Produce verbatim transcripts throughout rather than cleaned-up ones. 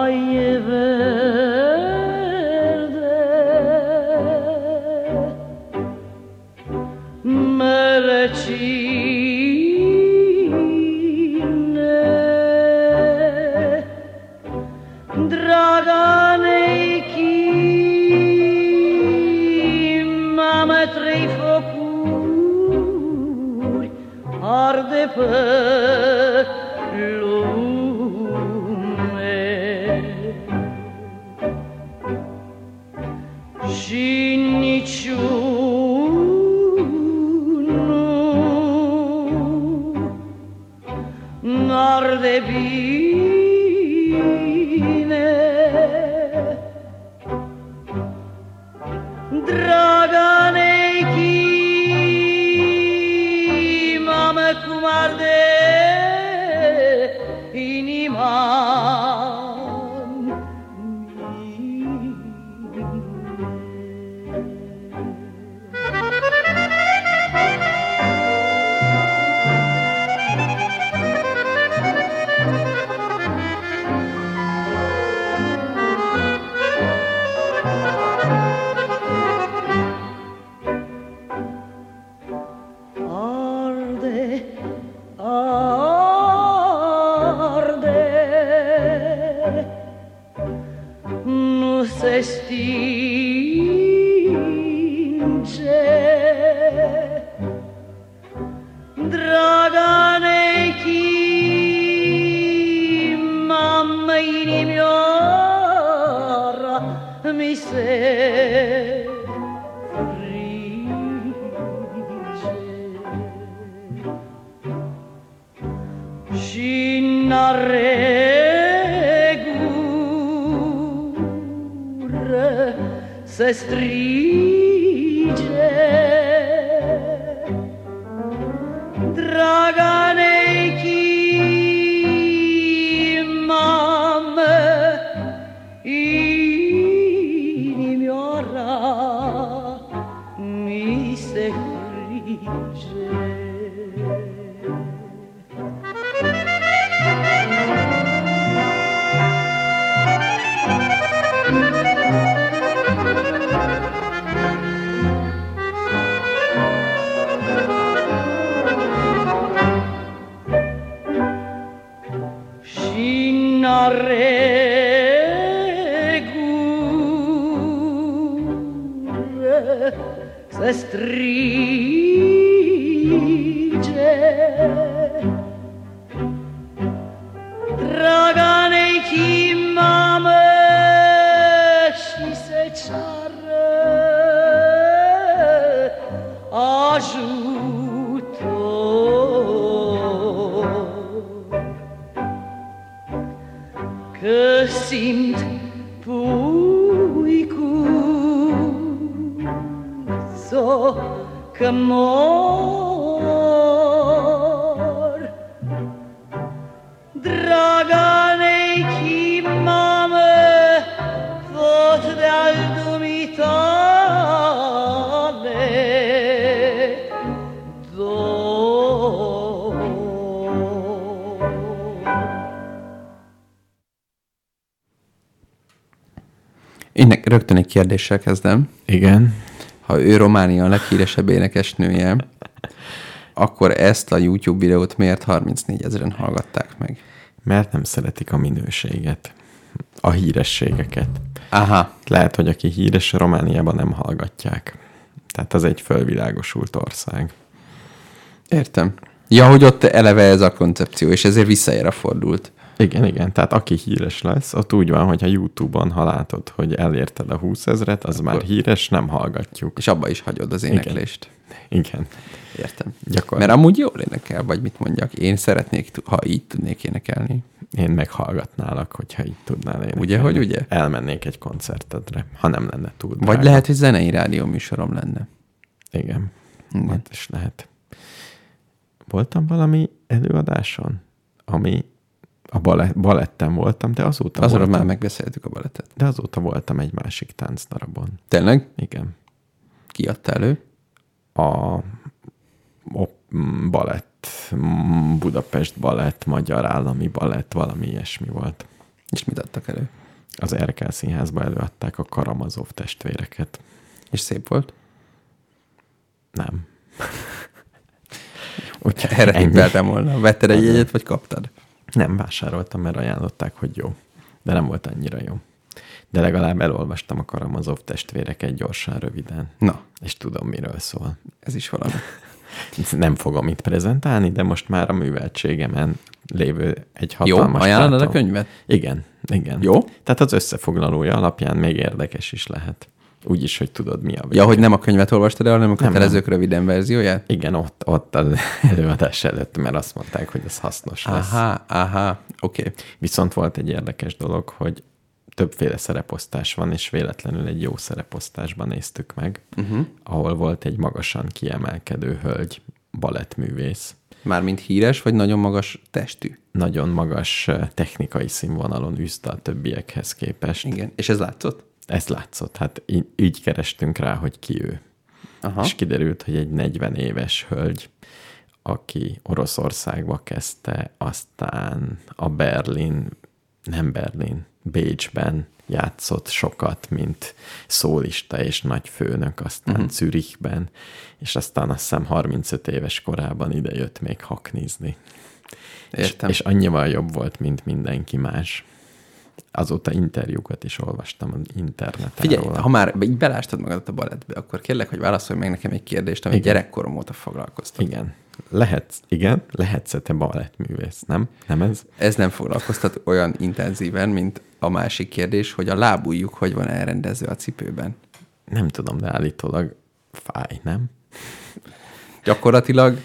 Valle verde, melecine, draga nechi, mame trei focuri arde pe lume și niciunul n-arde bine. Draga nechi, mame, cum arde inima se stinge. Draga nechi, mamma inimioara mi se frige și n-are se strige. Draga nechi, mame, inimioara mi se frige. Regure se strige. Draga nechi, mame, și se ceară ajutor, că simt puicuțo că mor. Draga nechi, mame, tot de-al dumitale dor. Én rögtön egy kérdéssel kezdem. Igen. Ha ő Románia a leghíresebb énekesnője, akkor ezt a YouTube videót miért harmincnégy ezeren hallgatták meg? Mert nem szeretik a minőséget, a hírességeket. Aha. Lehet, hogy aki híres, Romániában nem hallgatják. Tehát az egy fölvilágosult ország. Értem. Ja, hogy ott eleve ez a koncepció, és ezért visszaére fordult. Igen, igen. Tehát aki híres lesz, ott úgy van, hogy a YouTube-on, ha látod, hogy elérted a húszezret, az akkor már híres, nem hallgatjuk. És abba is hagyod az éneklést. Igen. igen. Értem. Mert amúgy jól énekel, vagy mit mondjak. Én szeretnék, ha így tudnék énekelni. Én meghallgatnálak, hogyha így tudnál énekelni. Ugye, hogy ugye? Elmennék egy koncertedre, ha nem lenne túl drága. Vagy lehet, hogy zenei rádió műsorom lenne. Igen. Igen. Hát is lehet. Voltam valami előadáson, ami a balett, baletten voltam, de azóta Azóta voltam. már megbeszéltük a balettet. De azóta voltam egy másik táncdarabon. Tényleg? Igen. Ki adta elő? A, a balett, Budapest balett, Magyar Állami Balett, valami ilyesmi volt. És mit adtak elő? Az Erkel Színházba előadták a Karamazov testvéreket. És szép volt? Nem. Úgyhogy Erre ennyi. tippeltem volna. Vetted egy jegyet, vagy kaptad? Nem vásároltam, mert ajánlották, hogy jó. De nem volt annyira jó. De legalább elolvastam a Karamazov testvéreket gyorsan, röviden. Na, És tudom, miről szól. ez is valami. Nem fogom itt prezentálni, de most már a műveltségemen lévő egy Jó, hatalmas ajánlod a tartom. könyvet? Igen, igen. Jó. Tehát az összefoglalója alapján még érdekes is lehet. Úgy is, hogy tudod, mi a vége. Ja, hogy nem a könyvet olvastad el, hanem a Nem, kötelezők röviden verzióját? Igen, ott, ott az előadás előtt, mert azt mondták, hogy ez hasznos lesz. Aha, aha, oké. Okay. Viszont volt egy érdekes dolog, hogy többféle szereposztás van, és véletlenül egy jó szereposztásban néztük meg, uh-huh. ahol volt egy magasan kiemelkedő hölgy, balettművész. Mármint híres, vagy nagyon magas testű? Nagyon magas technikai színvonalon üzte a többiekhez képest. Igen. És ez látszott? Ez látszott. Hát így, így kerestünk rá, hogy ki ő. Aha. És kiderült, hogy egy negyven éves hölgy, aki Oroszországba kezdte, aztán a Berlin, nem Berlin, Bécsben játszott sokat, mint szólista és nagyfőnök, aztán uh-huh. Zürichben, és aztán azt hiszem harmincöt éves korában ide jött még haknizni. Értem. És, és annyival jobb volt, mint mindenki más. Azóta interjúkat is olvastam az interneten. Figyelj, róla. ha már így belástad magadat a balettbe, akkor kérlek, hogy válaszolj meg nekem egy kérdést, ami Igen. gyerekkorom óta foglalkoztat. Igen. Lehetsz, igen, lehetsz-e te balettművész, nem? Nem ez? Ez nem foglalkoztat olyan intenzíven, mint a másik kérdés, hogy a lábujjuk hogy van elrendezve a cipőben. Nem tudom, de állítólag fáj, nem? Gyakorlatilag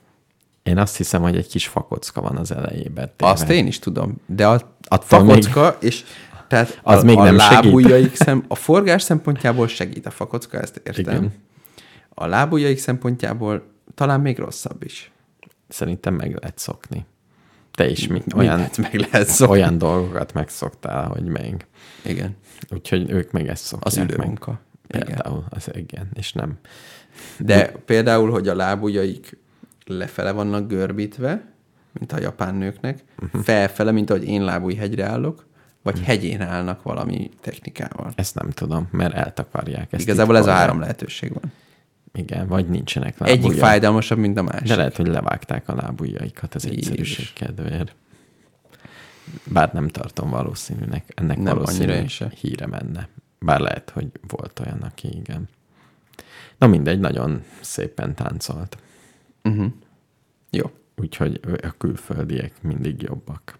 Én azt hiszem, hogy egy kis fakocka van az elejében. Tényleg. azt én is tudom, de a, a Attól fakocka, és tehát Az a, még a nem lábujjaik szem, a forgás szempontjából segít a fakocka, ezt értem. Igen. A lábujjaik szempontjából talán még rosszabb is. Szerintem meg lehet szokni. Te is mi, Mindent olyan, meg lehet szokni. olyan dolgokat megszoktál, hogy még. Igen. Úgyhogy ők meg ezt szokják Az meg. ülőmunka. Igen. Például, az igen, és nem. De például, hogy a lábujjaik lefele vannak görbítve, mint a japán nőknek, uh-huh. felfele, mint ahogy én lábujjhegyre állok, vagy uh-huh. hegyén állnak valami technikával. Ezt nem tudom, mert eltakarják. Ezt Igazából ez a titkolják. három lehetőség van. Igen, vagy nincsenek lábujjai. Egyik fájdalmasabb, mint a másik. De lehet, hogy levágták a lábujjaikat az egyszerűség Jézus. kedvéért. Bár nem tartom valószínűnek. Ennek Nem, annyira valószínűleg én se. híre menne. Bár lehet, hogy volt olyan, aki igen. Na mindegy, nagyon szépen táncolt. Uh-huh. Jó. Úgyhogy a külföldiek mindig jobbak.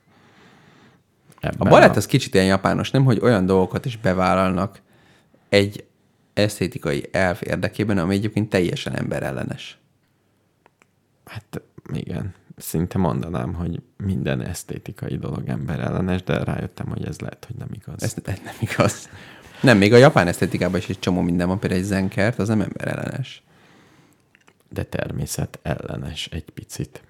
Ebben A balett az kicsit ilyen japános, nem? Hogy olyan dolgokat is bevállalnak egy esztétikai elv érdekében, ami egyébként teljesen emberellenes. Hát igen, szinte mondanám, hogy minden esztétikai dolog emberellenes, de rájöttem, hogy ez lehet, hogy nem igaz. Ez, ez nem igaz. Nem, még a japán esztétikában is egy csomó minden van, például egy zenkert, az nem emberellenes. De természet ellenes egy picit.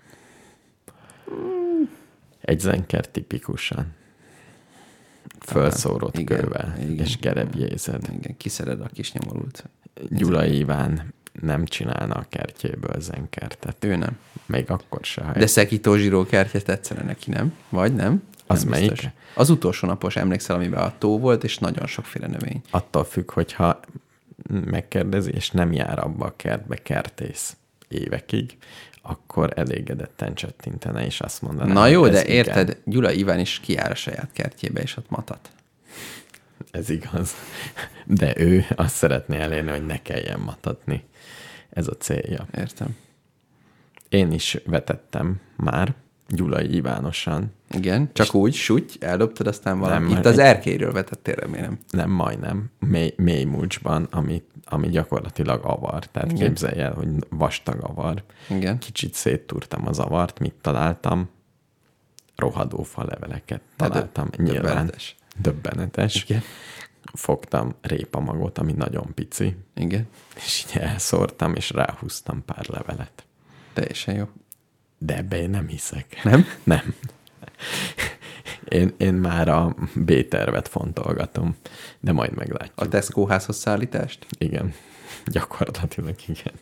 Egy zenker tipikusan. Fölszórott igen, kővel, igen, és gerebjézed. Igen, kiszered a kis nyomorult. Gyula Iván nem csinálna a kertjéből zenkertet. Ő nem. Még akkor se. Ha De Sekito Zsiró kertje tetszene neki, nem? Vagy nem? Az nem melyik? biztos. Az utolsó napos, emlékszel, amiben a tó volt, és nagyon sokféle növény. Attól függ, hogyha megkérdezi, és nem jár abba a kertbe kertész évekig, akkor elégedetten csettintene, és azt mondaná, Na jó, hogy de ez érted, igen, Gyula Iván is kijár a saját kertjébe, és ott matat. ez igaz. De ő azt szeretné elérni, hogy ne kelljen matatni. Ez a célja. Értem. Én is vetettem már Gyulai Ivánosan. Igen, csak úgy, súgy, eldobtad, aztán valami. Nem, Itt az egy- erkélyről vetettél, remélem. Nem majdnem, mély, mély mulcsban, ami, ami gyakorlatilag avar. Tehát Igen. képzelj el, hogy vastag avar. Igen. Kicsit széttúrtam az avart, mit találtam? Rohadó faleveleket De találtam. döb- Nyilván döbbenetes. döbbenetes. Igen. Fogtam répamagot, ami nagyon pici, Igen. és így elszórtam, és ráhúztam pár levelet. Teljesen jó. De ebbe én nem hiszek. Nem? Nem. Én, én már a B-tervet fontolgatom, de majd meglátjuk. A Tesco házhoz szállítást? Igen, gyakorlatilag igen.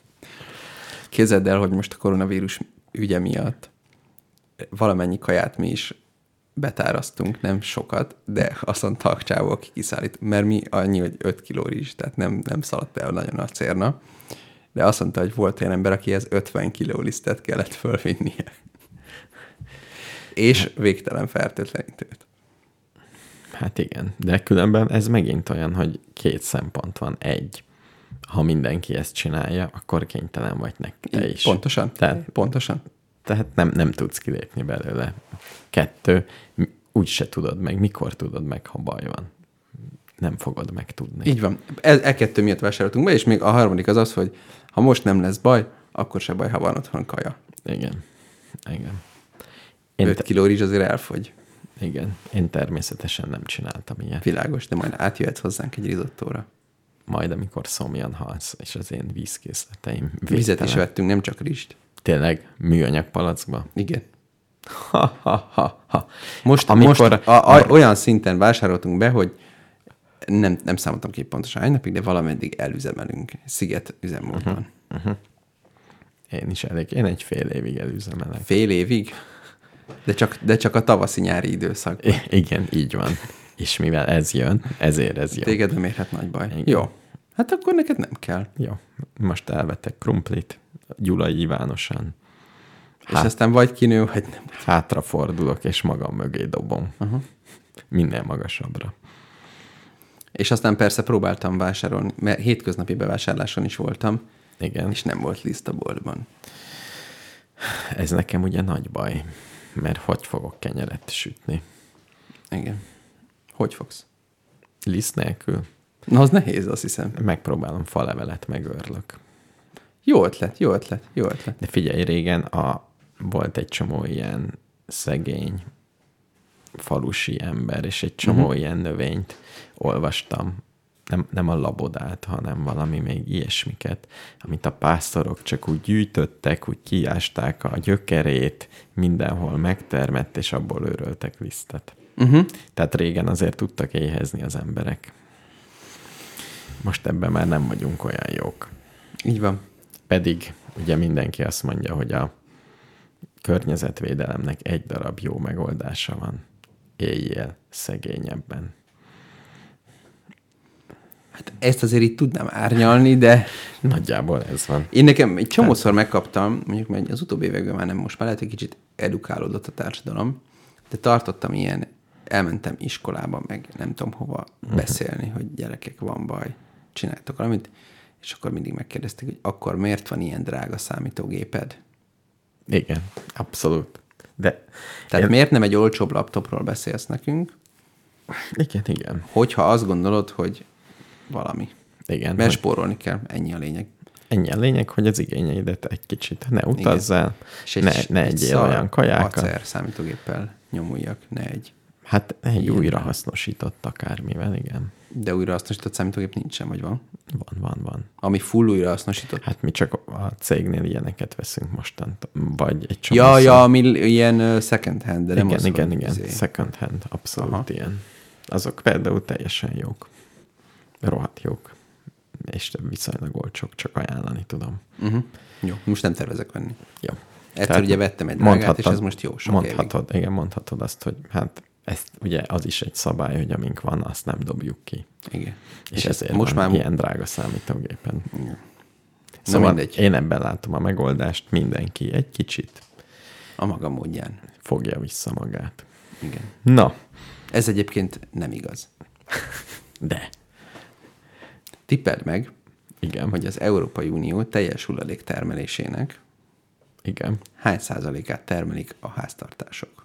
Képzeld el, hogy most a koronavírus ügye miatt valamennyi kaját mi is betárasztunk, nem sokat, de azt mondta a csávó, aki kiszállít, mert mi annyi, hogy öt kiló rizs, tehát nem, nem szaladt el nagyon a cérna, de azt mondta, hogy volt olyan ember, akihez ötven kiló lisztet kellett fölvinnie. És végtelen fertőtlenítőt. Hát igen, de különben ez megint olyan, hogy két szempont van. Egy, ha mindenki ezt csinálja, akkor kénytelen vagy neked is. Pontosan. Tehát, Pontosan. Tehát nem, nem tudsz kilépni belőle. Kettő, úgy se tudod meg, mikor tudod meg, ha baj van. Nem fogod megtudni. Így van. E, e kettő miatt vásároltunk be, és még a harmadik az az, hogy ha most nem lesz baj, akkor se baj, ha van otthon kaja. Igen. Igen. öt te- kiló rizs azért elfogy. Igen. Én természetesen nem csináltam ilyet. Világos, de majd átjöhetsz hozzánk egy risottóra. Majd, amikor szomjan halsz, és az én vízkészleteim Vizet is végtelen. vettünk, nem csak rizst. Tényleg, műanyag palackba. Igen. Ha, ha, ha, ha. Most, Amikor- most a, a, olyan szinten vásároltunk be, hogy nem, nem számoltam ki pontosan hány napig, de valameddig elüzemelünk Sziget üzemmódban. Uh-huh. Én is elég. Én egy fél évig elüzemelek. Fél évig? De csak, de csak a tavaszi-nyári időszak. I- igen, így van. És mivel ez jön, ezért ez jön. Téged nem érhet nagy baj. Igen. Jó. Hát akkor neked nem kell. Jó, most elvettek krumplit, Gyulai Ivánosan. És aztán vagy kinő, vagy nem. Hátrafordulok, és magam mögé dobom. Uh-huh. Minél magasabbra. És aztán persze próbáltam vásárolni, mert hétköznapi bevásárláson is voltam, Igen, és nem volt liszt a boltban. ez nekem ugye nagy baj, mert hogy fogok kenyeret sütni? Igen. Hogy fogsz? Liszt nélkül? Na, az nehéz, azt hiszem. Megpróbálom falevelet, megörlök. Jó ötlet, jó ötlet, jó ötlet. De figyelj, régen a, volt egy csomó ilyen szegény falusi ember, és egy csomó uh-huh. ilyen növényt olvastam. Nem, nem a labodát, hanem valami még ilyesmiket, amit a pásztorok csak úgy gyűjtöttek, úgy kiásták a gyökerét, mindenhol megtermett, és abból őröltek lisztet. Uh-huh. Tehát régen azért tudtak éhezni az emberek. Most ebben már nem vagyunk olyan jók. Így van. Pedig ugye mindenki azt mondja, hogy a környezetvédelemnek egy darab jó megoldása van. Éljél szegényebben. Hát ezt azért itt tudnám árnyalni, de Nagyjából ez van. én nekem egy csomószor megkaptam, mondjuk mert az utóbbi években már nem, most már lehet, hogy kicsit edukálódott a társadalom, de tartottam ilyen, elmentem iskolába, meg nem tudom hova beszélni, hogy gyerekek, van baj, csináltok valamit, és akkor mindig megkérdezték, hogy akkor miért van ilyen drága számítógéped? Igen, abszolút. De Tehát én... miért nem egy olcsóbb laptopról beszélsz nekünk, Igen, igen. hogyha azt gondolod, hogy valami. Igen. Mert hogy spórolni kell, ennyi a lényeg. ennyi a lényeg, hogy az igényeidet egy kicsit ne utazzál, És egy, ne, ne egy egyél szar olyan kajákat. acer számítógéppel nyomuljak, ne egy. Hát egy Ilyen. újrahasznosított akármivel, igen. De újrahasznosított számítógép nincsen, vagy van? Van, van, van. Ami full újrahasznosított. Hát mi csak a cégnél ilyeneket veszünk mostant, vagy egy csomó Ja, szám. ja, ami ilyen uh, second hand, de nem igen, az, igen, hogy igen, izé. second hand, abszolút Aha. ilyen. Azok például teljesen jók. Rohadt jók. És viszonylag olcsók, csak ajánlani tudom. Uh-huh. Jó, most nem tervezek venni. Jó. Egyszer Tehát ugye vettem egy drágát, és ez most jó sok mondhatod, évig. Igen, mondhatod azt, hogy hát ezt ugye az is egy szabály, hogy amink van, azt nem dobjuk ki. Igen. És, És ezért most van már- ilyen drága számítógépen. Igen. Szóval mindegy. én ebben látom a megoldást, mindenki egy kicsit A maga módján. fogja vissza magát. Igen. Na, Ez egyébként nem igaz. de, Tippeld meg, igen, hogy az Európai Unió teljes hulladék termelésének igen, hány százalékát termelik a háztartások?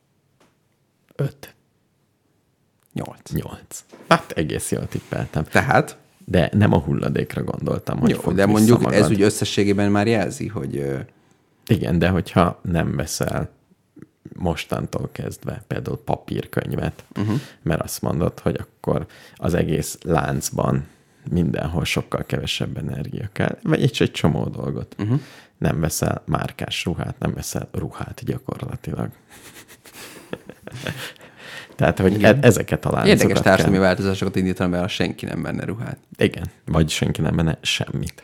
öt, Nyolc. nyolc. Hát egész jól tippeltem. Tehát, De nem a hulladékra gondoltam, hogy jó, fogd de vissza mondjuk magad. ez úgy összességében már jelzi, hogy ö, Igen, de hogyha nem veszel mostantól kezdve például papírkönyvet, uh-huh. mert azt mondod, hogy akkor az egész láncban mindenhol sokkal kevesebb energia kell, vagy egy, egy csomó dolgot. Uh-huh. Nem veszel márkás ruhát, nem veszel ruhát gyakorlatilag. Tehát, hogy e- ezeket a láncokat érdekes társadalmi kell. változásokat indítani be, ha senki nem venne ruhát. Igen, vagy senki nem benne semmit.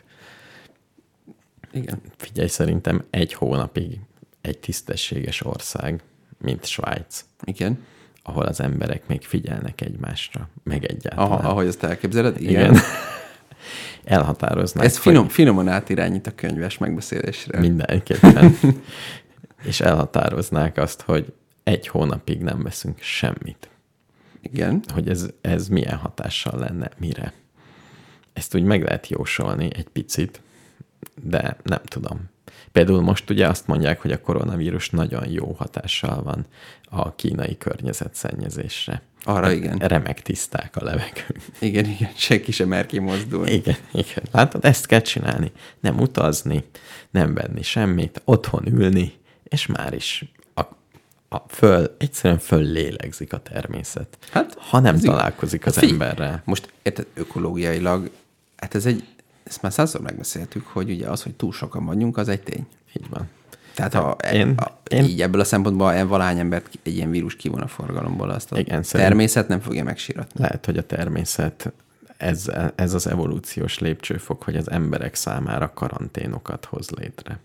Igen. Figyelj, szerintem egy hónapig egy tisztességes ország mint Svájc, Igen. ahol az emberek még figyelnek egymásra, meg egyáltalán. Aha, ahogy azt elképzeled? Igen. Igen. Elhatároznák. Ez finom, finoman átirányít a könyves megbeszélésre. Mindenképpen. És elhatároznák azt, hogy egy hónapig nem veszünk semmit. Igen. Hogy ez, ez milyen hatással lenne, mire. Ezt úgy meg lehet jósolni egy picit, de nem tudom. Például most ugye azt mondják, hogy a koronavírus nagyon jó hatással van a kínai környezetszennyezésre. Arra igen. Remek tiszták a levegők. Igen, igen, senki sem mer kimozdulni. Igen, igen. Látod, ezt kell csinálni. Nem utazni, nem venni semmit, otthon ülni, és már is a, a föl, egyszerűen föllélegzik a természet. Hát, ha nem ez találkozik igaz. az Hát emberrel. Most érted, ökológiailag, hát ez egy, ezt már százszor megbeszéltük, hogy ugye az, hogy túl sokan vagyunk, az egy tény. Így van. Tehát ha Én- a, én- így ebből a szempontból valahány embert egy ilyen vírus kivon a forgalomból, azt a Igen, szerint- természet nem fogja megsíratni. Lehet, hogy a természet, ez, ez az evolúciós lépcsőfok, hogy az emberek számára karanténokat hoz létre.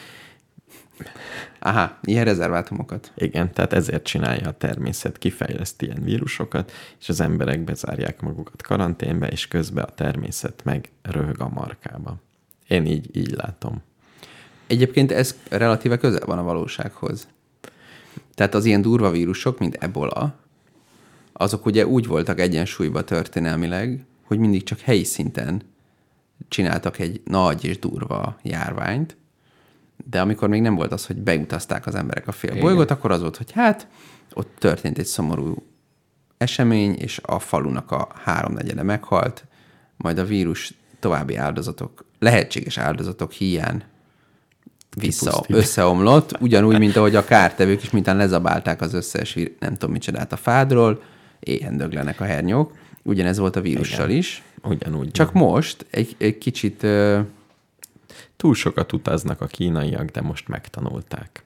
Aha, ilyen rezervátumokat. Igen, tehát ezért csinálja a természet, kifejleszt ilyen vírusokat, és az emberek bezárják magukat karanténbe, és közben a természet meg röhög a markába. Én így, így látom. Egyébként ez relatíve közel van a valósághoz. Tehát az ilyen durva vírusok, mint ebola, azok ugye úgy voltak egyensúlyba történelmileg, hogy mindig csak helyi szinten csináltak egy nagy és durva járványt, de amikor még nem volt az, hogy beutazták az emberek a fél bolygót, akkor az volt, hogy hát ott történt egy szomorú esemény, és a falunak a háromnegyede meghalt, majd a vírus további áldozatok, lehetséges áldozatok hiány vissza, Kipusztít. összeomlott, ugyanúgy, mint ahogy a kártevők is, mintán lezabálták az összes, vír- nem tudom micsodát a fádról, éhen döglenek a hernyók. Ugyanez volt a vírussal Igen. is. Ugyanúgy. Csak most egy, egy kicsit... ö, Túl sokat utaznak a kínaiak, de most megtanulták,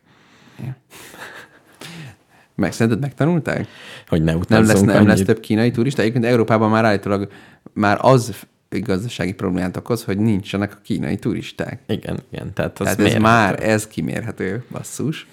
meg szerinted megtanulták? hogy ne Nem utazzunk lesz, nem annyit. lesz több kínai turista. Egyébként Európában már állítólag már az egy gazdasági problémát okoz, hogy nincsenek a kínai turisták. Igen, igen. Tehát, az Tehát ez mérhető. már, ez kimérhető, basszus.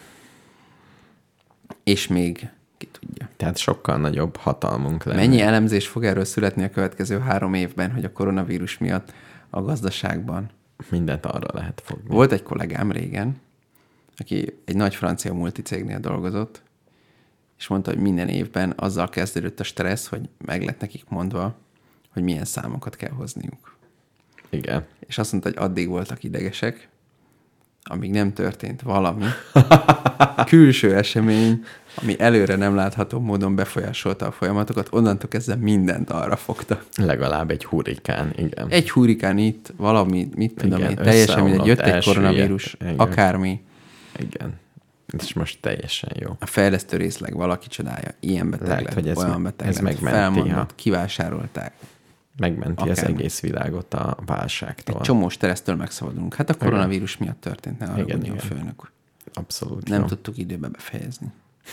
És még ki tudja. Tehát sokkal nagyobb hatalmunk lenne. Mennyi elemzés fog erről születni a következő három évben, hogy a koronavírus miatt a gazdaságban? Mindent arra lehet fogni. Volt egy kollégám régen, aki egy nagy francia multicégnél dolgozott, és mondta, hogy minden évben azzal kezdődött a stressz, hogy meg lett nekik mondva, hogy milyen számokat kell hozniuk. Igen. És azt mondta, hogy addig voltak idegesek, amíg nem történt valami külső esemény, ami előre nem látható módon befolyásolta a folyamatokat, onnantól kezdve mindent arra fogta. Legalább egy hurrikán, igen. Egy hurrikán itt, valami, mit tudom Igen, én, teljesen mindegy, jött összeomlott, egy koronavírus, elsüllyedt. Igen. akármi. Igen. És most teljesen jó. A fejlesztő részleg valaki csodálja, ilyen beteg Lehet, lett, hogy ez olyan me- beteg ez lett, megmenti, felmondott, ha- kivásárolták. Megmenti az Akármi. egész világot a válságtól. Egy csomó stressztől megszabadulunk. Hát a koronavírus miatt történt, ne arra Igen, igen, a igen. főnök. Abszolút Nem jó. tudtuk időbe befejezni.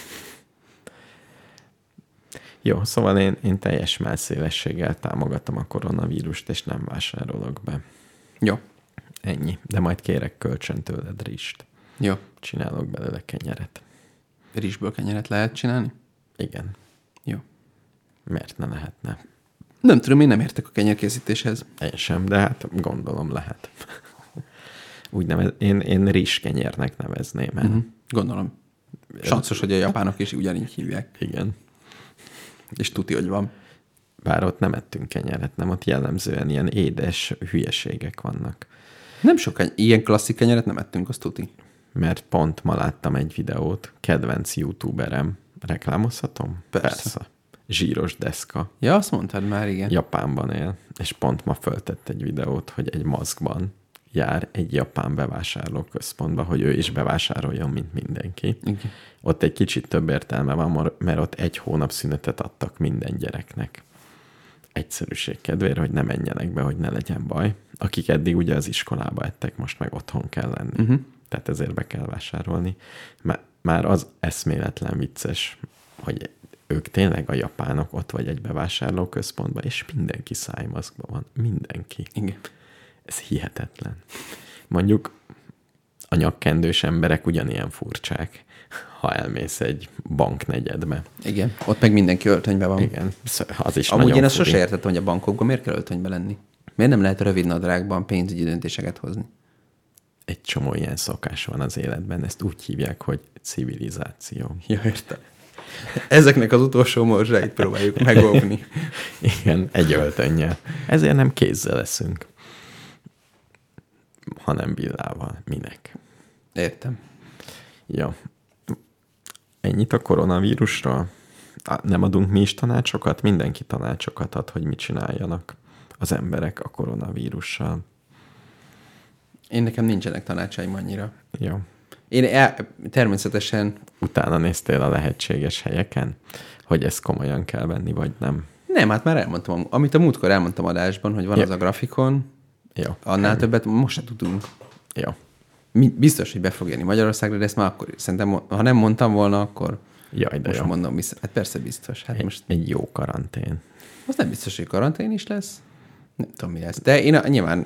Jó, szóval én, én teljes mellszélességgel támogatom a koronavírust, és nem vásárolok be. Jó, Ennyi. De majd kérek kölcsön tőled rist. jó. Csinálok belőle kenyeret. Rizsből kenyeret lehet csinálni? Igen. Jó. Miért ne lehetne? Nem tudom, én nem értek a kenyerkészítéshez. Én sem, de hát gondolom lehet. Úgy nevez, én, én rizskenyérnek nevezném el. Uh-huh. Gondolom. Sanszos, hogy a japánok is ugyanígy hívják. Igen. És tuti, hogy van. Bár ott nem ettünk kenyeret, nem, ott jellemzően ilyen édes hülyeségek vannak. Nem sok keny- ilyen klasszik kenyeret nem ettünk, azt tuti. Mert pont ma láttam egy videót, kedvenc youtuberem, reklámozhatom? Persze. Persze. Zsíros Deszka. Ja, azt mondtad már, igen. Japánban él, és pont ma föltett egy videót, hogy egy maszkban jár egy japán bevásárlóközpontba, hogy ő is bevásároljon, mint mindenki. Igen. Ott egy kicsit több értelme van, mert ott egy hónap szünetet adtak minden gyereknek. Egyszerűség kedvére, hogy ne menjenek be, hogy ne legyen baj. Akik eddig ugye az iskolába ettek, most meg otthon kell lenni. Uh-huh. Tehát ezért be kell vásárolni. Már, már az eszméletlen vicces, hogy ők tényleg a japánok ott vagy egy bevásárlóközpontban, és mindenki szájmaszkban van. Mindenki. Igen. Ez hihetetlen. Mondjuk a nyakkendős emberek ugyanilyen furcsák, ha elmész egy banknegyedbe. Igen, ott meg mindenki öltönyben van. Igen, az is Amúgy nagyon én azt furi. sose értettem, hogy a bankokban miért kell öltönybe lenni. Miért nem lehet rövid nadrágban pénzügyi döntéseket hozni? Egy csomó ilyen szokás van az életben, ezt úgy hívják, hogy civilizáció. Ja, értem. Ezeknek az utolsó morzsáit próbáljuk megóvni. Igen, egy öltönnyel. Ezért nem kézzel leszünk, hanem villával. Minek? Értem. Ja. Ennyit a koronavírusról. Nem adunk mi is tanácsokat? Mindenki tanácsokat ad, hogy mit csináljanak az emberek a koronavírussal. Én nekem nincsenek tanácsaim annyira. Jó. Én el, természetesen... Utána néztél a lehetséges helyeken, hogy ezt komolyan kell venni, vagy nem? Nem, hát már elmondtam. Amit a múltkor elmondtam adásban, hogy van Ja. az a grafikon, Jó. annál többet most se tudunk. Jó. Mi, biztos, hogy be fog jönni Magyarországra, de ezt már akkor szerintem, ha nem mondtam volna, akkor Jaj, de most jó. mondom vissza. Hát persze biztos. Hát Egy, most egy jó karantén. az nem biztos, hogy karantén is lesz. Nem tudom, mi lesz. De én a, nyilván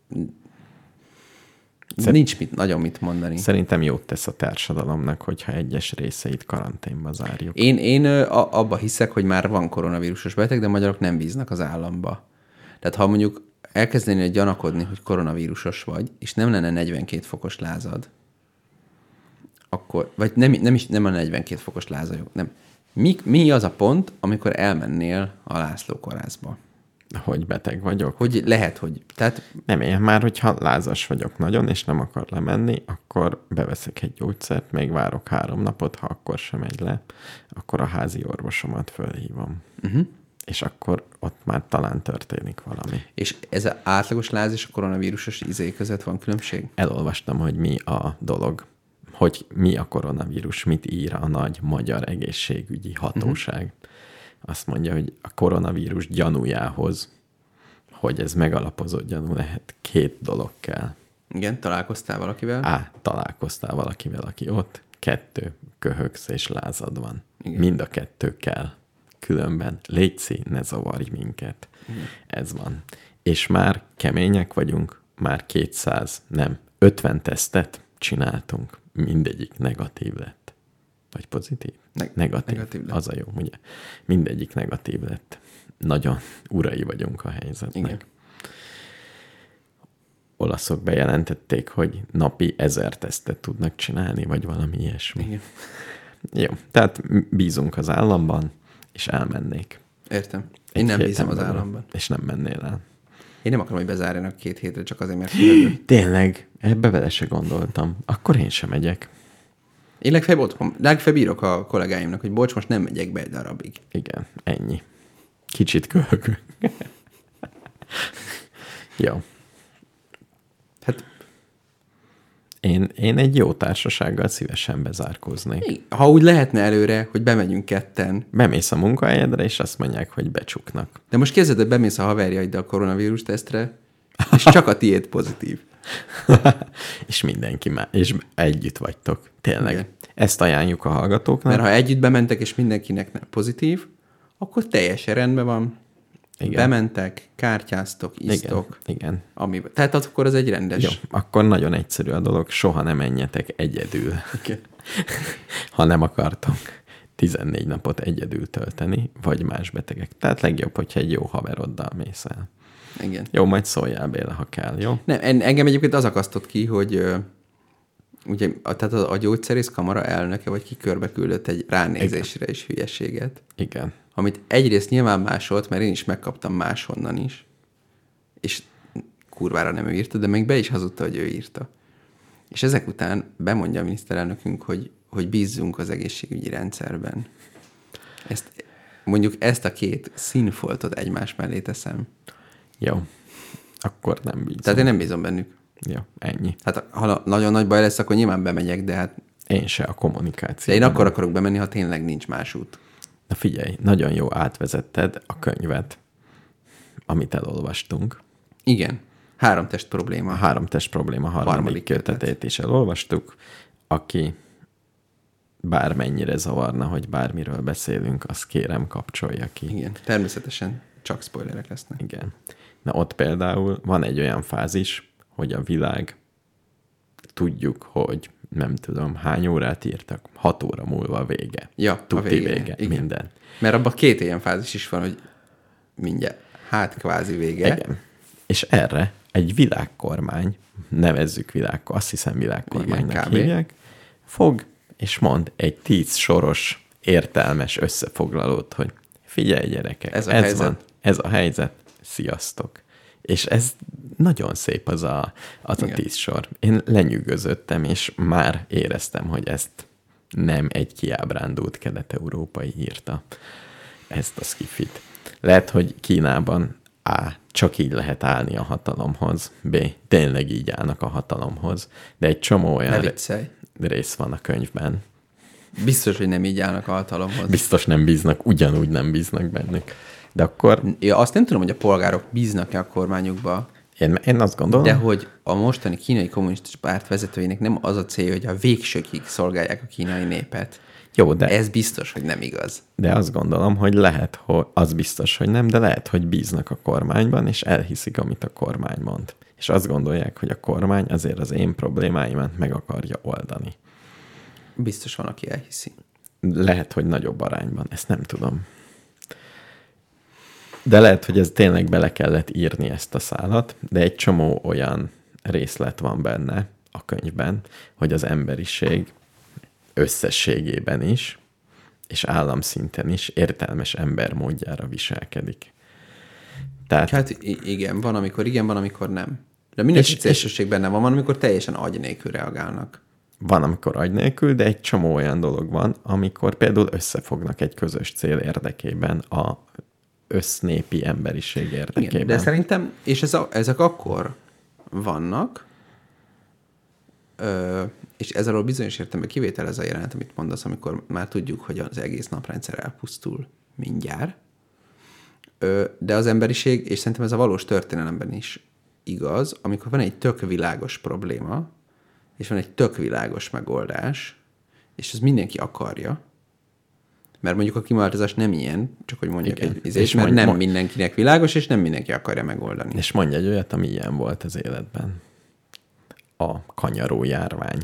Szer- nincs mit, nagyon mit mondani. Szerintem jót tesz a társadalomnak, hogyha egyes részeit karanténba zárjuk. Én, én ö, a, abba hiszek, hogy már van koronavírusos beteg, de a magyarok nem bíznak az államba. Tehát ha mondjuk elkezdenél gyanakodni, hogy koronavírusos vagy, és nem lenne negyvenkét fokos lázad, akkor, vagy nem, nem is nem a negyvenkét fokos lázad, nem. Mi, mi az a pont, amikor elmennél a László kórházba? Hogy beteg vagyok. Hogy lehet, hogy... Tehát Nem, én már, hogyha lázas vagyok nagyon, és nem akar lemenni, akkor beveszek egy gyógyszert, még várok három napot, ha akkor sem megy le, akkor a házi orvosomat fölhívom. Uh-huh. És akkor ott már talán történik valami. és ez az átlagos láz és a koronavírusos izé között van különbség? Elolvastam, hogy mi a dolog, hogy mi a koronavírus, mit ír a nagy magyar egészségügyi hatóság. Uh-huh. Azt mondja, hogy a koronavírus gyanújához, hogy ez megalapozott gyanú lehet, két dolog kell. Igen, találkoztál valakivel? A. Találkoztál valakivel, aki ott. Kettő. Köhögsz és lázad van. Igen. Mind a kettő kell. Különben létszi, ne zavarj minket. Igen. Ez van. És már kemények vagyunk, már kétszáz, nem, ötven tesztet csináltunk. Mindegyik negatív lett. Vagy pozitív? Neg- negatív. negatív lett. Az a jó, ugye? Mindegyik negatív lett. Nagyon urai vagyunk a helyzetnek. Igen. Olaszok bejelentették, hogy napi ezer tesztet tudnak csinálni, vagy valami ilyesmi. Igen. Jó, tehát bízunk az államban, és elmennék. Értem. Egy Én nem héten bízom az belül. államban. És nem mennél el. Én nem akarom, hogy bezárjanak két hétre, csak azért, mert fülödök. Tényleg, ebbe vele se gondoltam. Akkor én sem megyek. Én legfeljebb otthon, legfeljebb írok a kollégáimnak, hogy bocs, most nem megyek be egy darabig. Igen, ennyi. Kicsit köhögök. Jó. Hát, Én, én egy jó társasággal szívesen bezárkóznék. ha úgy lehetne előre, hogy bemegyünk ketten, Bemész a munkahelyedre, és azt mondják, hogy becsuknak. de most képzeld, hogy bemész a haverjaiddal a koronavírus tesztre, és csak a tiéd pozitív. És mindenki már, és együtt vagytok. Tényleg. Igen. Ezt ajánljuk a hallgatóknak. Mert ha együtt bementek, és mindenkinek nem pozitív, akkor teljesen rendben van. Igen. Bementek, kártyáztok, isztok. Igen, igen. Ami, tehát akkor az egy rendes. Jó, akkor nagyon egyszerű a dolog, soha nem menjetek egyedül. Igen. Ha nem akartok tizennégy napot egyedül tölteni, vagy más betegek. Tehát legjobb, hogyha egy jó haveroddal mész el. Igen. Jó, majd szóljál, Béla, ha kell, jó? Nem, en- engem egyébként az akasztott ki, hogy ö, ugye, a, tehát a, a gyógyszerész kamara elnöke, vagy ki körbe küldött egy ránézésre is hülyeséget, Igen. amit egyrészt nyilván másolt, mert én is megkaptam máshonnan is, és kurvára nem ő írta, de még be is hazudta, hogy ő írta. És ezek után bemondja a miniszterelnökünk, hogy, hogy bízzunk az egészségügyi rendszerben. Ezt, mondjuk ezt a két színfoltot egymás mellé teszem. Jó. Akkor nem bízom. Tehát én nem bízom bennük. Jó, ennyi. Hát ha nagyon nagy baj lesz, akkor nyilván bemegyek, de hát Én se a kommunikáció. de én akkor akarok bemenni, ha tényleg nincs más út. Na figyelj, nagyon jó átvezetted a könyvet, amit elolvastunk. Igen. Három test probléma. A három test probléma harmadik, Harmadik kötetét is elolvastuk. Aki bármennyire zavarna, hogy bármiről beszélünk, azt kérem kapcsolja ki. Igen. Természetesen csak spoilerek lesznek. Igen. Na ott például van egy olyan fázis, hogy a világ tudjuk, hogy nem tudom, hány órát írtak, hat óra múlva a vége. Ja, Tuti a vége, vége, igen. minden. Mert abban két ilyen fázis is van, hogy mindjárt, hát kvázi vége. Igen. És erre egy világkormány, nevezzük világkormány, azt hiszem világkormánynak Igen, kb. hívják, fog és mond egy tíz soros értelmes összefoglalót, hogy figyelj gyerekek, Ez a ez helyzet. van, ez a helyzet, sziasztok. És ez nagyon szép az a, az a Igen. tíz sor. Én lenyűgözöttem, és már éreztem, hogy ezt nem egy kiábrándult kelet-európai írta, ezt a skifit. Lehet, hogy Kínában A. csak így lehet állni a hatalomhoz, B. tényleg így állnak a hatalomhoz, de egy csomó olyan Ne re- viccelj. rész van a könyvben. Biztos, hogy nem így állnak a hatalomhoz. Biztos nem bíznak, ugyanúgy nem bíznak bennük. De akkor Ja, azt nem tudom, hogy a polgárok bíznak-e a kormányukba, én, én azt gondolom, de hogy a mostani kínai kommunista párt vezetőinek nem az a célja, hogy a végsőkig szolgálják a kínai népet. jó, de, Ez biztos, hogy nem igaz. de azt gondolom, hogy lehet, hogy az biztos, hogy nem, de lehet, hogy bíznak a kormányban, és elhiszik, amit a kormány mond. És azt gondolják, hogy a kormány azért az én problémáimat meg akarja oldani. Biztos van, aki elhiszi. Lehet, hogy nagyobb arányban, ezt nem tudom. De lehet, hogy ez tényleg bele kellett írni ezt a szálat, de egy csomó olyan részlet van benne a könyvben, hogy az emberiség összességében is, és államszinten is értelmes embermódjára viselkedik. Tehát Hát i- igen, van, amikor igen, van, amikor nem. De mindenki És- szélsőség benne van, van, amikor teljesen agy nélkül reagálnak. van, amikor agy nélkül, de egy csomó olyan dolog van, amikor például összefognak egy közös cél érdekében, a össznépi emberiség érdekében. Igen, de szerintem, és ez a, ezek akkor vannak, ö, és ez alól bizonyos értelemben kivétel ez a jelenet, amit mondasz, amikor már tudjuk, hogy az egész naprendszer elpusztul mindjárt. Ö, de az emberiség, és szerintem ez a valós történelemben is igaz, amikor van egy tök világos probléma, és van egy tök világos megoldás, és ez mindenki akarja, mert mondjuk a klímaváltozás nem ilyen, csak hogy mondjak Igen. egy izét, És mert mondj- nem mondj- mindenkinek világos, és nem mindenki akarja megoldani. És mondj egy olyat, ami ilyen volt az életben. A kanyaró járvány.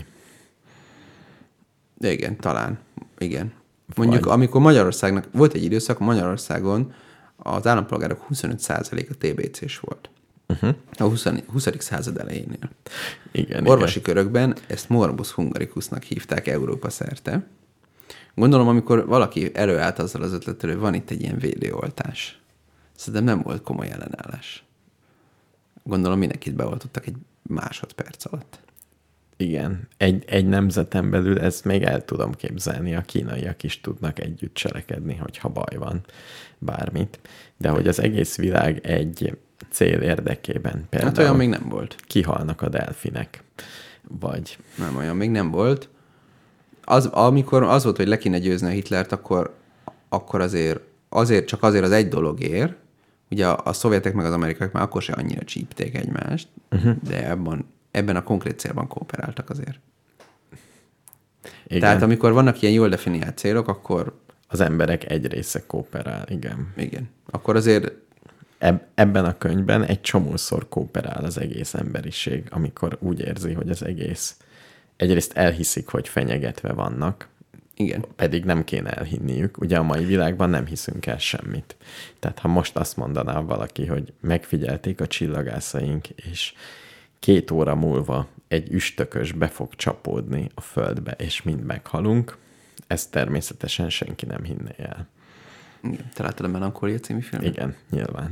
De igen, talán. Igen. Mondjuk, Vagy- amikor Magyarországnak volt egy időszak, Magyarországon az állampolgárok huszonöt százaléka té bé cés volt. Uh-huh. A huszadik század elejénél. Igen, Orvosi körökben ezt morbus hungaricusnak hívták Európa szerte. Gondolom, amikor valaki előállt azzal az ötlettel, hogy van itt egy ilyen védőoltás. Szerintem nem volt komoly ellenállás. Gondolom, mindenkit beoltottak egy másodperc alatt. Igen. Egy, egy nemzeten belül ezt még el tudom képzelni, a kínaiak is tudnak együtt cselekedni, hogyha baj van, bármit. De hogy az egész világ egy cél érdekében például Hát olyan még nem volt. kihalnak a delfinek, vagy Nem, olyan még nem volt. Az, amikor az volt, hogy le kéne győzni a Hitlert, akkor, akkor azért, azért, csak azért az egy dologért, ugye a, a szovjetek meg az amerikaiak már akkor se annyira csípték egymást, uh-huh. de ebben, ebben a konkrét célban kooperáltak azért. igen, Tehát amikor vannak ilyen jól definiált célok, akkor az emberek egy része kooperál, igen. igen, akkor azért Eb- ebben a könyvben egy csomószor kooperál az egész emberiség, amikor úgy érzi, hogy az egész egyrészt elhiszik, hogy fenyegetve vannak, igen. pedig nem kéne elhinniük. Ugye a mai világban nem hiszünk el semmit. Tehát ha most azt mondaná valaki, hogy megfigyelték a csillagászaink, és két óra múlva egy üstökös be fog csapódni a földbe, és mind meghalunk, ezt természetesen senki nem hinné el. igen. Te láttad a Melankólia című filmet? Igen, nyilván.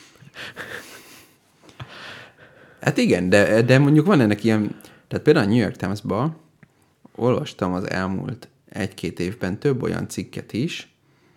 Hát igen, de, de mondjuk van ennek ilyen, tehát például a New York Times-ban olvastam az elmúlt egy-két évben több olyan cikket is,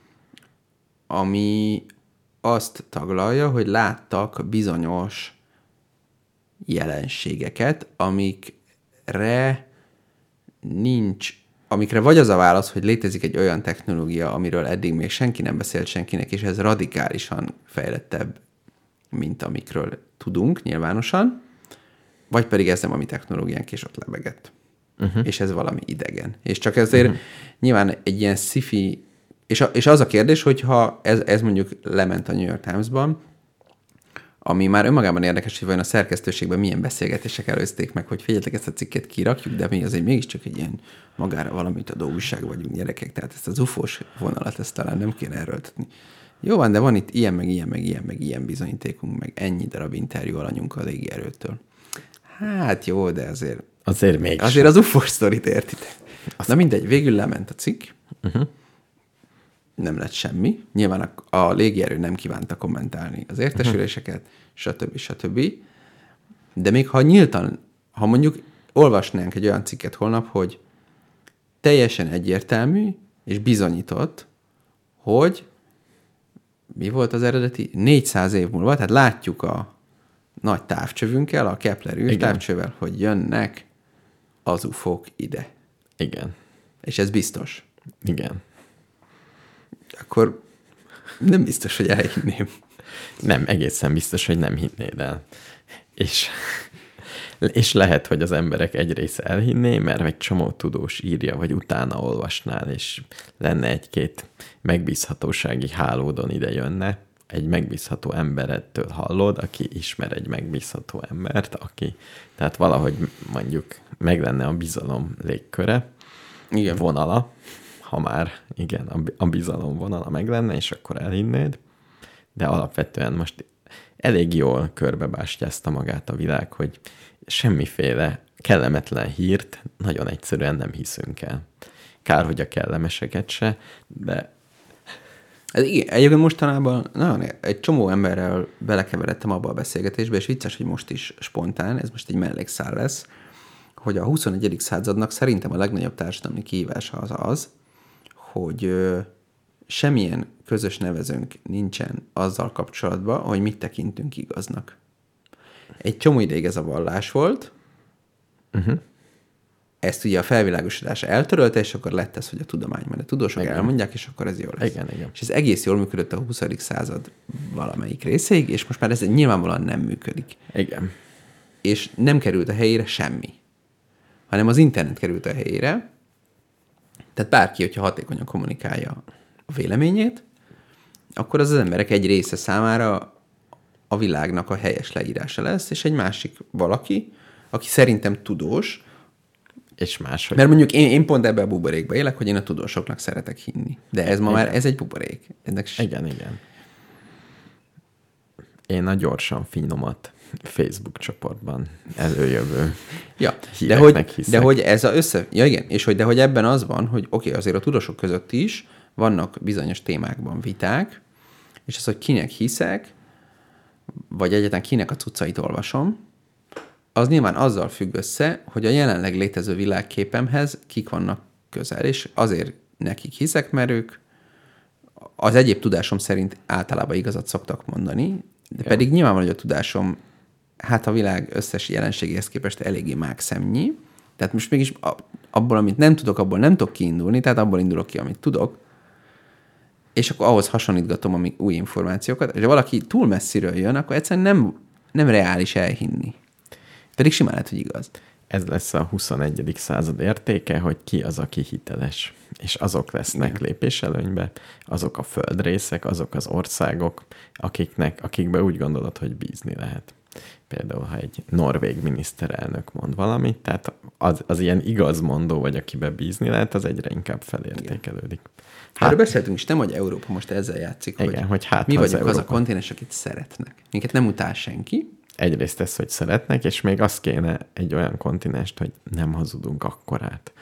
ami azt taglalja, hogy láttak bizonyos jelenségeket, amikre nincs, amikre vagy az a válasz, hogy létezik egy olyan technológia, amiről eddig még senki nem beszélt senkinek, és ez radikálisan fejlettebb, mint amikről tudunk nyilvánosan, vagy pedig ez nem a mi technológiánk, és ott lebegett. Uh-huh. És ez valami idegen. És csak ezért uh-huh. nyilván egy ilyen sci-fi, és, a, és az a kérdés, hogyha ez, ez mondjuk lement a New York Times-ban, ami már önmagában érdekes, hogy vajon a szerkesztőségben milyen beszélgetések előzték meg, hogy figyeljetek, ezt a cikket kirakjuk, de mi azért mégiscsak egy ilyen magára valamit adó újság vagyunk, gyerekek, tehát ezt az ufós vonalat, ezt talán nem kéne erőltetni. Jó van, de van itt ilyen, meg ilyen, meg ilyen, meg ilyen bizonyítékunk, meg ennyi darab interjú alanyunk a légierőtől. Hát jó, de azért... Azért még Azért az ufós sztorit értitek. Na mindegy, végül lement a cikk, uh-huh. nem lett semmi. Nyilván a, a légierő nem kívánta kommentálni az értesüléseket, uh-huh. stb. stb. De még ha nyíltan, ha mondjuk olvasnánk egy olyan cikket holnap, hogy teljesen egyértelmű és bizonyított, hogy mi volt az eredeti? négyszáz év múlva, tehát látjuk a nagy távcsövünkkel, a Kepler űrtávcsővel, hogy jönnek az ufók ide. Igen. És ez biztos. Igen. Akkor nem biztos, hogy elhinném. Nem, egészen biztos, hogy nem hinnéd el. És, és lehet, hogy az emberek egy része elhinné, mert egy csomó tudós írja, vagy utána olvasnál, és lenne egy-két megbízhatósági hálódon ide jönne, egy megbízható emberettől hallod, aki ismer egy megbízható embert, aki, tehát valahogy mondjuk meg lenne a bizalom légköre, igen. vonala, ha már, igen, a bizalom vonala meg lenne, és akkor elhinnéd, de alapvetően most elég jól körbebástyázta magát a világ, hogy semmiféle kellemetlen hírt nagyon egyszerűen nem hiszünk el. Kár, hogy a kellemeseket se, de Ez igen, egyébként mostanában nagyon egy csomó emberrel belekeveredtem abba a beszélgetésbe, és vicces, hogy most is spontán, ez most egy mellékszál lesz, hogy a huszonegyedik századnak szerintem a legnagyobb társadalmi kihívása az az, hogy ö, semmilyen közös nevezőnk nincsen azzal kapcsolatban, hogy mit tekintünk igaznak. Egy csomó ideig ez a vallás volt, uh-huh. ezt ugye a felvilágosodás eltörölte, és akkor lett ez, hogy a tudomány, mert a tudósok igen. elmondják, és akkor ez jó lesz. Igen, igen. És ez egész jól működött a huszadik század valamelyik részéig, és most már ez nyilvánvalóan nem működik. Igen. És nem került a helyére semmi, hanem az internet került a helyére, tehát bárki, hogyha hatékonyan kommunikálja a véleményét, akkor az az emberek egy része számára a világnak a helyes leírása lesz, és egy másik valaki, aki szerintem tudós, és máshogy. Mert mondjuk én, én pont ebben a buborékban élek, hogy én a tudósoknak szeretek hinni. De ez ma igen. már, ez egy buborék. Ennek s... Igen, igen. Én a gyorsan finomat Facebook csoportban előjövő ja, de hogy, de hogy ez a össze... Ja igen, és hogy de hogy ebben az van, hogy oké, okay, azért a tudósok között is vannak bizonyos témákban viták, és az, hogy kinek hiszek, vagy egyáltalán kinek a cuccait olvasom, az nyilván azzal függ össze, hogy a jelenleg létező világképemhez kik vannak közel, és azért nekik hiszek, mert ők az egyéb tudásom szerint általában igazat szoktak mondani, de pedig ja. nyilvánvaló, hogy a tudásom hát a világ összes jelenségéhez képest eléggé mákszemnyi, tehát most mégis abból, amit nem tudok, abból nem tudok kiindulni, tehát abból indulok ki, amit tudok, és akkor ahhoz hasonlítgatom a új információkat, és ha valaki túl messziről jön, akkor egyszerűen nem, nem reális elhinni. Pedig simán lehet, hogy igaz. Ez lesz a huszonegyedik század értéke, hogy ki az, aki hiteles. És azok lesznek igen. lépéselőnybe, azok a földrészek, azok az országok, akiknek, akikbe úgy gondolod, hogy bízni lehet. Például, ha egy norvég miniszterelnök mond valamit, tehát az, az ilyen igazmondó, vagy akibe bízni lehet, az egyre inkább felértékelődik. Hát, erről beszéltünk is, nem, hogy Európa most ezzel játszik, igen, hogy, hogy hát mi vagyunk az, Európa... az a kontinens, akit szeretnek. Minket nem utál senki. Egyrészt ez, hogy szeretnek, és még az kéne egy olyan kontinenst, hogy nem hazudunk akkorát.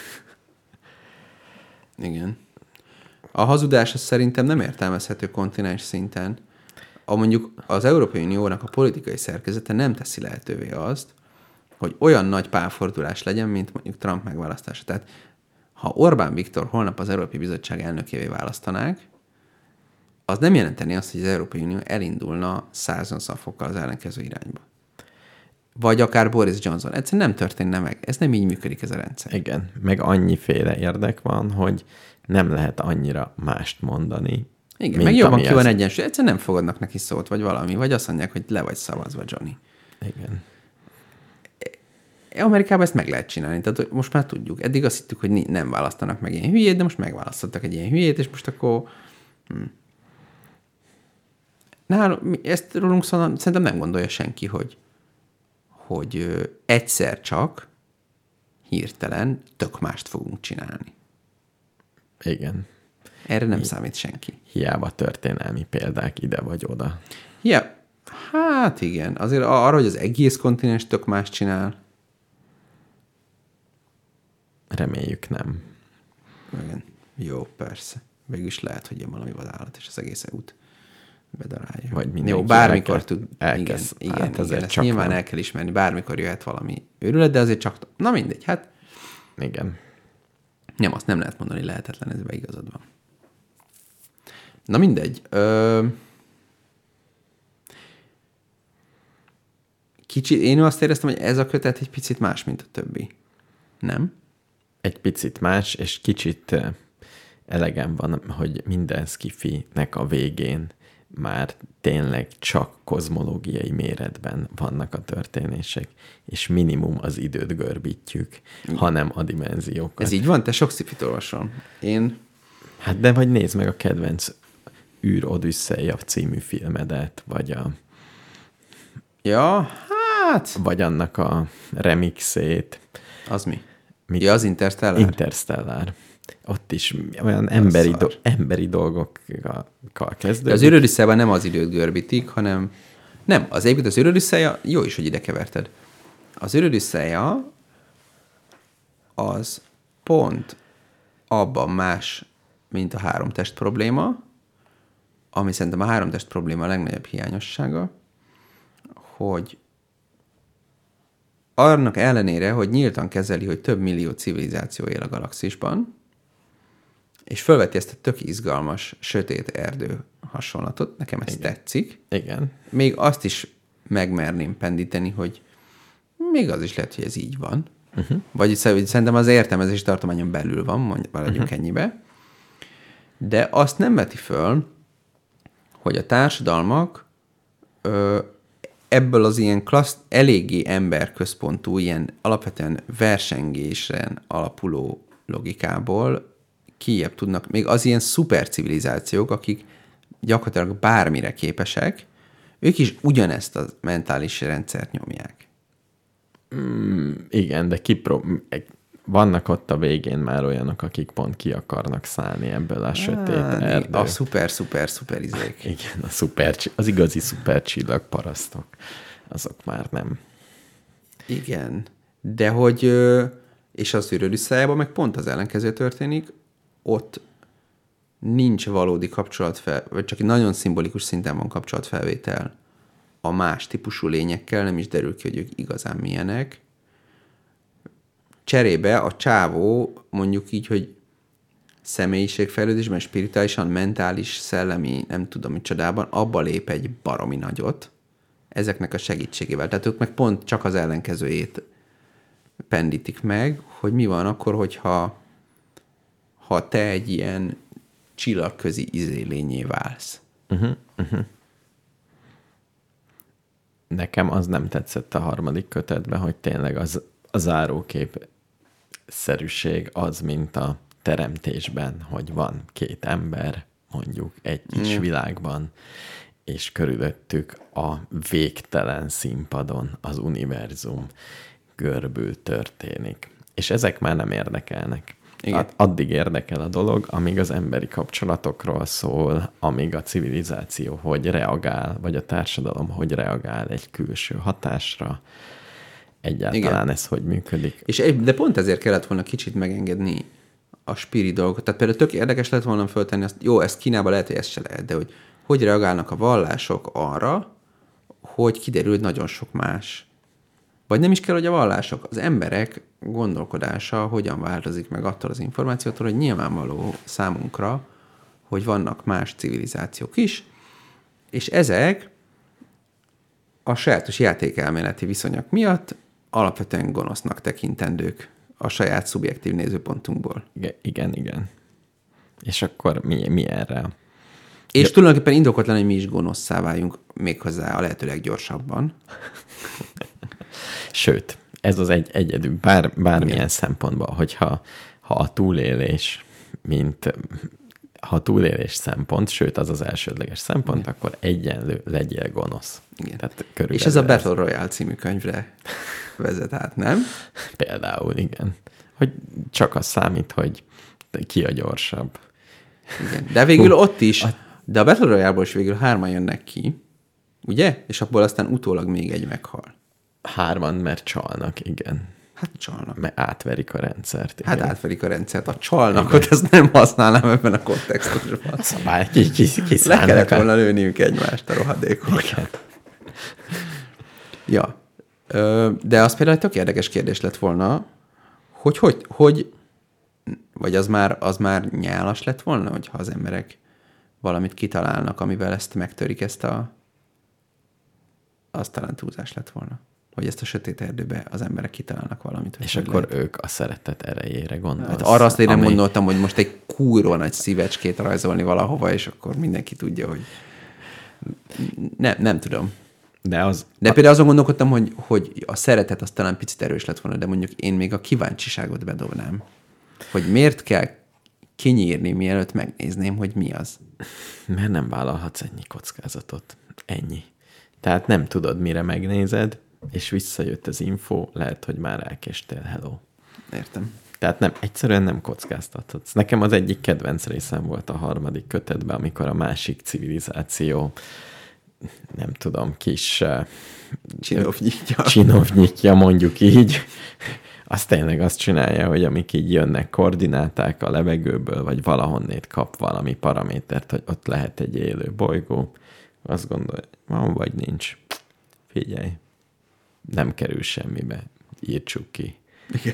Igen. A hazudás az szerintem nem értelmezhető kontinens szinten. A mondjuk az Európai Uniónak a politikai szerkezete nem teszi lehetővé azt, hogy olyan nagy pálfordulás legyen, mint mondjuk Trump megválasztása. Tehát ha Orbán Viktor holnap az Európai Bizottság elnökévé választanák, az nem jelenteni azt, hogy az Európai Unió elindulna száznyolcvan fokkal az ellenkező irányba. Vagy akár Boris Johnson. Egyszerűen nem történne meg. Ez nem így működik ez a rendszer. Igen, meg annyiféle érdek van, hogy nem lehet annyira mást mondani. Igen, meg jobban ki van egyensúly. Egyszerűen nem fogadnak neki szót, vagy valami. Vagy azt mondják, hogy le vagy szavazva, Johnny. Igen. Amerikában ezt meg lehet csinálni. Tehát most már tudjuk. Eddig azt hittük, hogy nem választanak meg ilyen hülyét, de most megválasztottak egy ilyen hülyét, és most akkor... Hm. Nálunk, ezt rólunk szóval szerintem nem gondolja senki, hogy, hogy ö, egyszer csak hirtelen tök mást fogunk csinálni. Igen. Erre nem számít senki. Hiába történelmi példák ide vagy oda. Ja, hát igen. Azért arra, hogy az egész kontinens tök más csinál. Reméljük nem. Igen. Jó, persze. Végülis lehet, hogy jön valami vadállat, és az egész é út bedarálja. Vagy mindenki Jó, bármikor elkezd- tud. elkezd- Igen, hát igen, azért igen. Ezt csak nyilván nem. el kell ismerni. Bármikor jöhet valami őrület, de azért csak... Na mindegy, hát Igen. nem, azt nem lehet mondani, lehetetlen, ez igazad van. Na mindegy. Ö... Kicsi, én azt éreztem, hogy ez a kötet egy picit más, mint a többi. Nem? Egy picit más, és kicsit eh, elegem van, hogy minden skifinek a végén már tényleg csak kozmológiai méretben vannak a történések, és minimum az időt görbítjük, hanem a dimenziókat. Ez így van? Te sok szifit olvasol. Én... Hát de vagy nézd meg a kedvenc űr Odüsszeia című filmedet, vagy, a, Ja, hát... vagy annak a remixét. Az mi? Mit? Ja, az Interstellar? Interstellar. Ott is olyan emberi, szar. do- emberi dolgokkal De kezdődik. az űrödüsszejában nem az időt görbítik, hanem... Nem, az egyébként az űrödüsszeja... Jó is, hogy ide keverted. Az űrödüsszeja az pont abban más, mint a háromtest probléma, ami szerintem a háromtest probléma a legnagyobb hiányossága, hogy annak ellenére, hogy nyíltan kezeli, hogy több millió civilizáció él a galaxisban, és felveti ezt a tök izgalmas, sötét erdő hasonlatot, nekem ez Igen. tetszik, Igen. még azt is megmerném pendíteni, hogy még az is lehet, hogy ez így van. Uh-huh. Vagy szerintem az értelmezési tartományon belül van, mondjuk maradjunk uh-huh. ennyibe. De azt nem veti föl, hogy a társadalmak ö, ebből az ilyen klassz, eléggé emberközpontú, ilyen alapvetően versengésen alapuló logikából kijebb tudnak, még az ilyen szupercivilizációk, akik gyakorlatilag bármire képesek, ők is ugyanezt a mentális rendszert nyomják. Mm, igen, de kipró... vannak ott a végén már olyanok, akik pont ki akarnak szállni ebből a sötét Ah, erdő. a szuper, szuper, szuper izék. Igen, a szuper, az igazi szupercsillag parasztok. Azok már nem. Igen. De hogy, ö, és az űrödüsszejában meg pont az ellenkező történik, ott nincs valódi kapcsolatfel, vagy csak egy nagyon szimbolikus szinten van kapcsolatfelvétel a más típusú lényekkel, nem is derül ki, hogy ők igazán milyenek. Cserébe a csávó mondjuk így, hogy személyiségfejlődésben, spirituálisan, mentális, szellemi, nem tudom micsodában, abba lép egy baromi nagyot ezeknek a segítségével. Tehát ők meg pont csak az ellenkezőjét pendítik meg, hogy mi van akkor, hogyha ha te egy ilyen csillagközi izélényé válsz. Uh-huh, uh-huh. Nekem az nem tetszett a harmadik kötetben, hogy tényleg az a zárókép szerűség az, mint a teremtésben, hogy van két ember, mondjuk egy kis mm. világban, és körülöttük a végtelen színpadon az univerzum görbül történik. És ezek már nem érdekelnek. Igen. Addig érdekel a dolog, amíg az emberi kapcsolatokról szól, amíg a civilizáció hogy reagál, vagy a társadalom hogy reagál egy külső hatásra. Egyáltalán igen. Ez hogy működik. És egy, de pont ezért kellett volna kicsit megengedni a spiri dolgokat. Tehát például tök érdekes lett volna föltenni azt, jó, ezt Kínában lehet, hogy ez se lehet, de hogy hogy reagálnak a vallások arra, hogy kiderül, hogy nagyon sok más. Vagy nem is kell, hogy a vallások, az emberek gondolkodása hogyan változik meg attól az információtól, hogy nyilvánvaló számunkra, hogy vannak más civilizációk is, és ezek a sajátos játékelméleti viszonyok miatt alapvetően gonosznak tekintendők a saját szubjektív nézőpontunkból. Igen, igen. igen. És akkor mi, mi erre? És ja. tulajdonképpen indokotlan, hogy mi is gonoszszá váljunk méghozzá a lehető leggyorsabban. Sőt, ez az egy egyedül, bár, bármilyen igen. szempontból, hogyha ha a túlélés, mint ha túlélés szempont, sőt, az az elsődleges szempont, igen. akkor egyenlő legyél gonosz. Igen. Tehát és ez a Battle Royale című könyvre vezet át, nem? Például, igen. Hogy csak az számít, hogy ki a gyorsabb. Igen. De végül ott is, de a Battle Royale-ból is végül hárman jönnek ki, ugye? És abból aztán utólag még egy meghal. Hárman, mert csalnak, igen. Hát csalnak. Mert átverik a rendszert. Igen. Hát átverik a rendszert. A csalnakot ezt nem használnám ebben a kontextusban. A szabály, ki, ki, ki Le kellett volna lőniük egymást a rohadékot. Igen. Ja. De az például egy tök érdekes kérdés lett volna, hogy, hogy, hogy vagy az már, az már nyálas lett volna, hogyha az emberek valamit kitalálnak, amivel ezt megtörik, ezt a az talán túlzás lett volna. Hogy ezt a sötét erdőbe az emberek kitalálnak valamit. És akkor lehet. Ők a szeretet erejére gondolsz. Hát arra azt én nem ami... gondoltam, hogy most egy kurva nagy szívecskét rajzolni valahova, és akkor mindenki tudja, hogy nem, nem tudom. De, az, de például azon gondolkodtam, hogy, hogy a szeretet az talán picit erős lett volna, de mondjuk én még a kíváncsiságot bedobnám. Hogy miért kell kinyírni, mielőtt megnézném, hogy mi az. Mert nem vállalhatsz ennyi kockázatot. Ennyi. Tehát nem tudod, mire megnézed, és visszajött az info, lehet, hogy már elkéstél, hello. Értem. Tehát nem, egyszerűen nem kockáztathatsz. Nekem az egyik kedvenc részem volt a harmadik kötetben, amikor a másik civilizáció, nem tudom, kis csinovnyitja, csinovnyitja mondjuk így, az tényleg azt csinálja, hogy amik így jönnek koordináták a levegőből, vagy valahonnét kap valami paramétert, hogy ott lehet egy élő bolygó, azt gondolja, van vagy nincs. Figyelj, nem kerül semmibe. Írtsuk ki. Igen.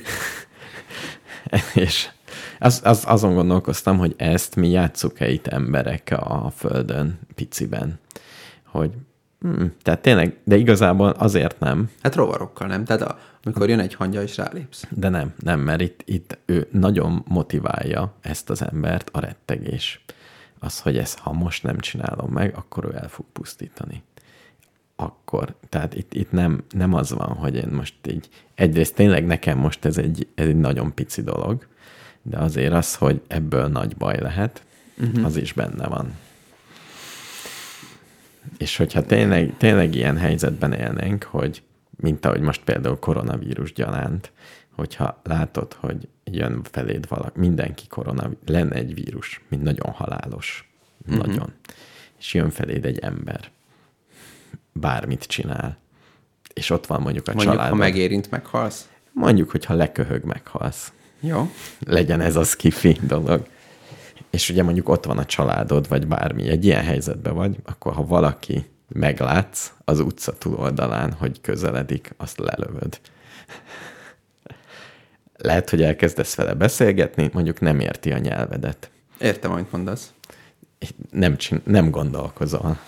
És az, az, azon gondolkoztam, hogy ezt mi játsszuk-e itt emberek a Földön, piciben. Hogy, hm, tehát tényleg, de igazából azért nem. Hát rovarokkal nem. Tehát a, amikor jön egy hangya, és rálépsz. De nem, nem, mert itt, itt ő nagyon motiválja ezt az embert a rettegés. Az, hogy ezt, ha most nem csinálom meg, akkor ő el fog pusztítani. Akkor, tehát itt, itt nem, nem az van, hogy én most így, egyrészt tényleg nekem most ez egy, ez egy nagyon pici dolog, de azért az, hogy ebből nagy baj lehet, uh-huh. az is benne van. És hogyha tényleg, tényleg ilyen helyzetben élnénk, hogy mint ahogy most például koronavírus gyanánt, hogyha látod, hogy jön feléd valaki, mindenki koronavírus, lenne egy vírus, mint nagyon halálos, uh-huh. nagyon, és jön feléd egy ember, bármit csinál, és ott van mondjuk a mondjuk, családod. Ha megérint, meghalsz? Mondjuk, hogyha leköhög, meghalsz. Jó. Legyen ez a skifi dolog. És ugye mondjuk ott van a családod, vagy bármi, egy ilyen helyzetben vagy, akkor ha valaki meglátsz az utca túloldalán, hogy közeledik, azt lelövöd. Lehet, hogy elkezdesz vele beszélgetni, mondjuk nem érti a nyelvedet. Értem, amit mondasz. Nem, csin- nem gondolkozol.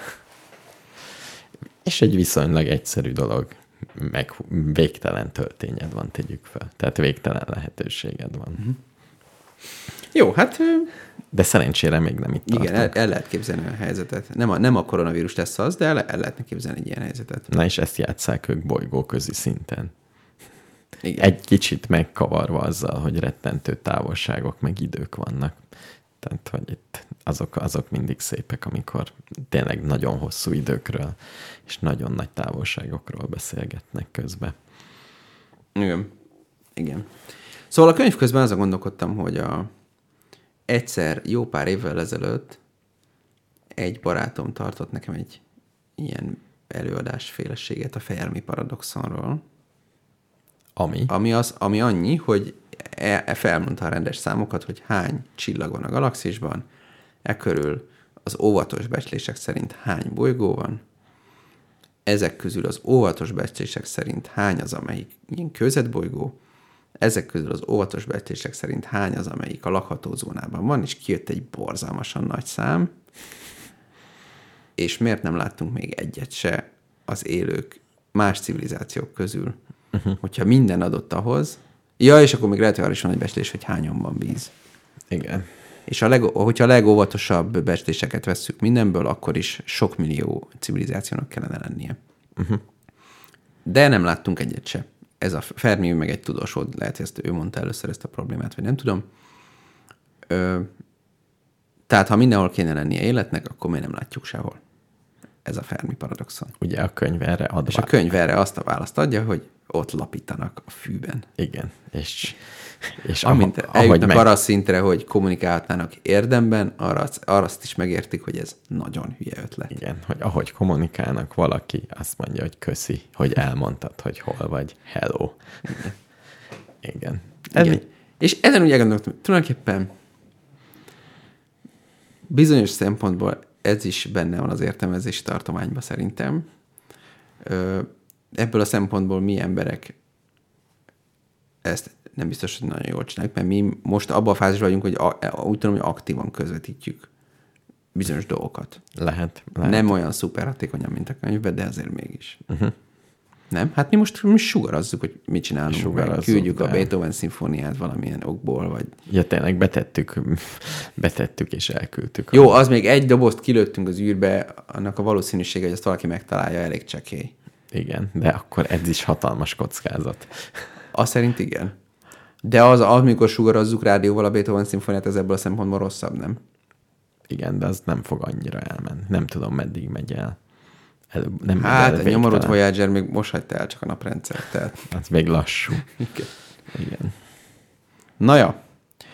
És egy viszonylag egyszerű dolog, meg végtelen töltényed van, tegyük fel. Tehát végtelen lehetőséged van. Uh-huh. Jó, hát... De szerencsére még nem itt tartunk. Igen, el, el lehet képzelni a helyzetet. Nem a, nem a koronavírus lesz az, de el, el lehetne képzelni egy ilyen helyzetet. Na és ezt játsszák ők bolygóközi szinten. Igen. Egy kicsit megkavarva azzal, hogy rettentő távolságok, meg idők vannak. Tehát, hogy itt azok, azok mindig szépek, amikor tényleg nagyon hosszú időkről és nagyon nagy távolságokról beszélgetnek közben. Igen. Igen. Szóval a könyv közben azon gondolkodtam, hogy a, egyszer jó pár évvel ezelőtt egy barátom tartott nekem egy ilyen előadásféleséget a Fermi paradoxonról. Ami? Ami, az, ami annyi, hogy e, e felmondta a rendes számokat, hogy hány csillag van a galaxisban, e körül az óvatos becslések szerint hány bolygó van, ezek közül az óvatos becslések szerint hány az, amelyik ilyen kőzetbolygó, ezek közül az óvatos becslések szerint hány az, amelyik a lakható zónában van, és kijött egy borzalmasan nagy szám, és miért nem láttunk még egyet se az élők más civilizációk közül, uh-huh. hogyha minden adott ahhoz, ja, és akkor még lehet, hogy arra is van egy becslés, hogy hányan van víz. Igen. És a leg, hogyha a legóvatosabb becsléseket vesszük mindenből, akkor is sok millió civilizációnak kellene lennie. Uh-huh. De nem láttunk egyet se. Ez a Fermi, meg egy tudós volt, lehet, hogy ezt ő mondta először ezt a problémát, vagy nem tudom. Ö, Tehát, ha mindenhol kéne lennie életnek, akkor miért nem látjuk sehol? Ez a Fermi paradoxon. Ugye a könyv erre ad. És a könyv erre azt a választ adja, hogy ott lapítanak a fűben. Igen. És, és amint ahogy eljutnak meg... arra a szintre, hogy kommunikálhatnának érdemben, arra, arra azt is megértik, hogy ez nagyon hülye ötlet. Igen, hogy ahogy kommunikálnak valaki, azt mondja, hogy köszi, hogy elmondtad, hogy hol vagy. Hello. Igen. Igen. Ez Igen. Mi? És ezen úgy elgondoltam, tulajdonképpen bizonyos szempontból ez is benne van az értelmezési tartományban szerintem. Ebből a szempontból mi emberek ezt nem biztos, hogy nagyon jól csináljuk, mert mi most abban a fázisban vagyunk, hogy a, úgy tudom, hogy aktívan közvetítjük bizonyos dolgokat. Lehet. lehet. Nem olyan szuper hatékonyan, mint a könyvben, de azért mégis. Uh-huh. Nem? Hát mi most mi sugarazzuk, hogy mit csinálunk. Sugarazzuk, küldjük de... a Beethoven szimfóniát valamilyen okból, vagy... Ja, tényleg betettük, betettük és elküldtük. Jó, az még egy dobozt kilőttünk az űrbe, annak a valószínűsége, hogy ezt valaki megtalálja, elég csekély. Igen, de akkor ez is hatalmas kockázat. Azt szerint igen. De az, amikor sugarazzuk rádióval a Beethoven szimfóniát, ez ebből a szempontból rosszabb, nem? Igen, de az nem fog annyira elmenni. Nem tudom, meddig megy el. el nem hát a nyomorult Voyager még most hagyta el csak a naprendszert. Tehát... Az még lassú. Igen. Igen. Na ja.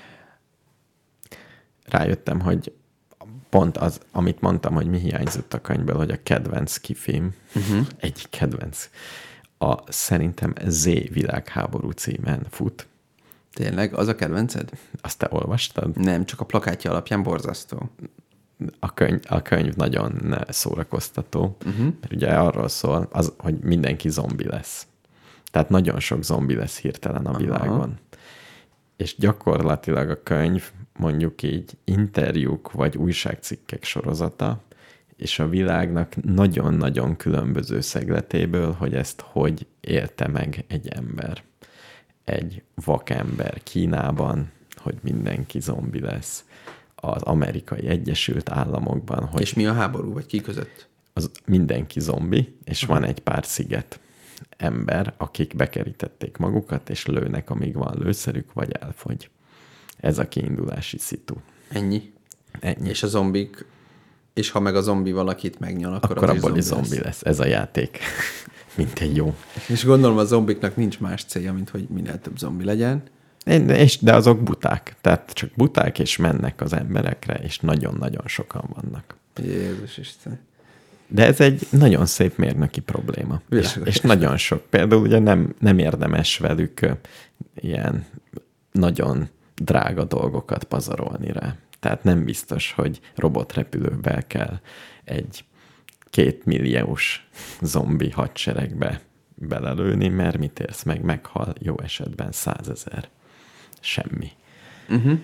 Rájöttem, hogy pont az, amit mondtam, hogy mi hiányzott a könyvből, hogy a kedvenc kifilm, uh-huh. egy kedvenc, a szerintem Z világháború címen fut. Tényleg? Az a kedvenced? Azt te olvastad? Nem, csak a plakátja alapján borzasztó. A könyv, a könyv nagyon szórakoztató, uh-huh. mert ugye arról szól, az, hogy mindenki zombi lesz. Tehát nagyon sok zombi lesz hirtelen a világon. Aha. És gyakorlatilag a könyv mondjuk így interjúk vagy újságcikkek sorozata, és a világnak nagyon-nagyon különböző szegletéből, hogy ezt hogy élte meg egy ember. Egy vakember Kínában, hogy mindenki zombi lesz, az Amerikai Egyesült Államokban. Hogy és mi a háború, vagy ki között? Az mindenki zombi, és uh-huh. van egy pár sziget ember, akik bekerítették magukat, és lőnek, amíg van lőszerük, vagy elfogy. Ez a kiindulási szitu. Ennyi? Ennyi. És a zombik, és ha meg a zombi valakit megnyal, akkor, akkor az abból is zombi, zombi lesz. lesz. Ez a játék. Mint egy jó. És gondolom a zombiknak nincs más célja, mint hogy minél több zombi legyen. És, de azok buták. Tehát csak buták, és mennek az emberekre, és nagyon-nagyon sokan vannak. Jézus Isten. De ez egy nagyon szép mérnöki probléma. És, és nagyon sok. Például ugye nem, nem érdemes velük uh, ilyen nagyon drága dolgokat pazarolni rá. Tehát nem biztos, hogy robotrepülővel kell egy két milliós zombi hadseregbe belelőni, mert mit érsz meg, meghal jó esetben százezer. Semmi. Uh-huh.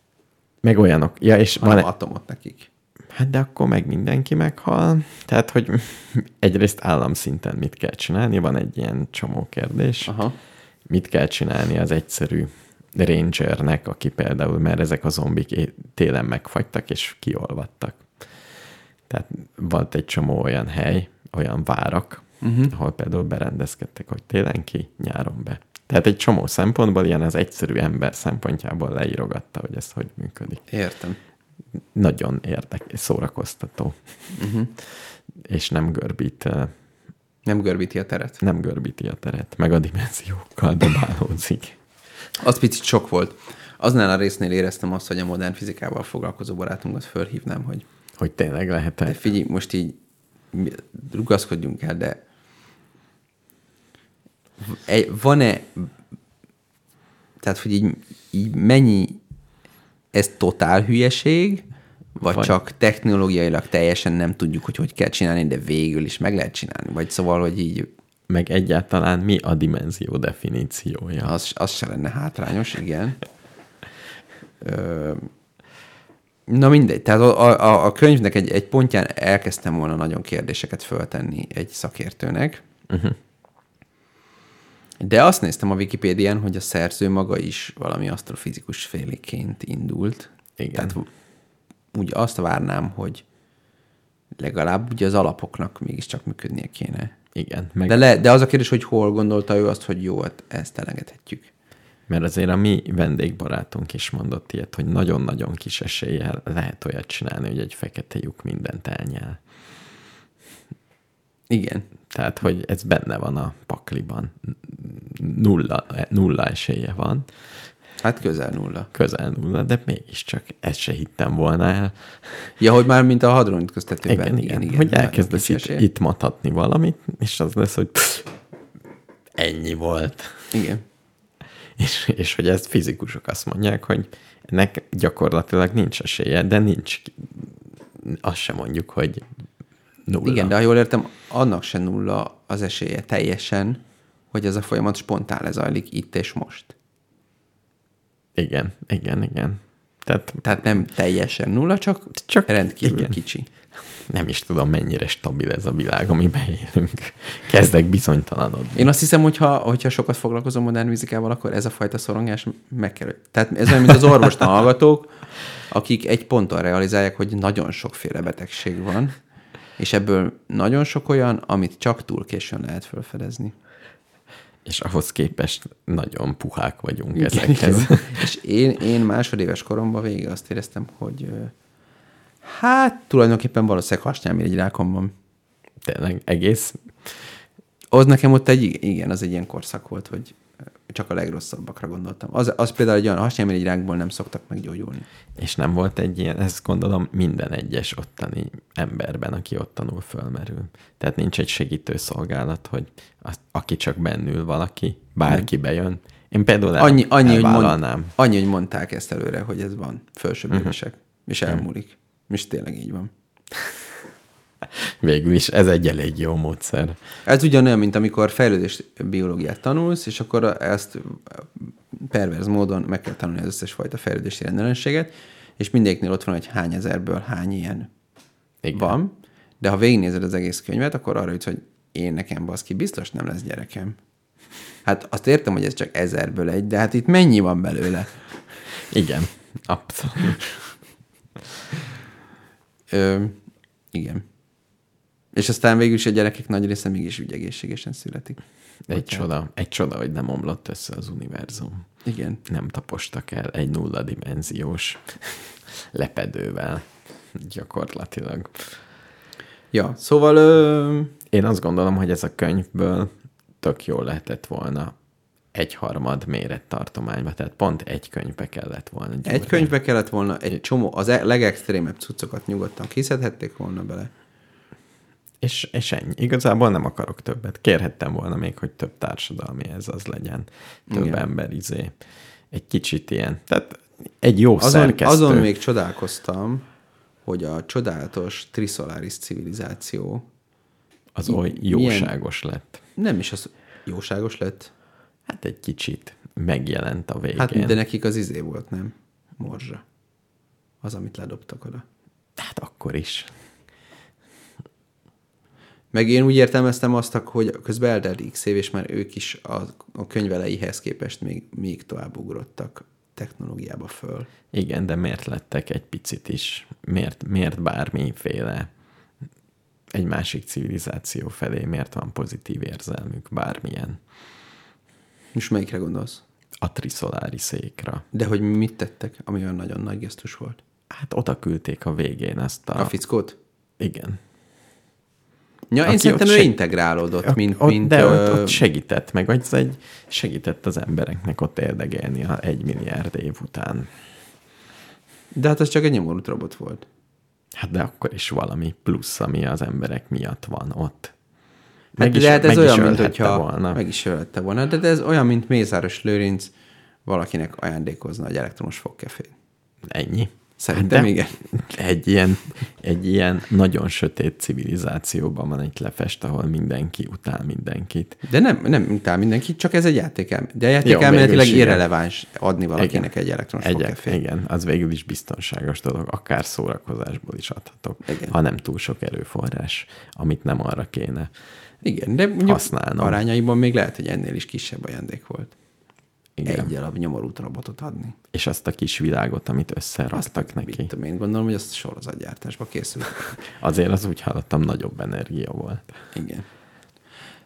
Meg olyanok. Ja, és van van atomot nekik. Hát de akkor meg mindenki meghal. Tehát, hogy egyrészt államszinten mit kell csinálni, van egy ilyen csomó kérdés. Aha. Mit kell csinálni az egyszerű rangernek, aki például, mert ezek a zombik télen megfagytak és kiolvadtak. Tehát volt egy csomó olyan hely, olyan várak, uh-huh. ahol például berendezkedtek, hogy télen ki, nyáron be. Tehát egy csomó szempontból ilyen az egyszerű ember szempontjából leírogatta, hogy ez hogy működik. Értem. Nagyon érdekes, szórakoztató. Uh-huh. És nem görbít. Nem görbíti a teret. Nem görbíti a teret, meg a dimenziókkal dobálódzik. Az picit sok volt. Aznál a résznél éreztem azt, hogy a modern fizikával foglalkozó barátunkat fölhívnám, hogy... Hogy tényleg lehet-e? De figyelj, most így rugaszkodjunk el, de van-e... Tehát, hogy így, így mennyi ez totál hülyeség, vagy, vagy csak technológiailag teljesen nem tudjuk, hogy hogy kell csinálni, de végül is meg lehet csinálni. Vagy szóval, hogy így... Meg egyáltalán mi a dimenzió definíciója? Az, az se lenne hátrányos, igen. Ö, na mindegy. Tehát a, a, a könyvnek egy, egy pontján elkezdtem volna nagyon kérdéseket föltenni egy szakértőnek. Uh-huh. De azt néztem a Wikipédián, hogy a szerző maga is valami asztrofizikus féléként indult. Igen. Tehát úgy azt várnám, hogy legalább ugye az alapoknak mégiscsak működnie kéne. Igen. Meg... De, le, de az a kérdés, hogy hol gondolta ő azt, hogy jó, ezt elengedhetjük. Mert azért a mi vendégbarátunk is mondott ilyet, hogy nagyon-nagyon kis eséllyel lehet olyat csinálni, hogy egy fekete lyuk mindent elnyel. Igen. Tehát, hogy ez benne van a pakliban. Nulla, nulla esélye van. Hát közel nulla. Közel nulla, de mégiscsak ezt se hittem volna el. Ja, hogy már mint a hadronütköztetőben. Igen, igen, igen. Hogy elkezdesz itt, itt mathatni valamit, és az lesz, hogy pff, ennyi volt. Igen. És, és hogy ezt fizikusok azt mondják, hogy ennek gyakorlatilag nincs esélye, de nincs, azt sem mondjuk, hogy nulla. Igen, de ha jól értem, annak se nulla az esélye teljesen, hogy ez a folyamat spontán lezajlik itt és most. Igen, igen, igen. Tehát, Tehát nem teljesen nulla, csak, csak rendkívül igen. kicsi. Nem is tudom, mennyire stabil ez a világ, amiben élünk. Kezdek bizonytalanodni. Én azt hiszem, hogyha, hogyha sokat foglalkozom modern fizikával, akkor ez a fajta szorongás meg kell. Tehát ez olyan, mint az orvostan hallgatók, akik egy ponton realizálják, hogy nagyon sokféle betegség van, és ebből nagyon sok olyan, amit csak túl későn lehet felfedezni. És ahhoz képest nagyon puhák vagyunk Igen, ezekhez. igen. És én, én másodéves koromban végig azt éreztem, hogy hát tulajdonképpen valószínűleg hasnyálmirigy rákom van. Tényleg egész. Az nekem ott egy, igen, az egy ilyen korszak volt, hogy csak a legrosszabbakra gondoltam. Az, az például egy olyan hasnyálmirigy rákból nem szoktak meggyógyulni. És nem volt egy ilyen, ezt gondolom minden egyes ottani emberben, aki ott tanul, fölmerül. Tehát nincs egy segítő szolgálat, hogy az, aki csak bennül valaki, bárki nem. bejön. Én például el, annyi, annyi, hogy elvállalnám. mond, annyi, hogy mondták ezt előre, hogy ez van, felsőbbősek, uh-huh. és elmúlik. Uh-huh. És tényleg így van. Végül is ez egy elég jó módszer. Ez ugyanolyan, mint amikor fejlődés biológiát tanulsz, és akkor ezt perverz módon meg kell tanulni az összes fajta fejlődési rendellenséget, és mindegyiknél ott van, hogy hány ezerből hány ilyen igen. van, de ha végignézed az egész könyvet, akkor arra jutsz, hogy én nekem baszki, biztos nem lesz gyerekem. Hát azt értem, hogy ez csak ezerből egy, de hát itt mennyi van belőle? Igen, abszolút. Ö, igen. És aztán végül is a gyerekek nagy része mégis úgy egészségesen születik. Egy csoda, egy csoda, hogy nem omlott össze az univerzum. Igen. Nem tapostak el egy nulladimenziós lepedővel gyakorlatilag. Ja, szóval... Ö... Én azt gondolom, hogy ez a könyvből tök jól lehetett volna egyharmad mérettartományba, tehát pont egy könyvbe kellett volna. Gyúrni. Egy könyvbe kellett volna, egy csomó, az legextrémebb cuccokat nyugodtan kiszedhették volna bele. És, és ennyi. Igazából nem akarok többet. Kérhettem volna még, hogy több társadalmi ez az legyen. Több igen. ember izé. Egy kicsit ilyen. Tehát egy jó azon, szerkesztő. Azon még csodálkoztam, hogy a csodálatos Trisolaris civilizáció az oly jóságos milyen... lett. Nem is az jóságos lett. Hát egy kicsit megjelent a végén. Hát de nekik az izé volt, nem? Morzsa. Az, amit ledobtak oda. Hát akkor is. Meg én úgy értelmeztem azt, hogy közben eltelt x év, és már ők is a, a könyveleihez képest még, még tovább ugrottak technológiába föl. Igen, de miért lettek egy picit is? Miért, miért bármiféle egy másik civilizáció felé, miért van pozitív érzelmük bármilyen? Most melyikre gondolsz? A Trisolaris-ékra. De hogy mit tettek, ami olyan nagyon nagy gesztus volt? Hát oda küldték a végén azt a... A fickót? Igen. Ja, én szerintem ő seg... integrálódott, a, mint... Ott, mint de ö... ott, ott segített meg, az egy, segített az embereknek ott érdekelni a egy milliárd év után. De hát az csak egy nyomorult robot volt. Hát de akkor is valami plusz, ami az emberek miatt van ott. Meg hát, is, de hát ez olyan, mint hogyha... Volna. Meg is ölhette volna. De, de ez olyan, mint Mészáros Lőrinc valakinek ajándékozna egy elektromos fogkefét. Ennyi. Szerintem hát igen. Egy ilyen, egy ilyen nagyon sötét civilizációban van egy lefest, ahol mindenki utál mindenkit. De nem, nem utál mindenkit, csak ez egy játékelmélet. De a játékelméletileg irreleváns adni valakinek igen. egy elektromos fogkefét. Igen, az végül is biztonságos dolog. Akár szórakozásból is adhatok, igen. ha nem túl sok erőforrás, amit nem arra kéne igen, de használnom. Arányaiban még lehet, hogy ennél is kisebb ajándék volt. Igen. Egy darab nyomorult robotot adni. És azt a kis világot, amit összeraktak azt neki. Mit, én gondolom, hogy azt sorozatgyártásba készült. Azért az úgy hallottam, nagyobb energia volt. Igen.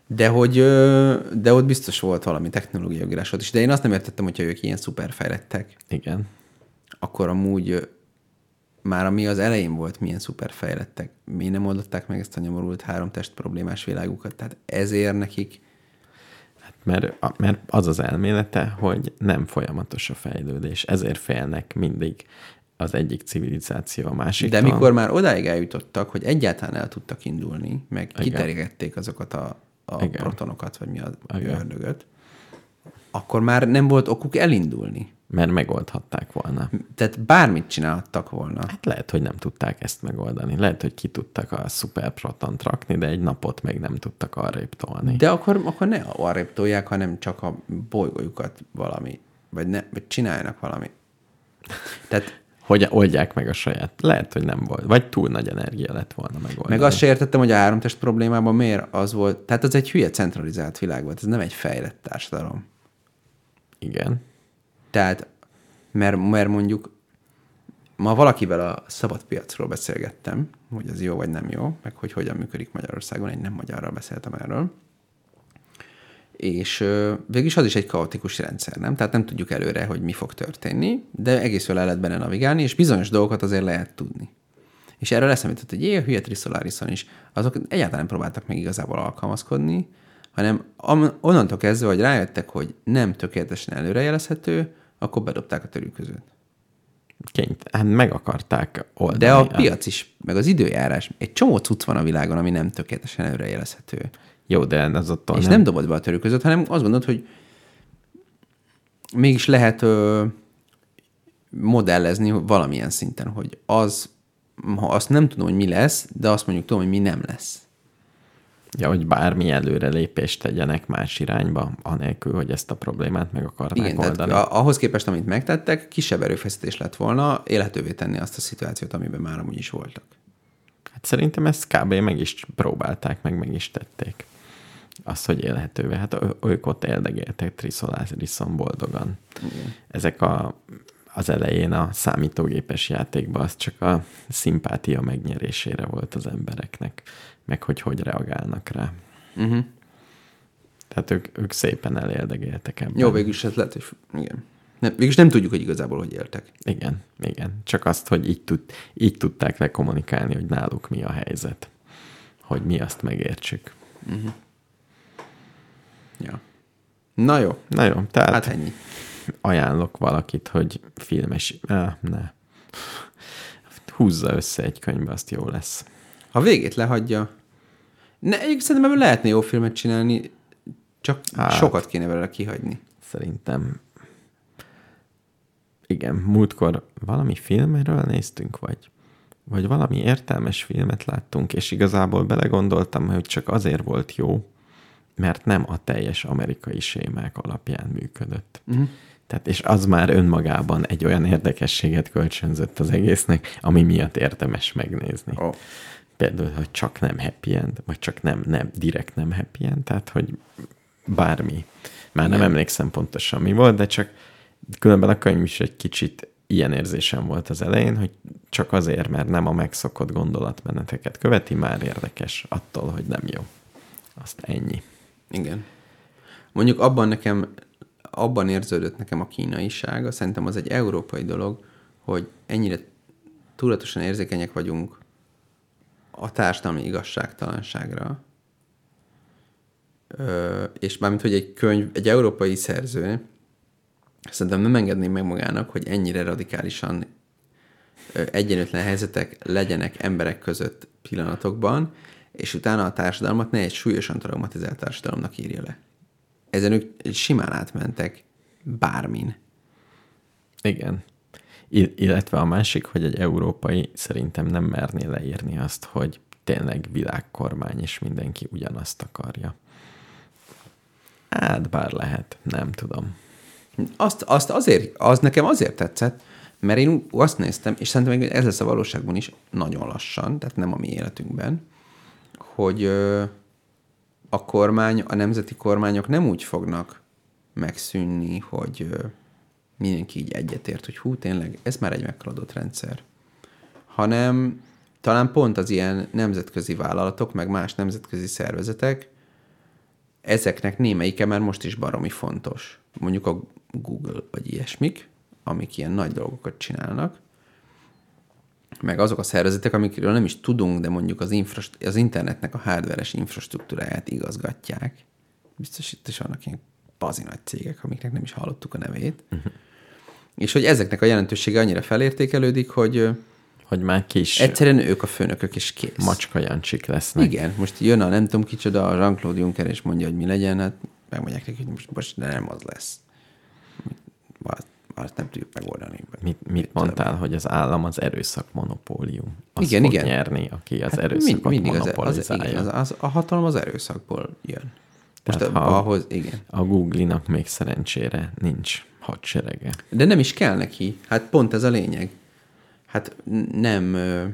De hogy, ö, de ott biztos volt valami technológiai ugrásod is. De én azt nem értettem, hogyha ők ilyen szuperfejlettek, Igen. akkor amúgy ö, már ami az elején volt, milyen szuperfejlettek, mi nem oldották meg ezt a nyomorult három test problémás világukat. Tehát ezért nekik... Hát mert, a- mert az az elmélete, hogy nem folyamatos a fejlődés. Ezért félnek mindig az egyik civilizáció a másiktól. De mikor már odáig eljutottak, hogy egyáltalán el tudtak indulni, meg Igen. kitergették azokat a, a Igen. protonokat, vagy mi az Igen. ördögöt, akkor már nem volt okuk elindulni. Mert megoldhatták volna. Tehát bármit csinálhattak volna. Hát lehet, hogy nem tudták ezt megoldani. Lehet, hogy ki tudtak a szuperprotont rakni, de egy napot meg nem tudtak arrébb tolni. De akkor, akkor ne arrébb tolják, hanem csak a bolygójukat valami, vagy, ne, vagy csináljanak valami. Tehát Hogy oldják meg a saját. Lehet, hogy nem volt. Vagy túl nagy energia lett volna megoldani. meg azt se értettem, hogy a háromtest problémában miért az volt. Tehát az egy hülye centralizált világ volt, ez nem egy fejlett társadalom. Igen. Tehát, mert, mert mondjuk ma valakivel a szabad piacról beszélgettem, hogy ez jó vagy nem jó, meg hogy hogyan működik Magyarországon, egy nem magyarral beszéltem erről. És ö, végülis az is egy kaotikus rendszer, nem? Tehát nem tudjuk előre, hogy mi fog történni, de egész jól el lehet benne navigálni, és bizonyos dolgokat azért lehet tudni. És erről eszembe jutott, hogy jé, a hülye Trisolarison is, azok egyáltalán nem próbáltak meg igazából alkalmazkodni, hanem am- onnantól kezdve, hogy rájöttek, hogy nem tökéletesen előrejelezhető, akkor bedobták a törülközőt. Kényt, hát meg akarták oldani. De a piac is, meg az időjárás, egy csomó cucc van a világon, ami nem tökéletesen előrejelezhető. Jó, de az attól És nem... nem dobod be a törülközőt, hanem azt gondolod, hogy mégis lehet ö, modellezni valamilyen szinten, hogy az, ha azt nem tudom, hogy mi lesz, de azt mondjuk tudom, hogy mi nem lesz. Ja, hogy bármi előrelépést tegyenek más irányba, anélkül, hogy ezt a problémát meg akarnák Igen, oldani. tehát a- ahhoz képest, amit megtettek, kisebb erőfeszítés lett volna élhetővé tenni azt a szituációt, amiben már amúgy is voltak. Hát szerintem ezt kb. Meg is próbálták, meg meg is tették. Azt, hogy élhetővé. Hát ő- ők ott éldegéltek Trisolarison boldogan. Igen. Ezek a, az elején a számítógépes játékban az csak a szimpátia megnyerésére volt az embereknek, meg hogy hogy reagálnak rá. Uh-huh. Tehát ők, ők szépen eléldegéltek ebben. Jó, végülis ez lehet, hogy igen. Nem, végülis nem tudjuk, hogy igazából hogy éltek. Igen, igen. Csak azt, hogy így, tud, így tudták lekommunikálni, hogy náluk mi a helyzet. Hogy mi azt megértsük. Uh-huh. Ja. Na jó, Na jó, tehát hát ennyi. ajánlok valakit, hogy filmes... Ah, ne. Húzza össze egy könyvbe, azt jó lesz. Ha végét lehagyja, ne, egyébként szerintem ebből lehetne jó filmet csinálni, csak Hát. sokat kéne vele kihagyni. Szerintem igen, múltkor valami filmről néztünk, vagy, vagy valami értelmes filmet láttunk, és igazából belegondoltam, hogy csak azért volt jó, mert nem a teljes amerikai sémák alapján működött. Uh-huh. Tehát, és az már önmagában egy olyan érdekességet kölcsönzött az egésznek, ami miatt érdemes megnézni. Oh. Például, hogy csak nem happy end, vagy csak nem, nem, direkt nem happy end, tehát, hogy bármi. Már nem Igen. emlékszem pontosan mi volt, de csak különben a könyv is egy kicsit ilyen érzésem volt az elején, hogy csak azért, mert nem a megszokott gondolatmeneteket követi, már érdekes attól, hogy nem jó. Azt ennyi. Igen. Mondjuk abban nekem, abban érződött nekem a kínaisága, szerintem az egy európai dolog, hogy ennyire tudatosan érzékenyek vagyunk a társadalmi igazságtalanságra, Ö, és mármint, hogy egy könyv, egy európai szerző szerintem nem engedném meg magának, hogy ennyire radikálisan ö, egyenlőtlen helyzetek legyenek emberek között pillanatokban, és utána a társadalmat ne egy súlyosan traumatizált társadalomnak írja le. Ezen ők simán átmentek bármin. Igen. I- illetve a másik, hogy egy európai szerintem nem merné leírni azt, hogy tényleg világkormány, és mindenki ugyanazt akarja. Hát, bár lehet, nem tudom. Azt, azt azért, az nekem azért tetszett, mert én azt néztem, és szerintem még ez lesz a valóságban is nagyon lassan, tehát nem a mi életünkben, hogy ö, a kormány, a nemzeti kormányok nem úgy fognak megszűnni, hogy ö, mindenki így egyetért, hogy hú, tényleg, ez már egy meghaladott rendszer. Hanem talán pont az ilyen nemzetközi vállalatok, meg más nemzetközi szervezetek ezeknek némelyike már most is baromi fontos. Mondjuk a Google vagy ilyesmik, amik ilyen nagy dolgokat csinálnak, meg azok a szervezetek, amikről nem is tudunk, de mondjuk az, infrast- az internetnek a hardveres infrastruktúráját igazgatják. Biztos itt is vannak ilyen bazi nagy cégek, amiknek nem is hallottuk a nevét. Uh-huh. És hogy ezeknek a jelentősége annyira felértékelődik, hogy hogy már kis egyszerűen ők a főnökök is kész. Macska Jancsik lesznek. Igen, most jön a nem tudom kicsoda, a Jean-Claude Juncker, és mondja, hogy mi legyen, hát megmondják neki, hogy most, most de nem az lesz. Azt, azt nem tudjuk megoldani. Mit, mit, mit mondtál, tudom. Hogy az állam az erőszak monopólium? Az igen, fog igen. nyerni, aki az hát erőszakot mind, mindig monopolizálja. Az, az, igen, az, az, a hatalom az erőszakból jön. Most Tehát a, ha ahhoz, igen. A Google-nak még szerencsére nincs hadserege. De nem is kell neki. Hát pont ez a lényeg. Hát nem,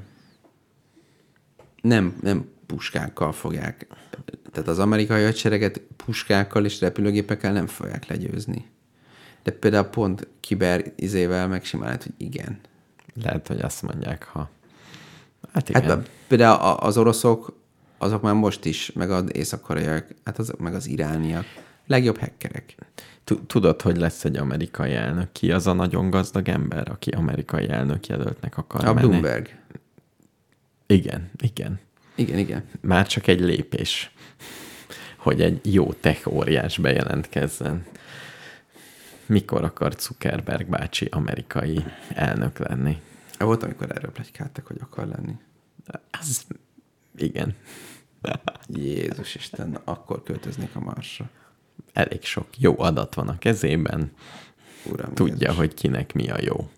nem, nem puskákkal fogják. Tehát az amerikai hadsereget puskákkal és repülőgépekkel nem fogják legyőzni. De például pont kiber izével megsimálhat, hogy igen. Lehet, hogy azt mondják, ha... Hát igen. Hát például az oroszok, azok már most is, meg az észak-koreaiak, hát azok meg az irániak. Legjobb hackerek. Tudod, hogy lesz egy amerikai elnök? Ki az a nagyon gazdag ember, aki amerikai elnök jelöltnek akar A menni? Bloomberg. Igen, igen. Igen, igen. Már csak egy lépés, hogy egy jó tech óriás bejelentkezzen. Mikor akar Zuckerberg bácsi amerikai elnök lenni? Volt, amikor erről pletykáltak, hogy akar lenni. Az... Igen. Jézus Isten, akkor költöznék a Marsra. Elég sok jó adat van a kezében. Uram, tudja, Jézus. hogy kinek mi a jó.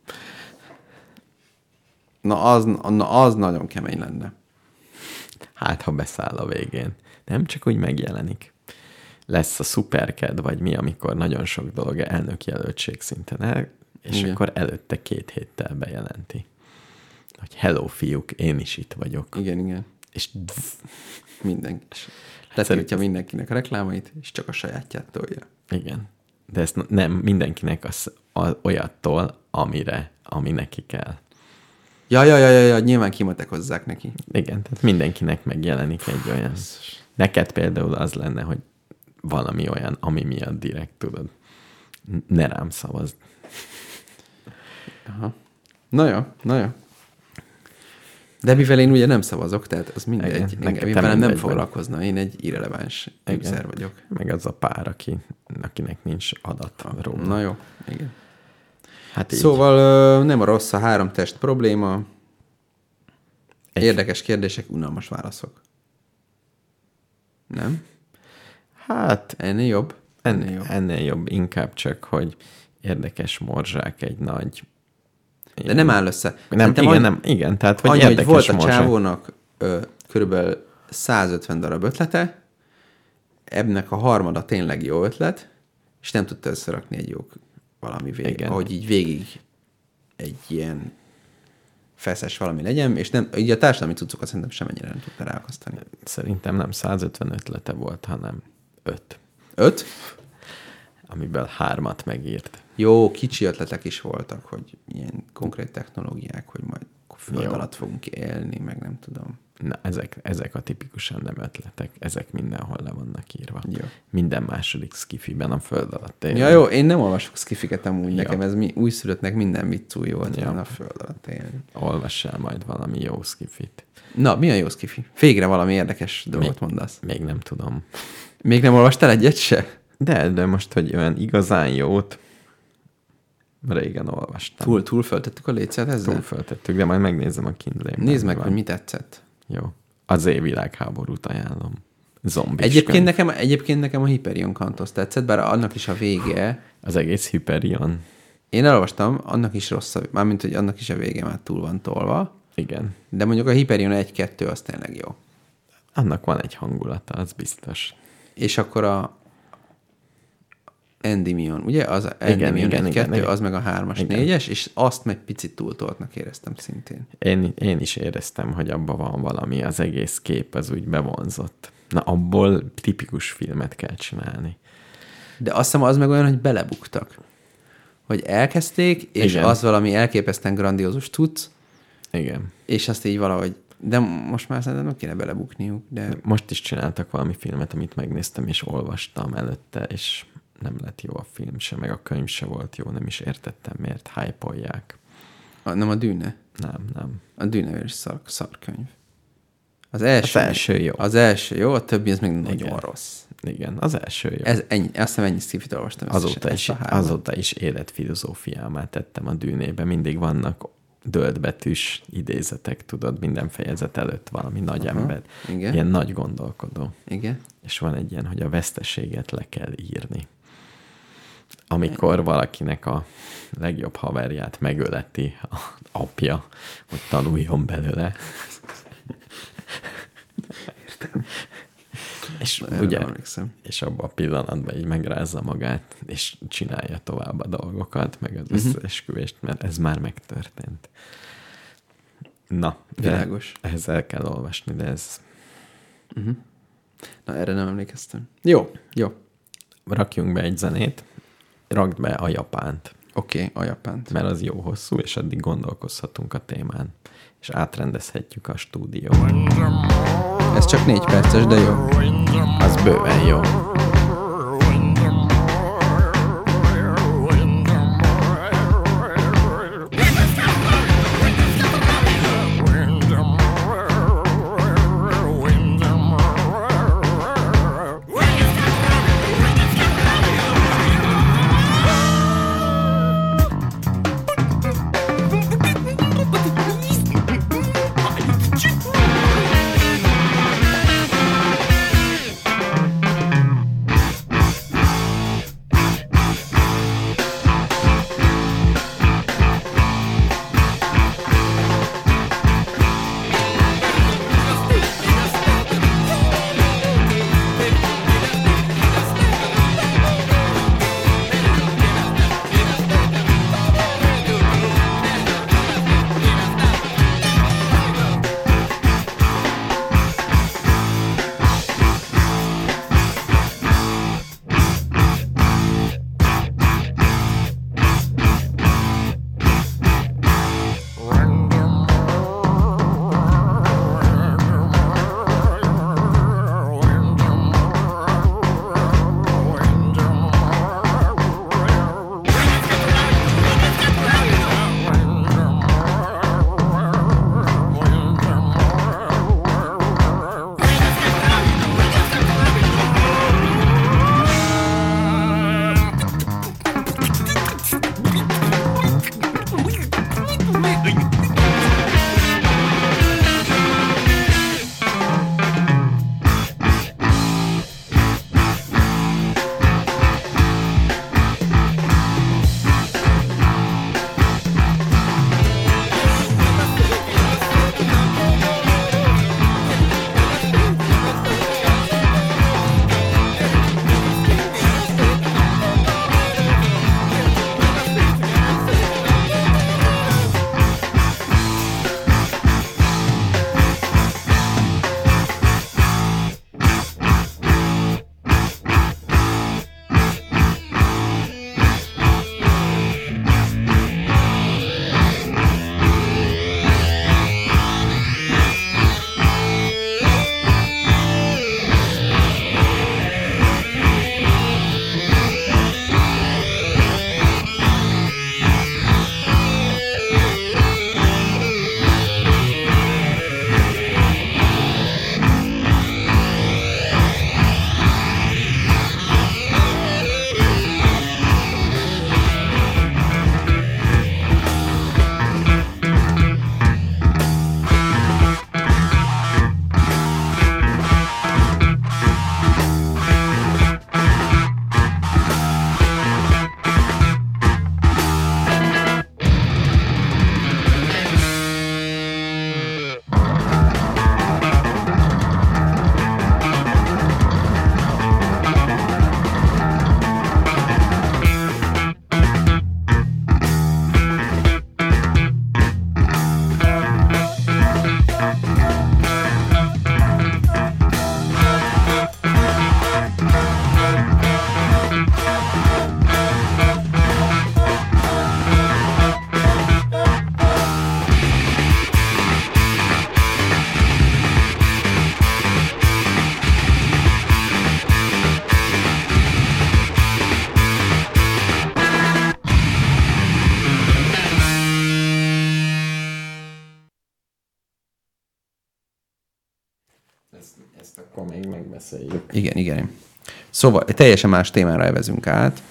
Na az, na az nagyon kemény lenne. Hát, ha beszáll a végén. Nem csak úgy megjelenik. Lesz a szuperked, vagy mi, amikor nagyon sok dolog elnökjelöltség szinten el, és igen. akkor előtte két héttel bejelenti. Hogy hello, fiúk, én is itt vagyok. Igen, igen. És mindenki. Letiltja mindenkinek a reklámait, és csak a sajátját tolja. igen. De ezt nem mindenkinek az, az olyattól, amire, ami neki kell. Ja, ja, ja, ja, ja, nyilván kimatekozzák neki. Igen, tehát mindenkinek megjelenik egy olyan. Neked például az lenne, hogy valami olyan, ami miatt direkt tudod. Ne rám szavazd. Aha. Na jó, na jó. De mivel én ugye nem szavazok, tehát az mindegy. Igen, Engem, neked én te velem nem mindegy vagy. foglalkozna. Én egy irreleváns user vagyok. Meg az a pár, aki, akinek nincs adat róla. Na jó, igen. Hát így. Szóval ö, nem a rossz a három test probléma. Egy- Érdekes kérdések, unalmas válaszok. Nem? Hát Ennél jobb? Ennél ennél, jobb. ennél jobb, inkább csak, hogy érdekes morzsák egy nagy... De nem áll össze. Nem, Szerintem igen, annyi- nem, igen, tehát hogy Annyi, hogy érdekes volt a morzsák. csávónak ö, körülbelül százötven darab ötlete, ennek a harmada tényleg jó ötlet, és nem tudta összerakni egy jó valami végig, Igen. ahogy így végig egy ilyen feszes valami legyen, és nem, így a társadalmi cuccokat szerintem semennyire nem tudta ráakasztani. Szerintem nem százötven ötlete volt, hanem öt, Öt? amiből hármat megírt. Jó, kicsi ötletek is voltak, hogy ilyen konkrét technológiák, hogy majd föld Jó. alatt fogunk élni, meg nem tudom. Na, ezek, ezek a tipikusan nem ötletek, ezek mindenhol le vannak írva. Jó. Minden második skifiben a föld alatt él. Ja jó, én nem olvasok skifiket amúgy, Ja. nekem ez mi, újszülöttnek minden vicc új volt, Ja. ja. a föld alatt élni. Olvassál majd valami jó skifit. Na, mi a jó skifi? Végre valami érdekes dolgot mondasz. Még nem tudom. Még nem olvastál egyet se? De, de most, hogy olyan igazán jót, régen olvastam. Túl, túlföltettük a lécet ezzel? Túlföltettük, de majd megnézem a Kindle-ben. Nézd meg, van. hogy mi tetszett. Jó. Az éjvilágháborút ajánlom. Zombis Egyébként könyv. nekem, egyébként nekem a Hyperion Kantosz tetszett, bár annak is a vége, Az egész Hyperion. én elolvastam, annak is rossz, a, mármint, hogy annak is a vége már túl van tolva, Igen. de mondjuk a Hyperion egy kettő az tényleg jó. Annak van egy hangulata, az biztos. És akkor a Endymion, ugye? Az Endymion igen, egy igen, kettő, igen. az meg a hármas Igen. négyes, és azt meg picit túltoltnak éreztem szintén. Én, én is éreztem, hogy abban van valami, az egész kép az úgy bevonzott. Na, abból tipikus filmet kell csinálni. De azt hiszem az meg olyan, hogy belebuktak. Hogy elkezdték, és Igen. az valami elképesztően grandiózus tudsz, Igen. és azt így valahogy De most már szerintem nem kéne belebukniuk, de... Most is csináltak valami filmet, amit megnéztem, és olvastam előtte, és nem lett jó a film se, meg a könyv se volt jó, nem is értettem, miért hype-olják. A, nem a Dűne? Nem, nem. A Dűne is szar, szarkönyv. Az első, az első jó. Az első jó, a többi az még nagyon Igen. rossz. Igen, az első jó. Ez ennyi, azt hiszem ennyi sci-fit olvastam. Azóta is, azóta is életfilozófiámát tettem a Dűnébe. Mindig vannak döltbetűs idézetek, tudod, minden fejezet előtt valami nagy Aha, ember. igen. Ilyen nagy gondolkodó. Igen. És van egy ilyen, hogy a veszteséget le kell írni. Amikor valakinek a legjobb haverját megöleti a apja, hogy tanuljon belőle. Értem. És Erre ugye, emlékszem. és abban a pillanatban így megrázza magát, és csinálja tovább a dolgokat, meg az Mhm. összeesküvést, mert ez már megtörtént. Na, Világos. ehhez el kell olvasni, de ez... Uh-huh. Na, erre nem emlékeztem. Jó, jó. Rakjunk be egy zenét, rakd be a japánt. Oké, okay, a japánt. Mert az jó hosszú, és addig gondolkozhatunk a témán. És átrendezhetjük a stúdiót. Ez csak négy perces, de jó. Az bőven jó. megbeszéljük. Igen, igen. Szóval teljesen más témára evezünk át.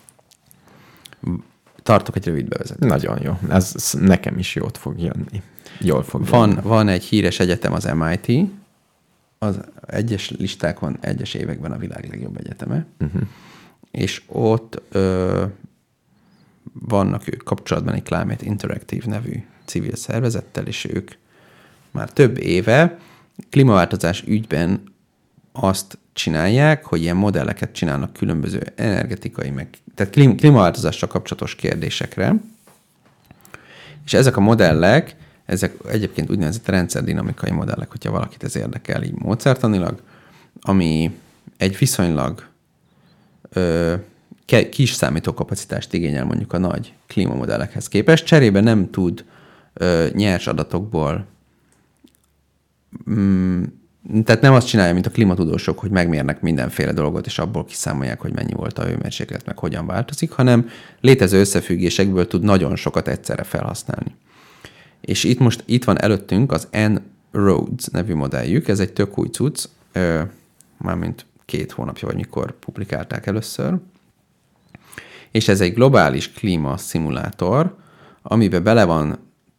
Tartok egy rövid bevezetőt. Nagyon jó. Ez nekem is jót fog jönni. Jól fog Van, jönni. van egy híres egyetem, az em i té. Az egyes listákon, egyes években a világ legjobb egyeteme. Uh-huh. És ott ö, vannak ők kapcsolatban egy Climate Interactive nevű civil szervezettel, és ők már több éve klímaváltozás ügyben azt csinálják, hogy ilyen modelleket csinálnak különböző energetikai, meg, tehát klím, klímaváltozással kapcsolatos kérdésekre, és ezek a modellek, ezek egyébként úgynevezett rendszerdinamikai modellek, hogyha valakit ez érdekel így módszertanilag, ami egy viszonylag ö, kis számítókapacitást igényel mondjuk a nagy klímamodellekhez képest, cserébe nem tud ö, nyers adatokból mm, tehát nem azt csinálja, mint a klímatudósok, hogy megmérnek mindenféle dolgot, és abból kiszámolják, hogy mennyi volt a hőmérséklet, meg hogyan változik, hanem létező összefüggésekből tud nagyon sokat egyszerre felhasználni. És itt most itt van előttünk az En-ROADS nevű modelljük, ez egy tök új cucc, ö, mármint két hónapja, vagy mikor publikálták először, és ez egy globális klímaszimulátor, amiben bele van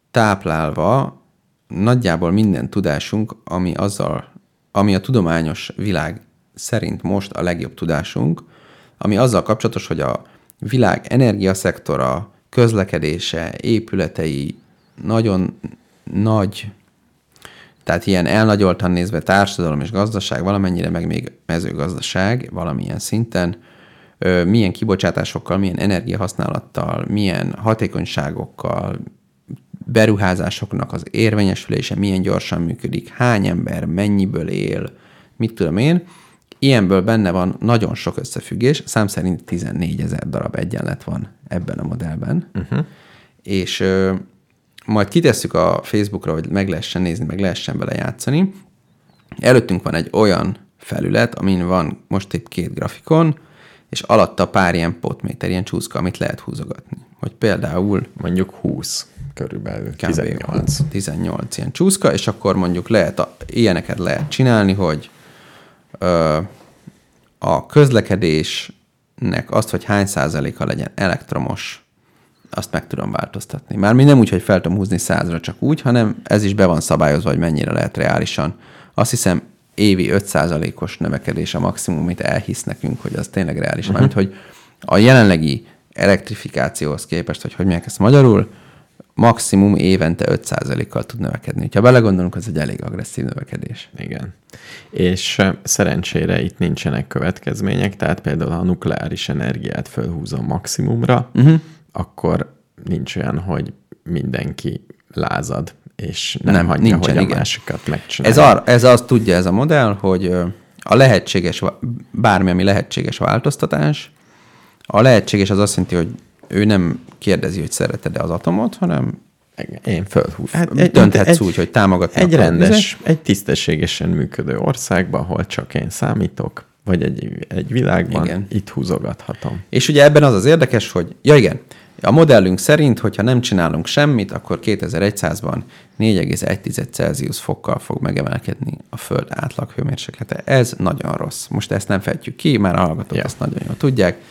táplálva nagyjából minden tudásunk, ami azzal, ami a tudományos világ szerint most a legjobb tudásunk, ami azzal kapcsolatos, hogy a világ energiaszektora, közlekedése, épületei nagyon nagy, tehát ilyen elnagyoltan nézve társadalom és gazdaság, valamennyire meg még mezőgazdaság valamilyen szinten, milyen kibocsátásokkal, milyen energiahasználattal, milyen hatékonyságokkal, beruházásoknak az érvényesülése milyen gyorsan működik, hány ember mennyiből él, mit tudom én. Ilyenből benne van nagyon sok összefüggés, szám szerint tizennégyezer darab egyenlet van ebben a modellben, uh-huh. és ö, majd kitesszük a Facebookra, hogy meg lehessen nézni, meg lehessen bele játszani. Előttünk van egy olyan felület, amin van most épp két grafikon, és alatta pár ilyen potméter, ilyen csúszka, amit lehet húzogatni. Hogy például mondjuk húsz körülbelül, tizennyolc. tizennyolc ilyen csúszka, és akkor mondjuk lehet, a, ilyeneket lehet csinálni, hogy ö, a közlekedésnek azt, hogy hány százaléka legyen elektromos, azt meg tudom változtatni. Mármint nem úgy, hogy fel tudom húzni százra csak úgy, hanem ez is be van szabályozva, hogy mennyire lehet reálisan. Azt hiszem, évi öt százalékos növekedés a maximum, amit elhisz nekünk, hogy az tényleg reális. Uh-huh. Mármint, hogy a jelenlegi elektrifikációhoz képest, hogy hogy mondják ezt magyarul, maximum évente öt százalékkal tud növekedni. Ha belegondolunk, az egy elég agresszív növekedés. Igen. És szerencsére itt nincsenek következmények, tehát például ha a nukleáris energiát fölhúzom maximumra, uh-huh. akkor nincs olyan, hogy mindenki lázad, és nem, nem hagyja, nincsen, hogy a igen. másikat megcsinálja. Ez, ar, ez azt tudja ez a modell, hogy a lehetséges, bármi, ami lehetséges változtatás, a lehetséges az azt jelenti, hogy ő nem kérdezi, hogy szereted-e az atomot, hanem én fölhúzom. Hát egy, dönthetsz egy, úgy, hogy támogatnak. Egy rendes, egy tisztességesen működő országban, ahol csak én számítok, vagy egy, egy világban, igen. itt húzogathatom. És ugye ebben az az érdekes, hogy, ja igen, a modellünk szerint, hogyha nem csinálunk semmit, akkor kétezer-százban négy egész egy Celsius fokkal fog megemelkedni a Föld átlag hőmérséklete. Ez nagyon rossz. Most ezt nem fejtjük ki, már a hallgatók ja. ezt nagyon jól tudják.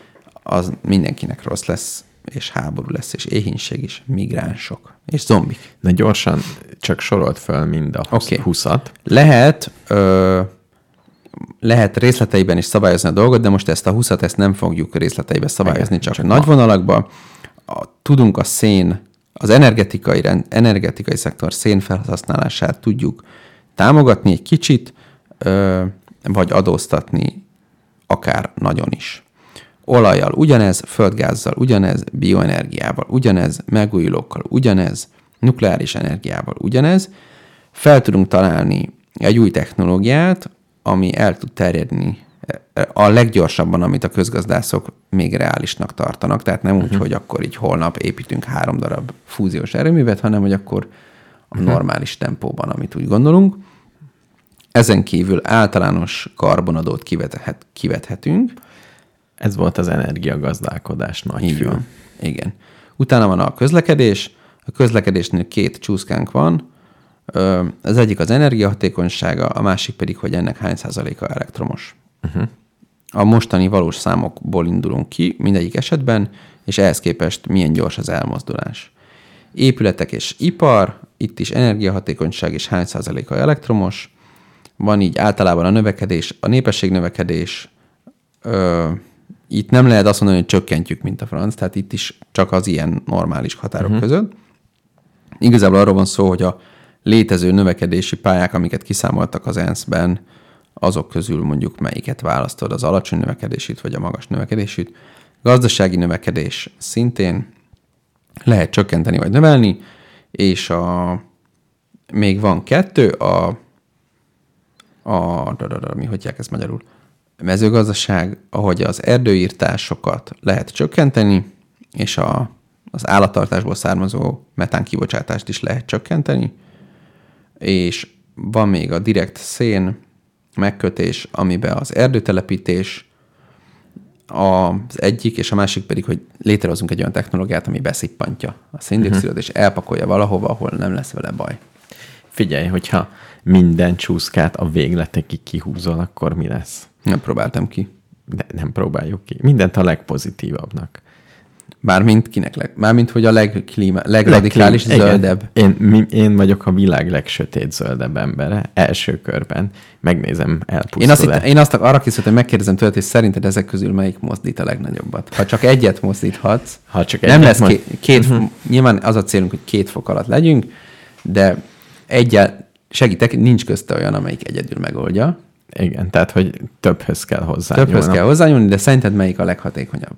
Az mindenkinek rossz lesz, és háború lesz, és éhínség is, migránsok, és zombik. Na gyorsan csak sorolt föl mind a okay. húszat. Lehet, ö, lehet részleteiben is szabályozni a dolgot, de most ezt a húszat ezt nem fogjuk részleteiben szabályozni, igen, csak, csak nagy vonalakban. A, tudunk a szén, az energetikai, rend, energetikai szektor szénfelhasználását tudjuk támogatni egy kicsit, ö, vagy adóztatni akár nagyon is. Olajjal ugyanez, földgázzal ugyanez, bioenergiával ugyanez, megújulókkal ugyanez, nukleáris energiával ugyanez. Fel tudunk találni egy új technológiát, ami el tud terjedni a leggyorsabban, amit a közgazdászok még reálisnak tartanak. Tehát nem uh-huh. úgy, hogy akkor így holnap építünk három darab fúziós erőművet, hanem hogy akkor a uh-huh. normális tempóban, amit úgy gondolunk. Ezen kívül általános karbonadót kivethet, kivethetünk. Ez volt az energiagazdálkodás nagy fő. Igen. Utána van a közlekedés. A közlekedésnél két csúszkánk van. Az egyik az energiahatékonysága, a másik pedig, hogy ennek hány százaléka elektromos. Uh-huh. A mostani valós számokból indulunk ki mindegyik esetben, és ehhez képest milyen gyors az elmozdulás. Épületek és ipar, itt is energiahatékonyság és hány százaléka elektromos. Van így általában a növekedés, a népesség növekedés. Ö, itt nem lehet azt mondani, hogy csökkentjük, mint a franc, tehát itt is csak az ilyen normális határok uh-huh. között. Igazából arról van szó, hogy a létező növekedési pályák, amiket kiszámoltak az ENSZ-ben, azok közül mondjuk melyiket választod, az alacsony növekedésűt vagy a magas növekedésűt. Gazdasági növekedés szintén lehet csökkenteni vagy növelni, és a, még van kettő, a, a mi hogy ezt magyarul? Mezőgazdaság, ahogy az erdőírtásokat lehet csökkenteni, és a, az állattartásból származó metán kibocsátást is lehet csökkenteni, és van még a direkt szén megkötés, amiben az erdőtelepítés az egyik, és a másik pedig, hogy létrehozunk egy olyan technológiát, ami beszippantja a széndioxidot, uh-huh. és elpakolja valahova, ahol nem lesz vele baj. Figyelj, hogyha minden csúszkát a végletekig kihúzol, akkor mi lesz? Nem próbáltam ki. De nem próbáljuk ki. Mindent a legpozitívabbnak. Mármint kinek leg... Mármint, hogy a legklíma... legradikális Legklím... zöldebb. Én, mi, én vagyok a világ legsötét zöldebb embere. Első körben megnézem, elpusztul. Én azt, itt, én azt arra készültem, hogy megkérdezem tőled, hogy szerinted ezek közül melyik mozdít a legnagyobbat? Ha csak egyet mozdíthatsz, ha csak nem lesz mond... két... két uh-huh. Nyilván az a célunk, hogy két fok alatt legyünk, de egyel segítek, nincs közte olyan, amelyik egyedül megoldja. Igen, tehát, hogy többhöz kell hozzányúlni. Többhöz kell hozzányúlni, de szerinted melyik a leghatékonyabb?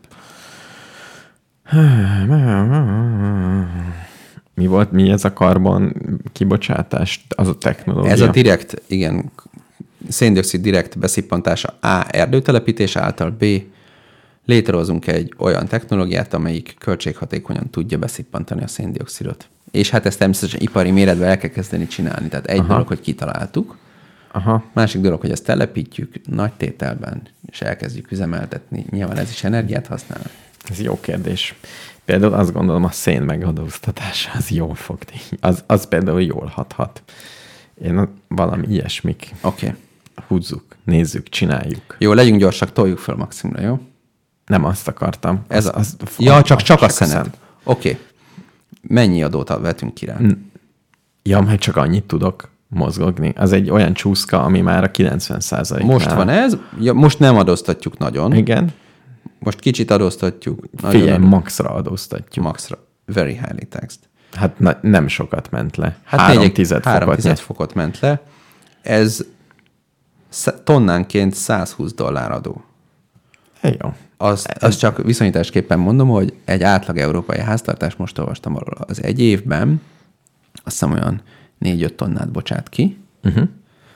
Mi volt, mi ez a karbon kibocsátás, az a technológia? Ez a direkt, igen, széndioxid direkt beszippantása A. erdőtelepítés által, B. létrehozunk egy olyan technológiát, amelyik költséghatékonyan tudja beszippantani a széndioxidot. És hát ezt természetesen ipari méretben el kell kezdeni csinálni. Tehát egy Aha. dolog, hogy kitaláltuk, Aha. másik dolog, hogy ezt telepítjük nagy tételben, és elkezdjük üzemeltetni. Nyilván ez is energiát használ. Ez jó kérdés. Például azt gondolom, a szén megadóztatása az jól fog. Az, az például jól hathat. Én valami ilyesmik. Oké. Okay. Húzzuk, nézzük, csináljuk. Jó, legyünk gyorsak, toljuk fel maximumra, jó? Nem azt akartam. Ez az, a, az, ja, csak, csak a szenet. Oké. Okay. Mennyi adót vetünk ki rá? Ja, mert csak annyit tudok mozgogni. Az egy olyan csúszka, ami már a kilencven százaléknál. Most van ez. Ja, most nem adóztatjuk nagyon. Igen. Most kicsit adóztatjuk. Figyelj, adóztatjuk. maxra adóztatjuk. Maxra. Very highly taxed. Hát na, nem sokat ment le. Hát három tized három fokot, tized fokot ment le. Ez tonnánként százhúsz dollár adó. Jó. Az, az csak viszonyításképpen mondom, hogy egy átlag európai háztartás, most olvastam valahol, az egy évben azt hiszem olyan négy-öt tonnát bocsát ki, uh-huh.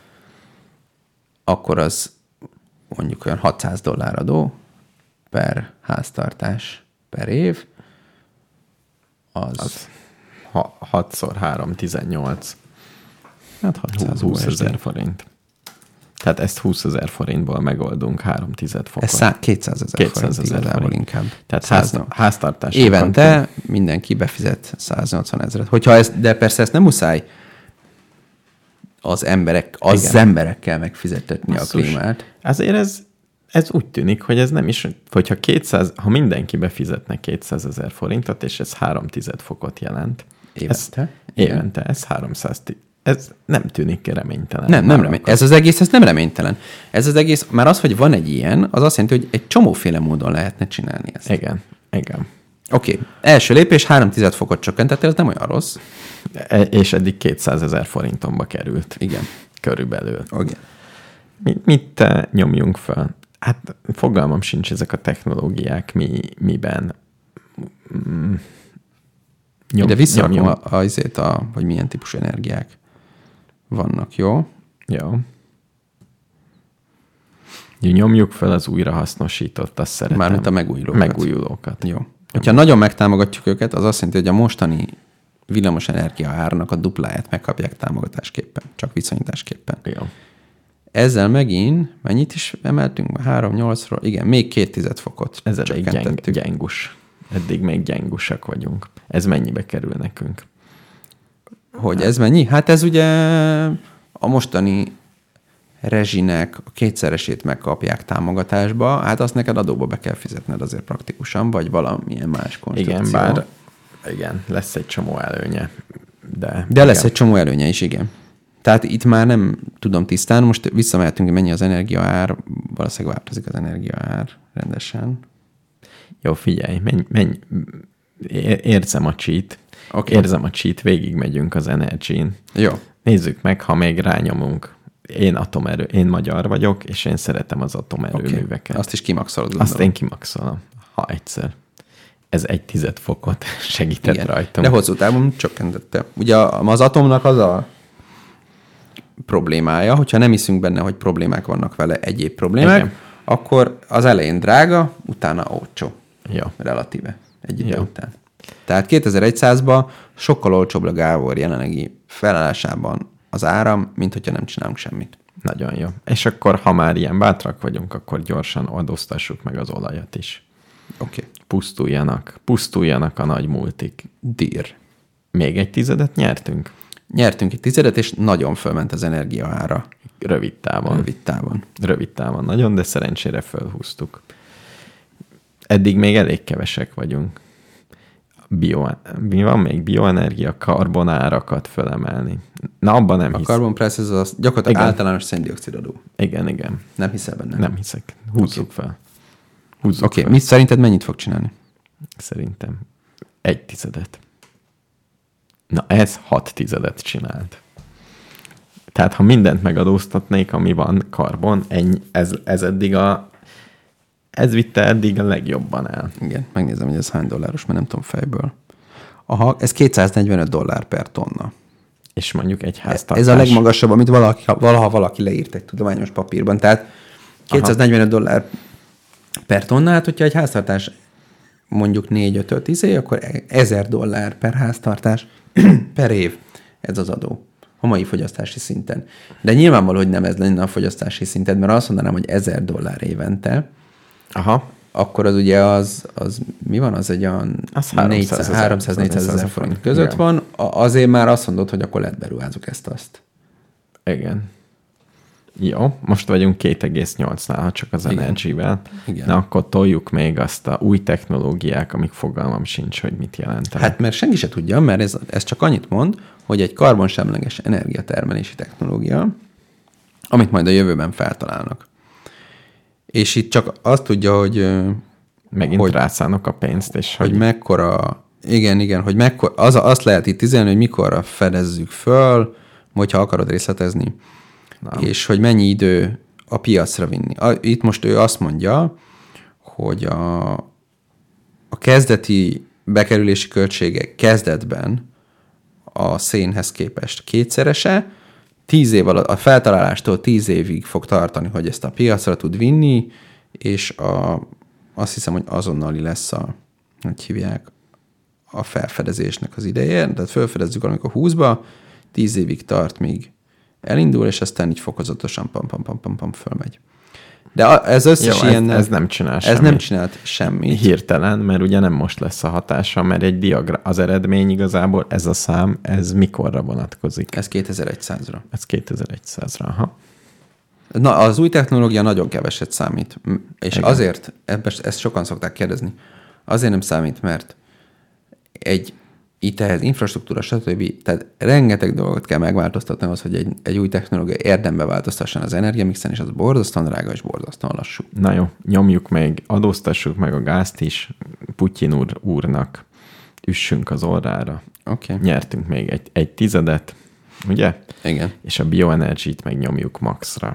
akkor az mondjuk olyan hatszáz dollár adó per háztartás per év. Az, az ha, hatszor három, tizennyolc. Hát hatszáz-húszezer forint. Tehát ezt húszezer forintból megoldunk három tized fokon. Ez kétszázezer forint igazából inkább. Tehát ház, háztartás. Évente kontent. Mindenki befizet száznyolcvan ezeret. Hogyha ez, de persze ezt nem muszáj az emberek, az Igen. emberekkel megfizetetni Asszus. a klímát. Ezért ez, ez úgy tűnik, hogy ez nem is, hogyha kétszáz, ha mindenki befizetne kétszázezer forintot, és ez három tized fokot jelent. Évente? Ez, évente, ez háromszáz. Ez nem tűnik reménytelen. Nem, nem reménytelen. Ez az egész, ez nem reménytelen. Ez az egész, már az, hogy van egy ilyen, az azt jelenti, hogy egy csomóféle módon lehetne csinálni ezt. Igen, igen. Oké, okay. Első lépés, három tized fokot csökkentettél, ez nem olyan rossz. E- és eddig kétszázezer forintomba került. Igen. Körülbelül. Okay. Mit, mit nyomjunk fel? Hát fogalmam sincs ezek a technológiák, mi, miben... Mm, nyom, De visszarakom a, a, azért, a, hogy milyen típusú energiák vannak, jó? Jó. Nyomjuk fel az újrahasznosított, azt szeretem. Mármint a megújulókat. Megújulókat. Jó. Hogyha nagyon megtámogatjuk őket, az azt jelenti, hogy a mostani villamos energia árnak a dupláját megkapják támogatásképpen, csak viszonyításképpen. Jó. Ezzel megint, mennyit is emeltünk? három nyolcról, igen, még két tized fokot Ez elég gyeng, gyengus. Eddig még gyengusak vagyunk. Ez mennyibe kerül nekünk? Hogy ez mennyi? Hát ez ugye a mostani rezsinek a kétszeresét megkapják támogatásba, hát azt neked adóba be kell fizetned azért praktikusan, vagy valamilyen más konstrukció. Igen, bár igen, lesz egy csomó előnye. De, de lesz egy csomó előnye is, igen. Tehát itt már nem tudom tisztán, most visszamehetünk, mennyi az energiaár, valószínűleg változik az energiaár rendesen. Jó, figyelj, menj, menj, érzem a cheat, okay. érzem a cheat, végigmegyünk az Energy-n. Jó. Nézzük meg, ha még rányomunk. Én atomerő, én magyar vagyok, és én szeretem az atomerőműveket. Okay. Azt is kimaxolod. Azt én kimaxolom, ha egyszer. Ez egy tized fokot segített igen. rajtunk. De hosszú távon csökkentette. Ugye az atomnak az a problémája, hogyha nem hiszünk benne, hogy problémák vannak vele, egyéb problémák, igen. akkor az elején drága, utána olcsó. Ja. Relatíve. Egy idő ja. után. Tehát kétezer-százban sokkal olcsóbb a Gábor jelenlegi felállásában az áram, mint hogyha nem csinálunk semmit. Nagyon jó. És akkor, ha már ilyen bátrak vagyunk, akkor gyorsan adóztassuk meg az olajat is. Oké. Okay. Pusztuljanak. Pusztuljanak a nagy multik. Dír. Még egy tizedet nyertünk? Nyertünk egy tizedet, és nagyon fölment az energia ára. Rövid távon. Rövid távon. Rövid távon nagyon, de szerencsére fölhúztuk. Eddig még elég kevesek vagyunk. Bio, mi van még? Bioenergia, karbonárakat fölemelni. Na, abban nem a hisz. A carbon price, ez az gyakorlatilag igen. általános széndioxid adó. Igen, igen. Nem hiszel benne? Nem hiszek. Húzzuk okay. fel. Húzzuk Oké, okay. mi szerinted mennyit fog csinálni? Szerintem egy tizedet. Na, ez hat tizedet csinált. Tehát, ha mindent megadóztatnék, ami van karbon, ennyi, ez, ez eddig a ez vitte eddig a legjobban el. Igen, megnézem, hogy ez hány dolláros, mert nem tudom fejből. Aha, ez kétszáznegyvenöt dollár per tonna. És mondjuk egy háztartás. Ez a legmagasabb, amit valaki, valaha valaki leírt egy tudományos papírban. Tehát kétszáznegyvenöt Aha. dollár per tonna, hát hogyha egy háztartás mondjuk négy-öt izé, akkor ezer dollár per háztartás per év. Ez az adó. A mai fogyasztási szinten. De nyilvánvaló, hogy nem ez lenne a fogyasztási szinten, mert azt mondanám, hogy ezer dollár évente. Aha. Akkor az ugye az, az mi van? Az egy olyan háromszáz-négyszáz ezer forint között igen. van. Azért már azt mondod, hogy akkor lehet beruházok ezt-azt. Igen. Jó, most vagyunk két egész nyolcnál, ha csak az Energy-vel. Na, akkor toljuk még azt a új technológiák, amik fogalmam sincs, hogy mit jelentenek. Hát mert senki se tudja, mert ez, ez csak annyit mond, hogy egy karbonsemleges energiatermelési technológia, amit majd a jövőben feltalálnak. És itt csak azt tudja, hogy... Megint hogy, rászánok a pénzt, és hogy... Hogy mekkora... Igen, igen, hogy mekkora... Az, azt lehet itt tizenni, hogy mikorra fedezzük föl, hogyha akarod részletezni, Na. és hogy mennyi idő a piacra vinni. Itt most ő azt mondja, hogy a, a kezdeti bekerülési költsége kezdetben a szénhez képest kétszerese, tíz év alatt, a feltalálástól tíz évig fog tartani, hogy ezt a piacra tud vinni, és a, azt hiszem, hogy azonnali lesz a, hogy hívják, a felfedezésnek az ideje, tehát felfedezzük valamikor húszba, tíz évig tart, míg elindul, és aztán így fokozatosan pam, pam, pam, pam, pam fölmegy. De ez összes Jó, ilyen... Ez, ez nem csinál ez semmit. nem csinált semmit. Hirtelen, mert ugye nem most lesz a hatása, mert egy diagram, az eredmény igazából, ez a szám, ez mikorra vonatkozik? Ez kétezer-százra. Ez kétezer-százra, aha. Na, az új technológia nagyon keveset számít. És Igen. azért, ebbe, ezt sokan szokták kérdezni, azért nem számít, mert egy itt ehhez infrastruktúra, stb. Tehát rengeteg dolgot kell megváltoztatni ahhoz, hogy egy, egy új technológia érdembe változtasson az energiamixen, és az borzasztóan drága és borzasztóan lassú. Na jó, nyomjuk meg, adóztassuk meg a gázt is, Putyin úr, úrnak üssünk az orrára. Okay. Nyertünk még egy, egy tizedet, ugye? Igen. És a bioenergy-t megnyomjuk maxra.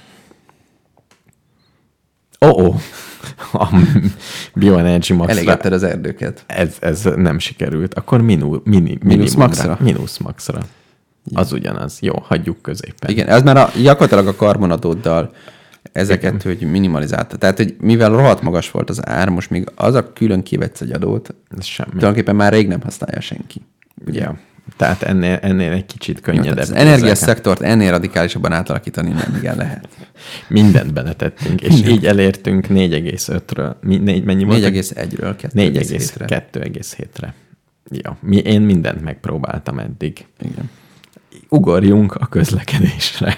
Oh, oh. A bioenergy maxra. Elégetted az erdőket. Ez, ez nem sikerült. Akkor minu, mini, minusz maxra. Minusz maxra. Ja. Az ugyanaz. Jó, hagyjuk középen. Igen, ez már a, gyakorlatilag a karbonadóddal ezeket, Igen. hogy minimalizálta. Tehát, hogy mivel rohadt magas volt az ár, most még az a külön kivetsz egy adót, ez semmi. Tulajdonképpen már rég nem használja senki. Ugye? Ja. Tehát ennél, ennél egy kicsit könnyedebb. Az energiaszektort ennél radikálisabban átalakítani nem igen lehet. Mindent beletettünk, és Mindent. így elértünk négy egész ötről. négy, mennyi volt? négy egész egyről négy egész kettő egész hétre. Ja, mi, én mindent megpróbáltam eddig. Igen. Ugorjunk a közlekedésre.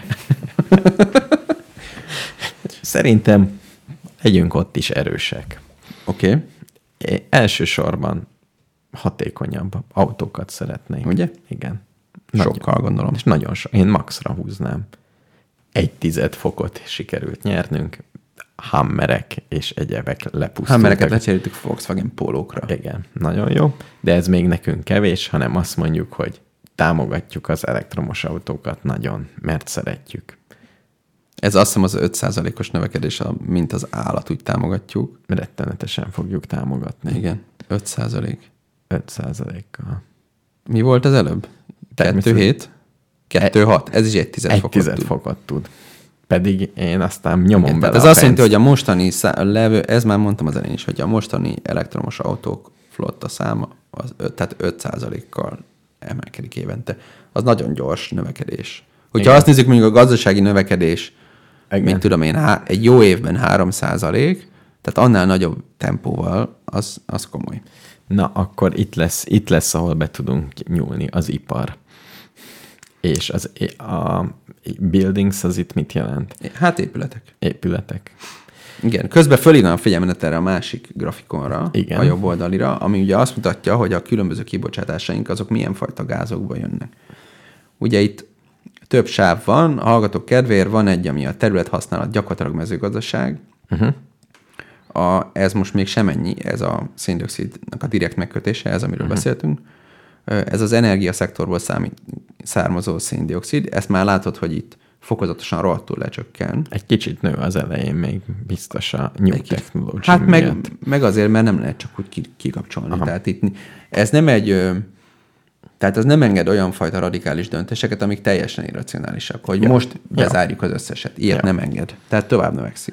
Szerintem legyünk ott is erősek. Oké. Okay. Elsősorban hatékonyabb autókat szeretnénk. Ugye? Igen. Sokkal, nagyon, gondolom. És nagyon sok. Én maxra húznám. Egy tized fokot sikerült nyernünk. Hammerek és egyebek lepusztultak. Hammereket lecseréltük Volkswagen Polókra. Igen, nagyon jó. De ez még nekünk kevés, hanem azt mondjuk, hogy támogatjuk az elektromos autókat nagyon, mert szeretjük. Ez azt hiszem az öt százalékos növekedés, mint az állat, úgy támogatjuk. Rettenetesen fogjuk támogatni. Igen, öt százalék. öt százalékkal. Mi volt az előbb? kettő hét? kettő hat. Ez is egy tized egy fokot tized tud. fokot tud. Pedig én aztán nyomom Igen, bele ez a azt jelenti, pénzt. hogy a mostani szá- levő, ez már mondtam az elején is, hogy a mostani elektromos autók flotta száma, az öt, tehát öt százalékkal emelkedik évente. Az nagyon gyors növekedés. Hogyha Igen. azt nézzük, mondjuk a gazdasági növekedés, Igen. mint tudom én, há- egy jó évben három százalék, tehát annál nagyobb tempóval, az, az komoly. Na, akkor itt lesz, itt lesz, ahol be tudunk nyúlni, az ipar. És az, a buildings az itt mit jelent? Hát épületek. Épületek. Igen, közben fölhívom a figyelmet erre a másik grafikonra, Igen. a jobb oldalira, ami ugye azt mutatja, hogy a különböző kibocsátásaink azok milyen fajta gázokba jönnek. Ugye itt több sáv van, a hallgatók kedvéért van egy, ami a területhasználat gyakorlatilag mezőgazdaság. Uh-huh. A, ez most még semennyi, ez a széndioxidnak a direkt megkötése, ez amiről uh-huh. beszéltünk. Ez az energiaszektorból számít, származó széndioxid. Ezt már látod, hogy itt fokozatosan rohadtul lecsökken. Egy kicsit nő az elején még biztos a new technology Hát meg, miatt. meg azért, mert nem lehet csak úgy kikapcsolni. Aha. Tehát itt ez nem egy... Tehát ez nem enged olyan fajta radikális döntéseket, amik teljesen irracionálisak, hogy ja. most bezárjuk ja. az összeset. Ilyet ja. nem enged. Tehát tovább növekszik.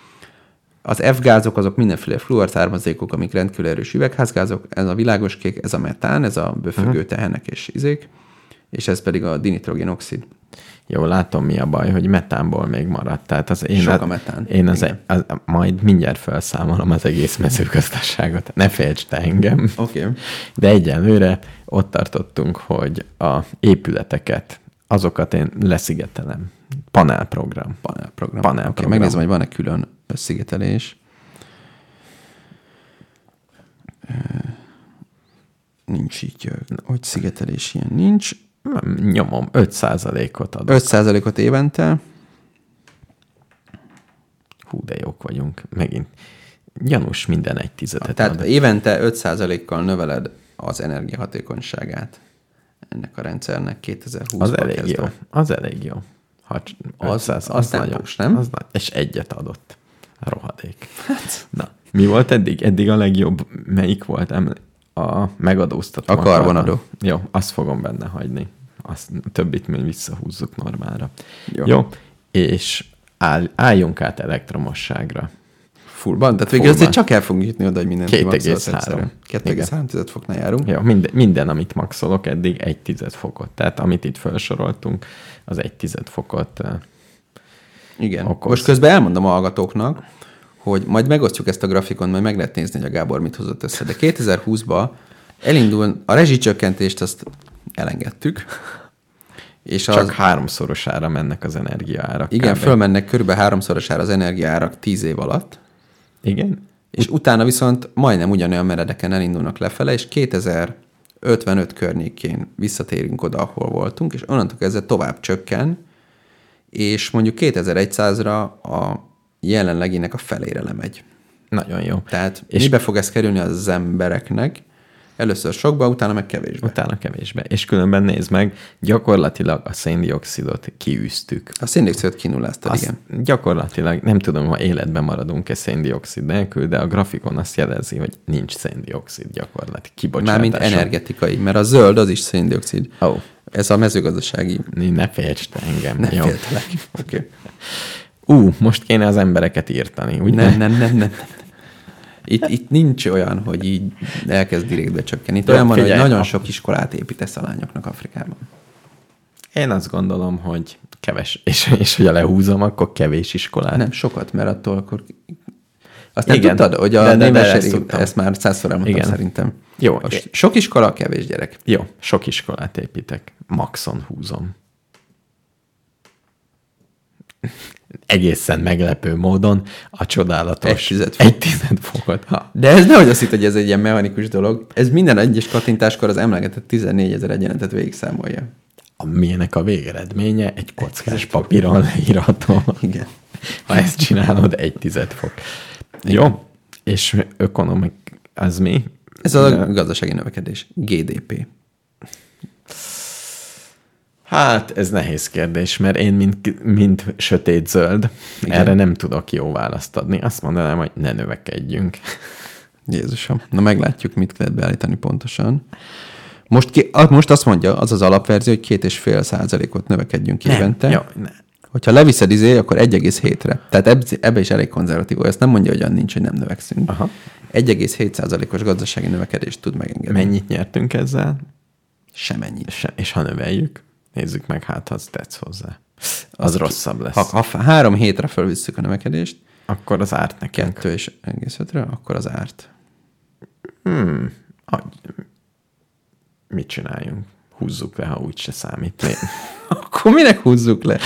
Az F-gázok azok mindenféle fluorszármazékok, amik rendkívül erős üvegházgázok. Ez a világoskék, ez a metán, ez a böfögő uh-huh. tehenek és izék, és ez pedig a dinitrogénoxid. Jó, látom, mi a baj, hogy metánból még maradt. Tehát az én Sok a, a metán. Én az, az, majd mindjárt felszámolom az egész mezőgazdaságot. Ne félts te engem. Oké. Okay. De egyelőre ott tartottunk, hogy a épületeket, azokat én leszigetelem. Panelprogram. Panelprogram. Panelprogram. Oké, okay, megnézem, hogy van-e külön szigetelés. Nincs így, hogy szigetelés ilyen nincs. Nyomom, öt százalékot adok. öt százalékot évente. Hú, de jók vagyunk. Megint gyanús minden egy tizedet. Tehát adok. évente öt százalékkal növeled az energiahatékonyságát ennek a rendszernek kétezer-húszban Az elég kezdve. jó. Az elég jó. Ha az, az, az az nagyon, tempós, nem? Az nagy, és egyet adott. Rohadék. Hát. Na, mi volt eddig? Eddig a legjobb? Melyik volt? A megadóztató. A karbonadó. Jó, azt fogom benne hagyni. Azt, többit még visszahúzzuk normára. Jó. Jó. És áll, álljunk át elektromosságra. Fullban? Tehát végül azért csak el fogunk jutni oda, hogy mindent két egész három. két egész három foknál járunk. Jó, minden, minden, amit maxolok eddig, egy tized fokot. Tehát amit itt felsoroltunk, az egy tized fokot Igen. okoz. Most közben elmondom a hallgatóknak, hogy majd megosztjuk ezt a grafikon, majd meg lehet nézni, hogy a Gábor mit hozott össze. De kétezer-húszban elindul, a rezsicsökkentést azt elengedtük. És Csak az, háromszorosára mennek az energiaárak. igen, kb. fölmennek körülbelül háromszorosára az energiaárak tíz év alatt. Igen. És Ut- utána viszont majdnem ugyanolyan meredeken elindulnak lefele, és kétezer-ötvenöt környékén visszatérünk oda, ahol voltunk, és onnantól kezdve tovább csökken, és mondjuk kétezer-százra a jelenleginek a felére lemegy. Nagyon jó. Tehát és mibe fog ez kerülni az embereknek? Először sokba, utána meg kevésbe. Utána kevésbe. És különben nézd meg, gyakorlatilag a széndioxidot kiűztük. A széndioxidot kinulláztad, Azt igen. Gyakorlatilag nem tudom, ha életben maradunk-e széndioxid nélkül, de a grafikon azt jelezi, hogy nincs széndioxid gyakorlatilag kibocsátása. Mármint energetikai, mert a zöld az is széndioxid. Oh. Ez a mezőgazdasági... Ne félts te engem. Ne jó? féltelek. Oké. Okay. Ú, uh, most kéne az embereket írtani, ugye? Nem, nem, nem, nem. Itt, itt nincs olyan, hogy így elkezd direktbe csökkenni. Itt Jó, olyan van, figyelj, hogy nagyon a... sok iskolát építesz a lányoknak Afrikában. Én azt gondolom, hogy keves, és, és hogyha lehúzom, akkor kevés iskolát. Nem, sokat, mert attól akkor Azt nem Igen. tudtad, hogy a De- de- de névmeséri, ezt ezt, tudtam. ezt már százszor elmondtam Igen. szerintem. Jó. Most sok iskola, kevés gyerek. Jó, sok iskolát építek. Maxon húzom. Egészen meglepő módon a csodálatos Egy tized fok. egy tized fokot. Ha. De ez nehogy azt hitt, hogy ez egy ilyen mechanikus dolog. Ez minden egyes kattintáskor az emlegetett tizennégyezer egyenletet végigszámolja. Milyenek a végeredménye? Egy kockás papíron leírható. Igen. Ha ezt csinálod, egy tized fok. Jó, és ökonomik, az mi? Ez a gazdasági növekedés. gé dé pé. Hát, ez nehéz kérdés, mert én, mint, mint sötét-zöld, erre nem tudok jó választ adni. Azt mondanám, hogy ne növekedjünk. Jézusom. Na meglátjuk, mit lehet beállítani pontosan. Most, ki, most azt mondja, az az alapverzió, hogy két és fél százalékot növekedjünk évente. Nem, jó, ne. Hogyha leviszed izé, akkor egy egész hétre. Tehát eb, ebbe is elég konzervatív. Ezt nem mondja, hogy olyan nincs, hogy nem növekszünk. Aha. egy egész hét százalékos gazdasági növekedést tud megengedni. Mennyit nyertünk ezzel? Semennyit. Se, és ha növeljük, nézzük meg, hát ha az tetsz hozzá. Az rosszabb lesz. Ha, ha három hétre fölvisszük a növekedést, Akkor az árt nekünk. kettő és egész ötre, akkor az árt. Hmm. A, mit csináljunk? Húzzuk le, ha úgyse számít. Mi? Akkor minek húzzuk le?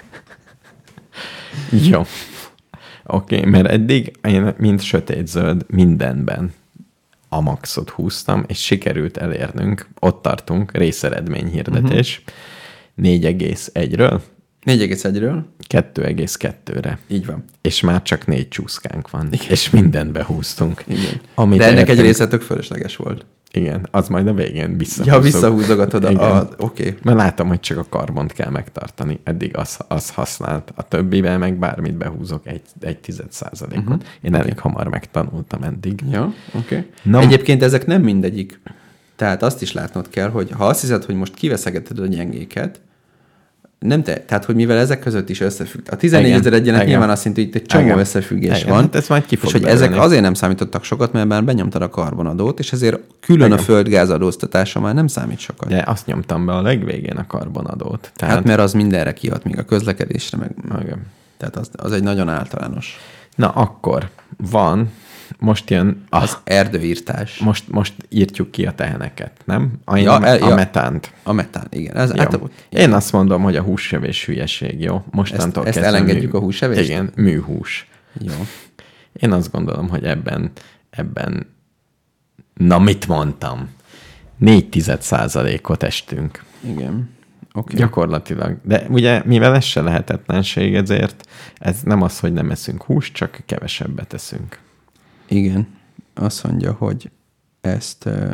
Jó. Oké, okay, mert eddig én mint sötétzöld mindenben a maxot húztam, és sikerült elérnünk, ott tartunk, részeredményhirdetés, uh-huh. négy egész egyről négy egész egyről. kettő egész kettőre. Így van. És már csak négy csúszkánk van. Igen. És mindent behúztunk. Igen. Amit De ennek értünk, egy része tök fölösleges volt. Igen, az majd a végén visszahúzok. Ja, visszahúzogatod a... a Oké. Okay. Mert látom, hogy csak a karbont kell megtartani. Eddig az, az használt. A többivel meg bármit behúzok egy, egy tized százalékot. Uh-huh. Én elég okay. hamar megtanultam eddig. Ja, oké. Okay. No. Egyébként ezek nem mindegyik. Tehát azt is látnod kell, hogy ha azt hiszed, hogy most kiveszegeted a gyengéket, nem te, tehát, hogy mivel ezek között is összefügg. A tizennégyezer egyenlet nyilván azt jelenti, hogy itt egy csomó igen. összefüggés igen. van. Hát ez majd ki fog és hogy belőni. ezek azért nem számítottak sokat, mert már benyomtad a karbonadót, és ezért külön igen. a földgáz adóztatása már nem számít sokat. De azt nyomtam be a legvégén a karbonadót. Tehát... Hát mert az mindenre kihat, még a közlekedésre, meg... Igen. Tehát az, az egy nagyon általános. Na akkor van, most jön a... Az erdőírtás. Most, most írtjuk ki a teheneket, nem? A, Ja, a, el, a ja. metánt. A metán, igen. Ez Jó. általában, Én azt mondom, hogy a húsevés hülyeség, jó? Mostantól ezt, ezt kezdve elengedjük mű... a húsevést? Igen, műhús. Jó. Én azt gondolom, hogy ebben, ebben, na mit mondtam? Négy tized százalékot estünk. Igen. Okay. Gyakorlatilag. De ugye, mivel ez se lehetetlenség, ezért ez nem az, hogy nem eszünk húst, csak kevesebbet eszünk. Igen. Azt mondja, hogy ezt... Uh...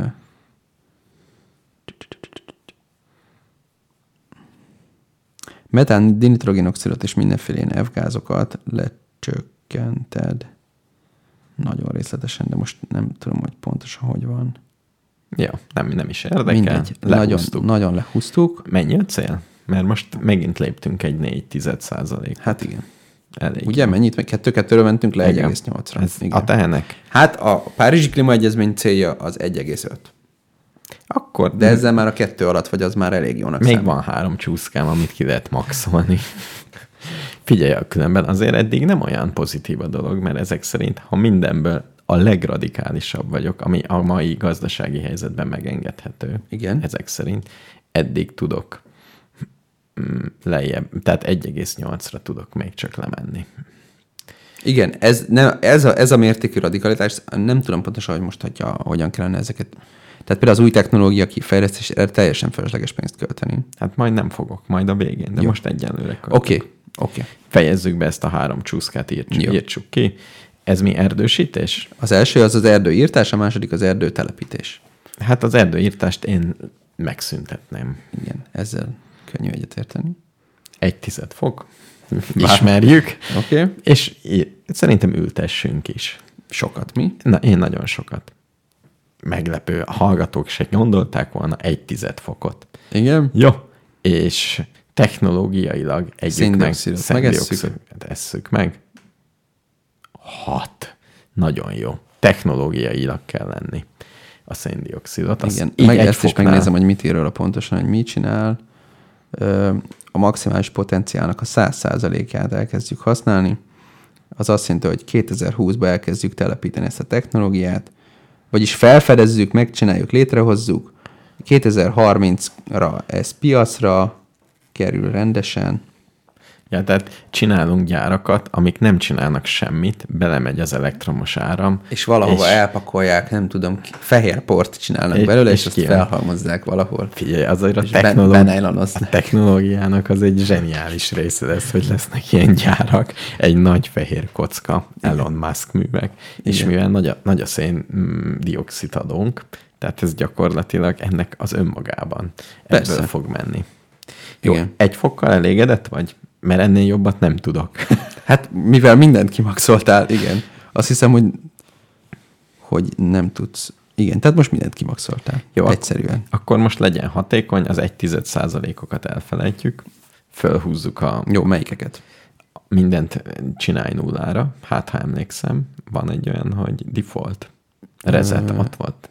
metán, dinitrogénoxidot és mindenféle F-gázokat lecsökkented. Nagyon részletesen, de most nem tudom, hogy pontosan hogy van. Jó, nem, nem is érdekel. Mindegy. Nagyon, nagyon lehúztuk. Mennyi a cél? Mert most megint léptünk egy négy tized százalék. Hát igen. Elég. Ugye mennyit? Meg kettő kettőről mentünk le egy egész nyolcra. Ez a tehenek? Hát a Párizsi Klímaegyezmény célja az egy egész öt. Akkor... De ezzel már a kettő alatt vagy, az már elég jónak Még számít. van három csúszkám, amit ki lehet maxolni. Figyelj, a különben azért eddig nem olyan pozitív a dolog, mert ezek szerint, ha mindenből a legradikálisabb vagyok, ami a mai gazdasági helyzetben megengedhető. Igen. Ezek szerint eddig tudok lejjebb, tehát egy egész nyolcra tudok még csak lemenni. Igen, ez, nem, ez, a, ez a mértékű radikalitás, nem tudom pontosan, hogy most hogy, hogyan kellene ezeket. Tehát például az új technológia kifejlesztésére teljesen felesleges pénzt költeni. Hát majd nem fogok, majd a végén, de Jó. most egyenlőre költök. Oké, okay. oké. Okay. Fejezzük be ezt a három csúszkát, írtsuk, írtsuk ki. Ez mi, erdősítés? Az első az az erdőírtás, a második az erdőtelepítés. Hát az erdőírtást én megszüntetném. Igen, ezzel könnyű egyetérteni. Egy tized fok. Ismerjük. Oké. Okay. És szerintem ültessünk is. Sokat mi? Na, én nagyon sokat. Meglepő. A hallgatók se gondolták volna egy tized fokot. Igen. Jó. És technológiailag egyik meg széndioxidot esszük meg. Hat. Nagyon jó. Technológiailag kell lenni a széndioxidot. Igen, meg ezt is megnézem, hogy mit ír róla pontosan, hogy mit csinál. A maximális potenciálnak a száz százalékát elkezdjük használni. az azt jelenti, hogy kétezer-húszban elkezdjük telepíteni ezt a technológiát, vagyis felfedezzük, megcsináljuk, létrehozzuk, kétezer-harmincra ez piacra kerül rendesen. Ja, tehát csinálunk gyárakat, amik nem csinálnak semmit, belemegy az elektromos áram. És valahova és elpakolják, nem tudom, fehér port csinálnak és, belőle, és, és azt kijön. Felhalmozzák valahol. Figyelj, azért a, és technológi- a technológiának az egy zseniális része lesz, hogy lesznek ilyen gyárak, egy nagy fehér kocka, Elon Musk művek, igen. És mivel nagy a, nagy a szén-dioxid adónk, tehát ez gyakorlatilag ennek az önmagában Persze. ebből fog menni. Jó, igen. Egy fokkal elégedett vagy? Mert ennél jobbat nem tudok. Hát, mivel mindent kimaxoltál, igen. Azt hiszem, hogy, hogy nem tudsz. Igen, tehát most mindent kimaxoltál. Jó, egyszerűen. Ak- akkor most legyen hatékony, az egy tized százalékokat elfelejtjük, fölhúzzuk a... Jó, melyikeket? Mindent csinálj nullára. Hát, ha emlékszem, van egy olyan, hogy default. Reset, uh, ott volt.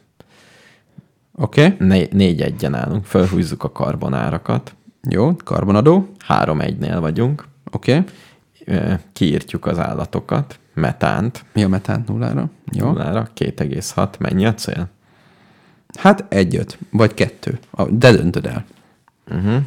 Oké. Okay. Né- négy egyen állunk, fölhúzzuk a karbonárakat. Jó, karbonadó. Három egynél vagyunk. Oké. Okay. Kiírtjuk az állatokat, metánt. Mi a metánt nullára? Jó. Nullára, két egész hat. Mennyi a cél? Hát egy-öt, vagy kettő. De döntöd el. Uh-huh.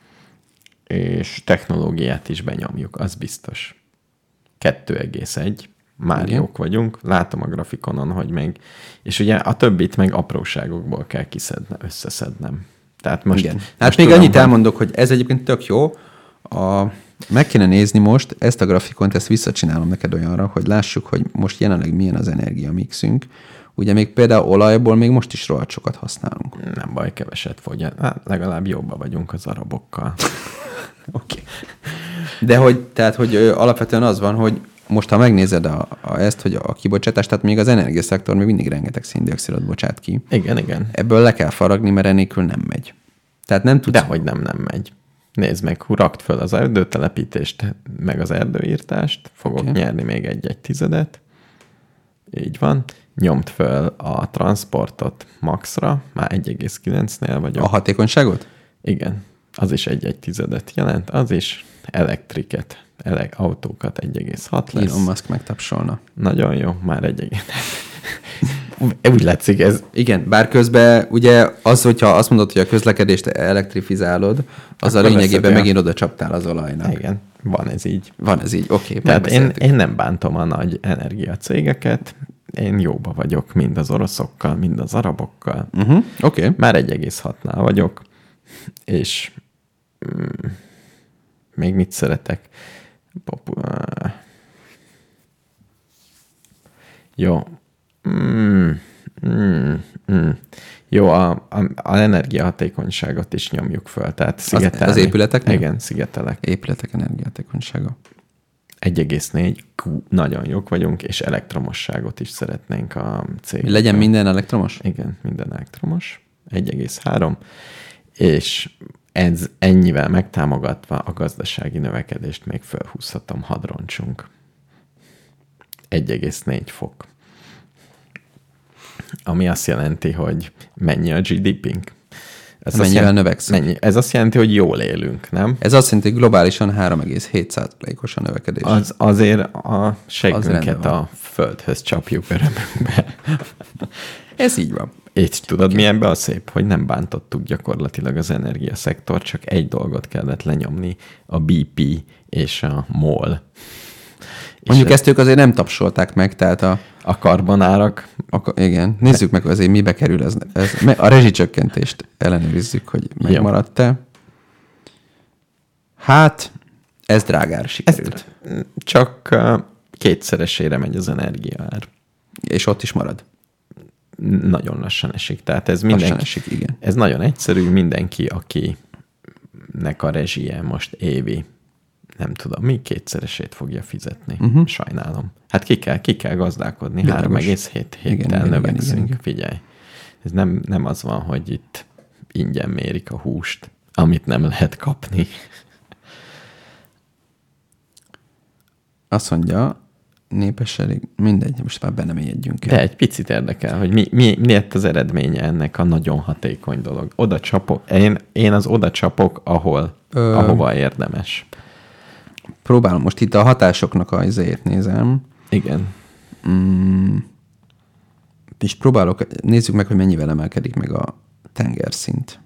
És technológiát is benyomjuk, az biztos. kettő egész egy. Már igen. Jók vagyunk. Látom a grafikonon, hogy meg... És ugye a többit meg apróságokból kell kiszednem, összeszednem. Tehát most, igen. Hát most még tudom, annyit elmondok, hogy ez egyébként tök jó. A, meg kéne nézni most ezt a grafikont, ezt visszacsinálom neked olyanra, hogy lássuk, hogy most jelenleg milyen az energiamixünk. Ugye még például olajból még most is rohadt sokat használunk. Nem baj, keveset fogja. Hát legalább jobban vagyunk az arabokkal. Oké. Okay. De hogy, tehát, hogy ö, alapvetően az van, hogy most, ha megnézed a, a ezt, hogy a kibocsátás, tehát még az energiaszektor még mindig rengeteg széndioxidot bocsát ki. Igen, igen. Ebből le kell faragni, mert ennélkül nem megy. Tehát nem tudsz... Dehogy nem, nem megy. Nézd meg, rakd föl az erdőtelepítést, meg az erdőírtást, fogok okay. nyerni még egy-egy tizedet. Így van. Nyomd föl a transportot maxra, már egy egész kilencnél vagyok. A hatékonyságot? Igen. Az is egy-egy tizedet jelent, az is elektriket, ele- autókat egy egész hat lesz. Elon Musk megtapsolna. Nagyon jó, már egy egész. Úgy látszik ez. Igen, bár közben ugye az, hogyha azt mondod, hogy a közlekedést elektrifizálod, az akkor a lényegében megint oda csaptál az olajnak. Igen, van ez így. Van ez így, oké. Okay, Tehát én, én nem bántom a nagy energiacégeket, én jóba vagyok mind az oroszokkal, mind az arabokkal. Uh-huh. Oké. Okay. Már egy egész hatnál vagyok, és mm, még mit szeretek? Popu- Jó. Mm, mm, mm. Jó, a, a, a energiahatékonyságot is nyomjuk föl. Tehát szigetelni. Az, az épületeknél? Igen, szigetelek. Épületek energiahatékonysága. egy egész négy, nagyon jók vagyunk, és elektromosságot is szeretnénk a cégnek. Legyen minden elektromos? Igen, minden elektromos. egy egész három. És ez ennyivel megtámogatva a gazdasági növekedést még felhúzhatom, hadroncsunk. egy egész négy fok. Ami azt jelenti, hogy mennyi a gé dé pé-nk. Ez mennyivel jelenti, növekszünk? Mennyi, ez azt jelenti, hogy jól élünk, nem? Ez azt jelenti, hogy globálisan három egész hét százalékos a növekedés. Az, azért a seggünket a földhöz csapjuk örömünkbe. Ez így van. És tudod, okay. mi ebben a szép, hogy nem bántottuk gyakorlatilag az energiaszektor, csak egy dolgot kellett lenyomni, a bé pé és a MOL. Mondjuk és ezt ők azért nem tapsolták meg, tehát a... A karbonárak. A, igen, nézzük meg azért, mibe kerül ez. ez a rezsicsökkentést ellenőrizzük, hogy megmaradt-e. Hát, ez drágára sikerült. Ez csak kétszeresére megy az energiaár. És ott is marad. Nagyon lassan esik. Tehát ez mindenki, lassan esik, igen. Ez nagyon egyszerű, mindenki, akinek a rezsie most évi, nem tudom, mi kétszeresét fogja fizetni. Uh-huh. Sajnálom. Hát ki kell, ki kell gazdálkodni. három egész hét héttel növekszünk. Igen, figyelj. Ez nem, nem az van, hogy itt ingyen mérik a húst, amit nem lehet kapni. Azt mondja, népesség, mindegy, most már benne mélyedjünk el. De egy picit érdekel, hogy mi, mi, mi lett az eredménye ennek a nagyon hatékony dolog. Oda csapok, én, én az oda csapok, ahol, Ö... ahova érdemes. próbálom, most itt a hatásoknak a izéjét nézem. Igen. Mm, és próbálok, nézzük meg, hogy mennyivel emelkedik meg a tengerszint.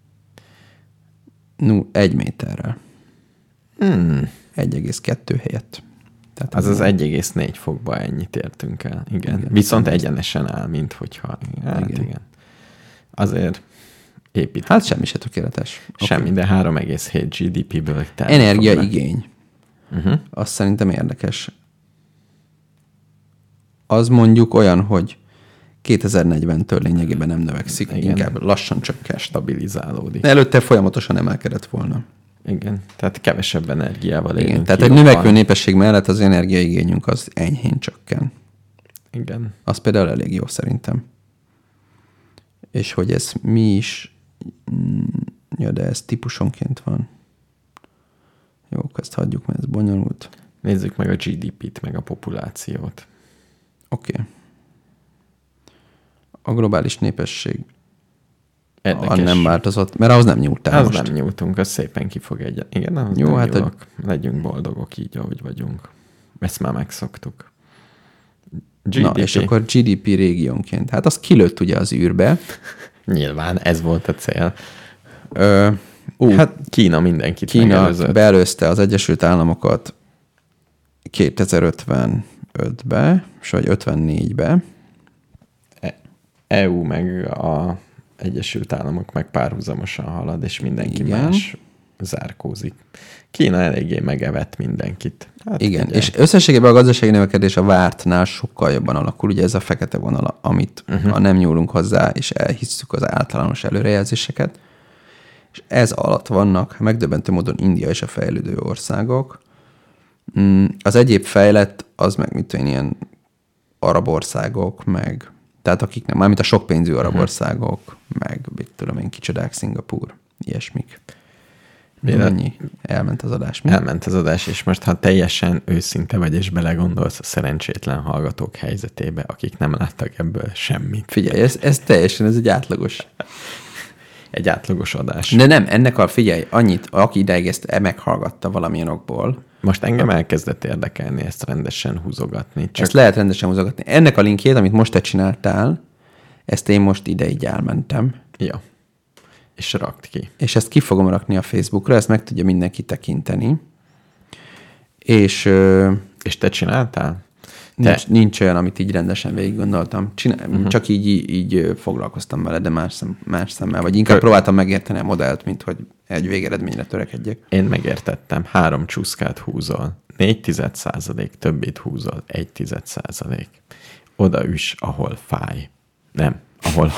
No, egy méterrel. Hmm. egy egész kettő helyett. Tehát Az az egy egész négy fokba ennyit értünk el. Igen. igen. Viszont egyenesen áll, mint hogyha... Hát igen. igen. Azért épít. Hát semmi se tökéletes. Semmi, okay. De három egész hét gé dé pé-ből telni. Energiaigény. Uh-huh. Azt szerintem érdekes. Az mondjuk olyan, hogy kétezer-negyventől lényegében nem növekszik, igen. Inkább lassan csökken. Stabilizálódik. Előtte folyamatosan emelkedett volna. Igen, tehát kevesebb energiával élünk. Igen, tehát egy növekvő népesség mellett az energiaigényünk az enyhén csökken. Igen. Az például elég jó szerintem. És hogy ez mi is... Ja, de ez típusonként van. Jó, ezt hagyjuk, mert ez bonyolult. Nézzük meg a gé dé pét, meg a populációt. Oké. Okay. A globális népesség Érdekes. Nem változott, mert ahhoz nem nyúltál az most. nem nyúltunk, az szépen ki fog egy. Igen, ahhoz jó, nem hát nyúlok. A... Legyünk boldogok így, ahogy vagyunk. Ezt már megszoktuk. gé dé pé. Na, és akkor gé dé pé régiónként. Hát az kilőtt ugye az űrbe. Nyilván, ez volt a cél. Ö, ú, hát Kína mindenkit Kína megelőzött. beelőzte az Egyesült Államokat kétezer-ötvenötbe, vagy ötvennégybe. é u meg a Egyesült Államok meg párhuzamosan halad, és mindenki igen. más zárkózik. Kína eléggé megevett mindenkit. Hát igen, ugye. És összességében a gazdasági növekedés a vártnál sokkal jobban alakul. Ugye ez a fekete vonal, amit uh-huh. ha nem nyúlunk hozzá, és elhisszük az általános előrejelzéseket. És ez alatt vannak megdöbbentő módon India és a fejlődő országok. Az egyéb fejlett, az meg mit tudom, ilyen arab országok, meg tehát akiknek, mármint a sok pénzű arab uh-huh. országok, meg mit tudom én, kicsodák, Szingapúr, ilyesmik. Mennyi? Elment az adás. Mi? Elment az adás, és most ha teljesen őszinte vagy, és belegondolsz a szerencsétlen hallgatók helyzetébe, akik nem láttak ebből semmit. Figyelj, ez, ez teljesen, ez egy átlagos. Egy átlagos adás. De nem, ennek a, figyelj, annyit, aki ideig ezt meghallgatta valamilyen okból. Most engem elkezdett érdekelni ezt rendesen húzogatni. Csak... Ezt lehet rendesen húzogatni. Ennek a linkjét, amit most te csináltál, ezt én most ide így elmentem. Ja. És rakt ki. És ezt ki fogom rakni a Facebookra, ezt meg tudja mindenki tekinteni. És... Ö... És te csináltál? Nincs, te... nincs olyan, amit így rendesen végig gondoltam. Csinál... Uh-huh. Csak így, így, így foglalkoztam vele, de más, szem, más szemmel. Vagy inkább Kö... próbáltam megérteni a modellt, mint hogy egy végeredményre törekedjek. Én megértettem. Három csúszkát húzol. Négy tized százalék, többit húzol. Egy tized százalék. Oda üss, ahol fáj. Nem, ahol,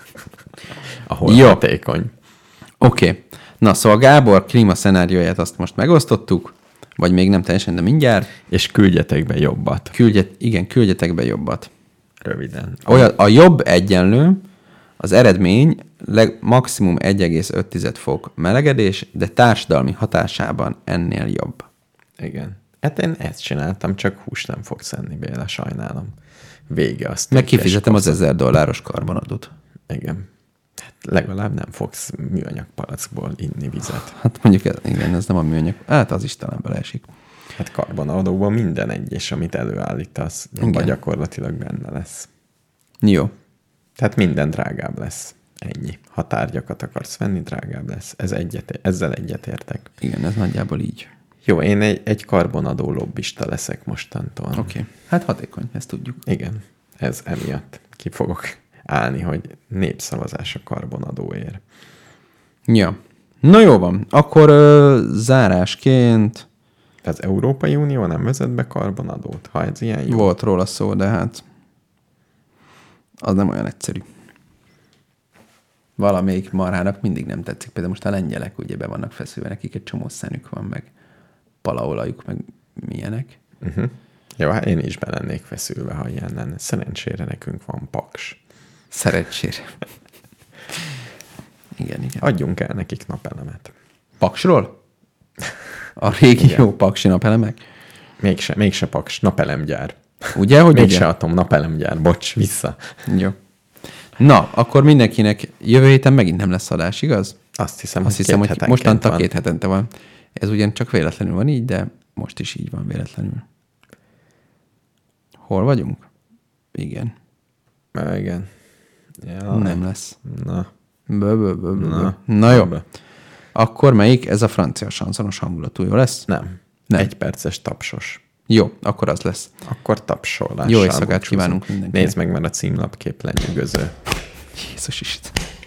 ahol jó. hatékony. Oké. Okay. Na, szóval Gábor klímaszenárióját azt most megosztottuk, vagy még nem teljesen, de mindjárt. És küldjetek be jobbat. Küldjet, igen, küldjetek be jobbat. Röviden. Olyan, a jobb egyenlő, az eredmény leg, maximum egy egész öt fok melegedés, de társadalmi hatásában ennél jobb. Igen. Hát én ezt csináltam, csak húst nem fogsz enni, Béla, sajnálom. Vége azt. Meg kifizetem az ezer dolláros karbonadót. Igen. Hát legalább nem fogsz műanyag palackból inni vizet. Hát mondjuk, ez, igen, ez nem a műanyag. Hát az is talán beleesik. Hát karbonadóban minden egyes, amit előállítasz, vagy gyakorlatilag benne lesz. Jó. Tehát minden drágább lesz. Ennyi. Ha tárgyakat akarsz venni, drágább lesz. Ez egyet, ezzel egyetértek. Igen, ez nagyjából így. Jó, én egy, egy karbonadó lobbista leszek mostantól. Oké. Okay. Hát hatékony, ezt tudjuk. Igen. Ez emiatt ki fogok állni, hogy népszavazás a karbonadóért. Ja. Na jó van. Akkor ö, zárásként... Az Európai Unió nem vezet be karbonadót, ha ez ilyen jó? Volt róla szó, de hát az nem olyan egyszerű. Valamelyik marhának mindig nem tetszik. Például most a lengyelek ugye be vannak feszülve, nekik egy csomó szenük van, meg palaolajuk, meg milyenek. Uh-huh. Jó, hát én is be lennék feszülve, ha ilyen lenne. Szerencsére nekünk van paks. Szerencsére. igen, igen. Adjunk el nekik napelemet. Paksról? A régi igen. Jó paksi napelemek? Mégse, mégse paks, napelemgyár. Ugye, hogy mégse ugye? atom, napelemgyár. Bocs, vissza. Jó. Na, akkor mindenkinek jövő héten megint nem lesz adás, igaz? Azt hiszem, Azt hogy hiszem, két hogy mostantól van. két hetente van. Ez ugyan csak véletlenül van így, de most is így van véletlenül. Hol vagyunk? Igen. Á, igen. Ja, Nem lesz. Na. Bö, bö, bö, bö. Na. Na jó. Bö. Akkor melyik? Ez a francia sanzonos hangulatú, jó lesz? Nem. Nem. Egy perces tapsos. Jó, akkor az lesz. Akkor tapsolással Jó éjszakát búcsúzunk. kívánunk mindenkinek. Nézd meg, mert a címlapkép lenyűgöző. Jézus Isten.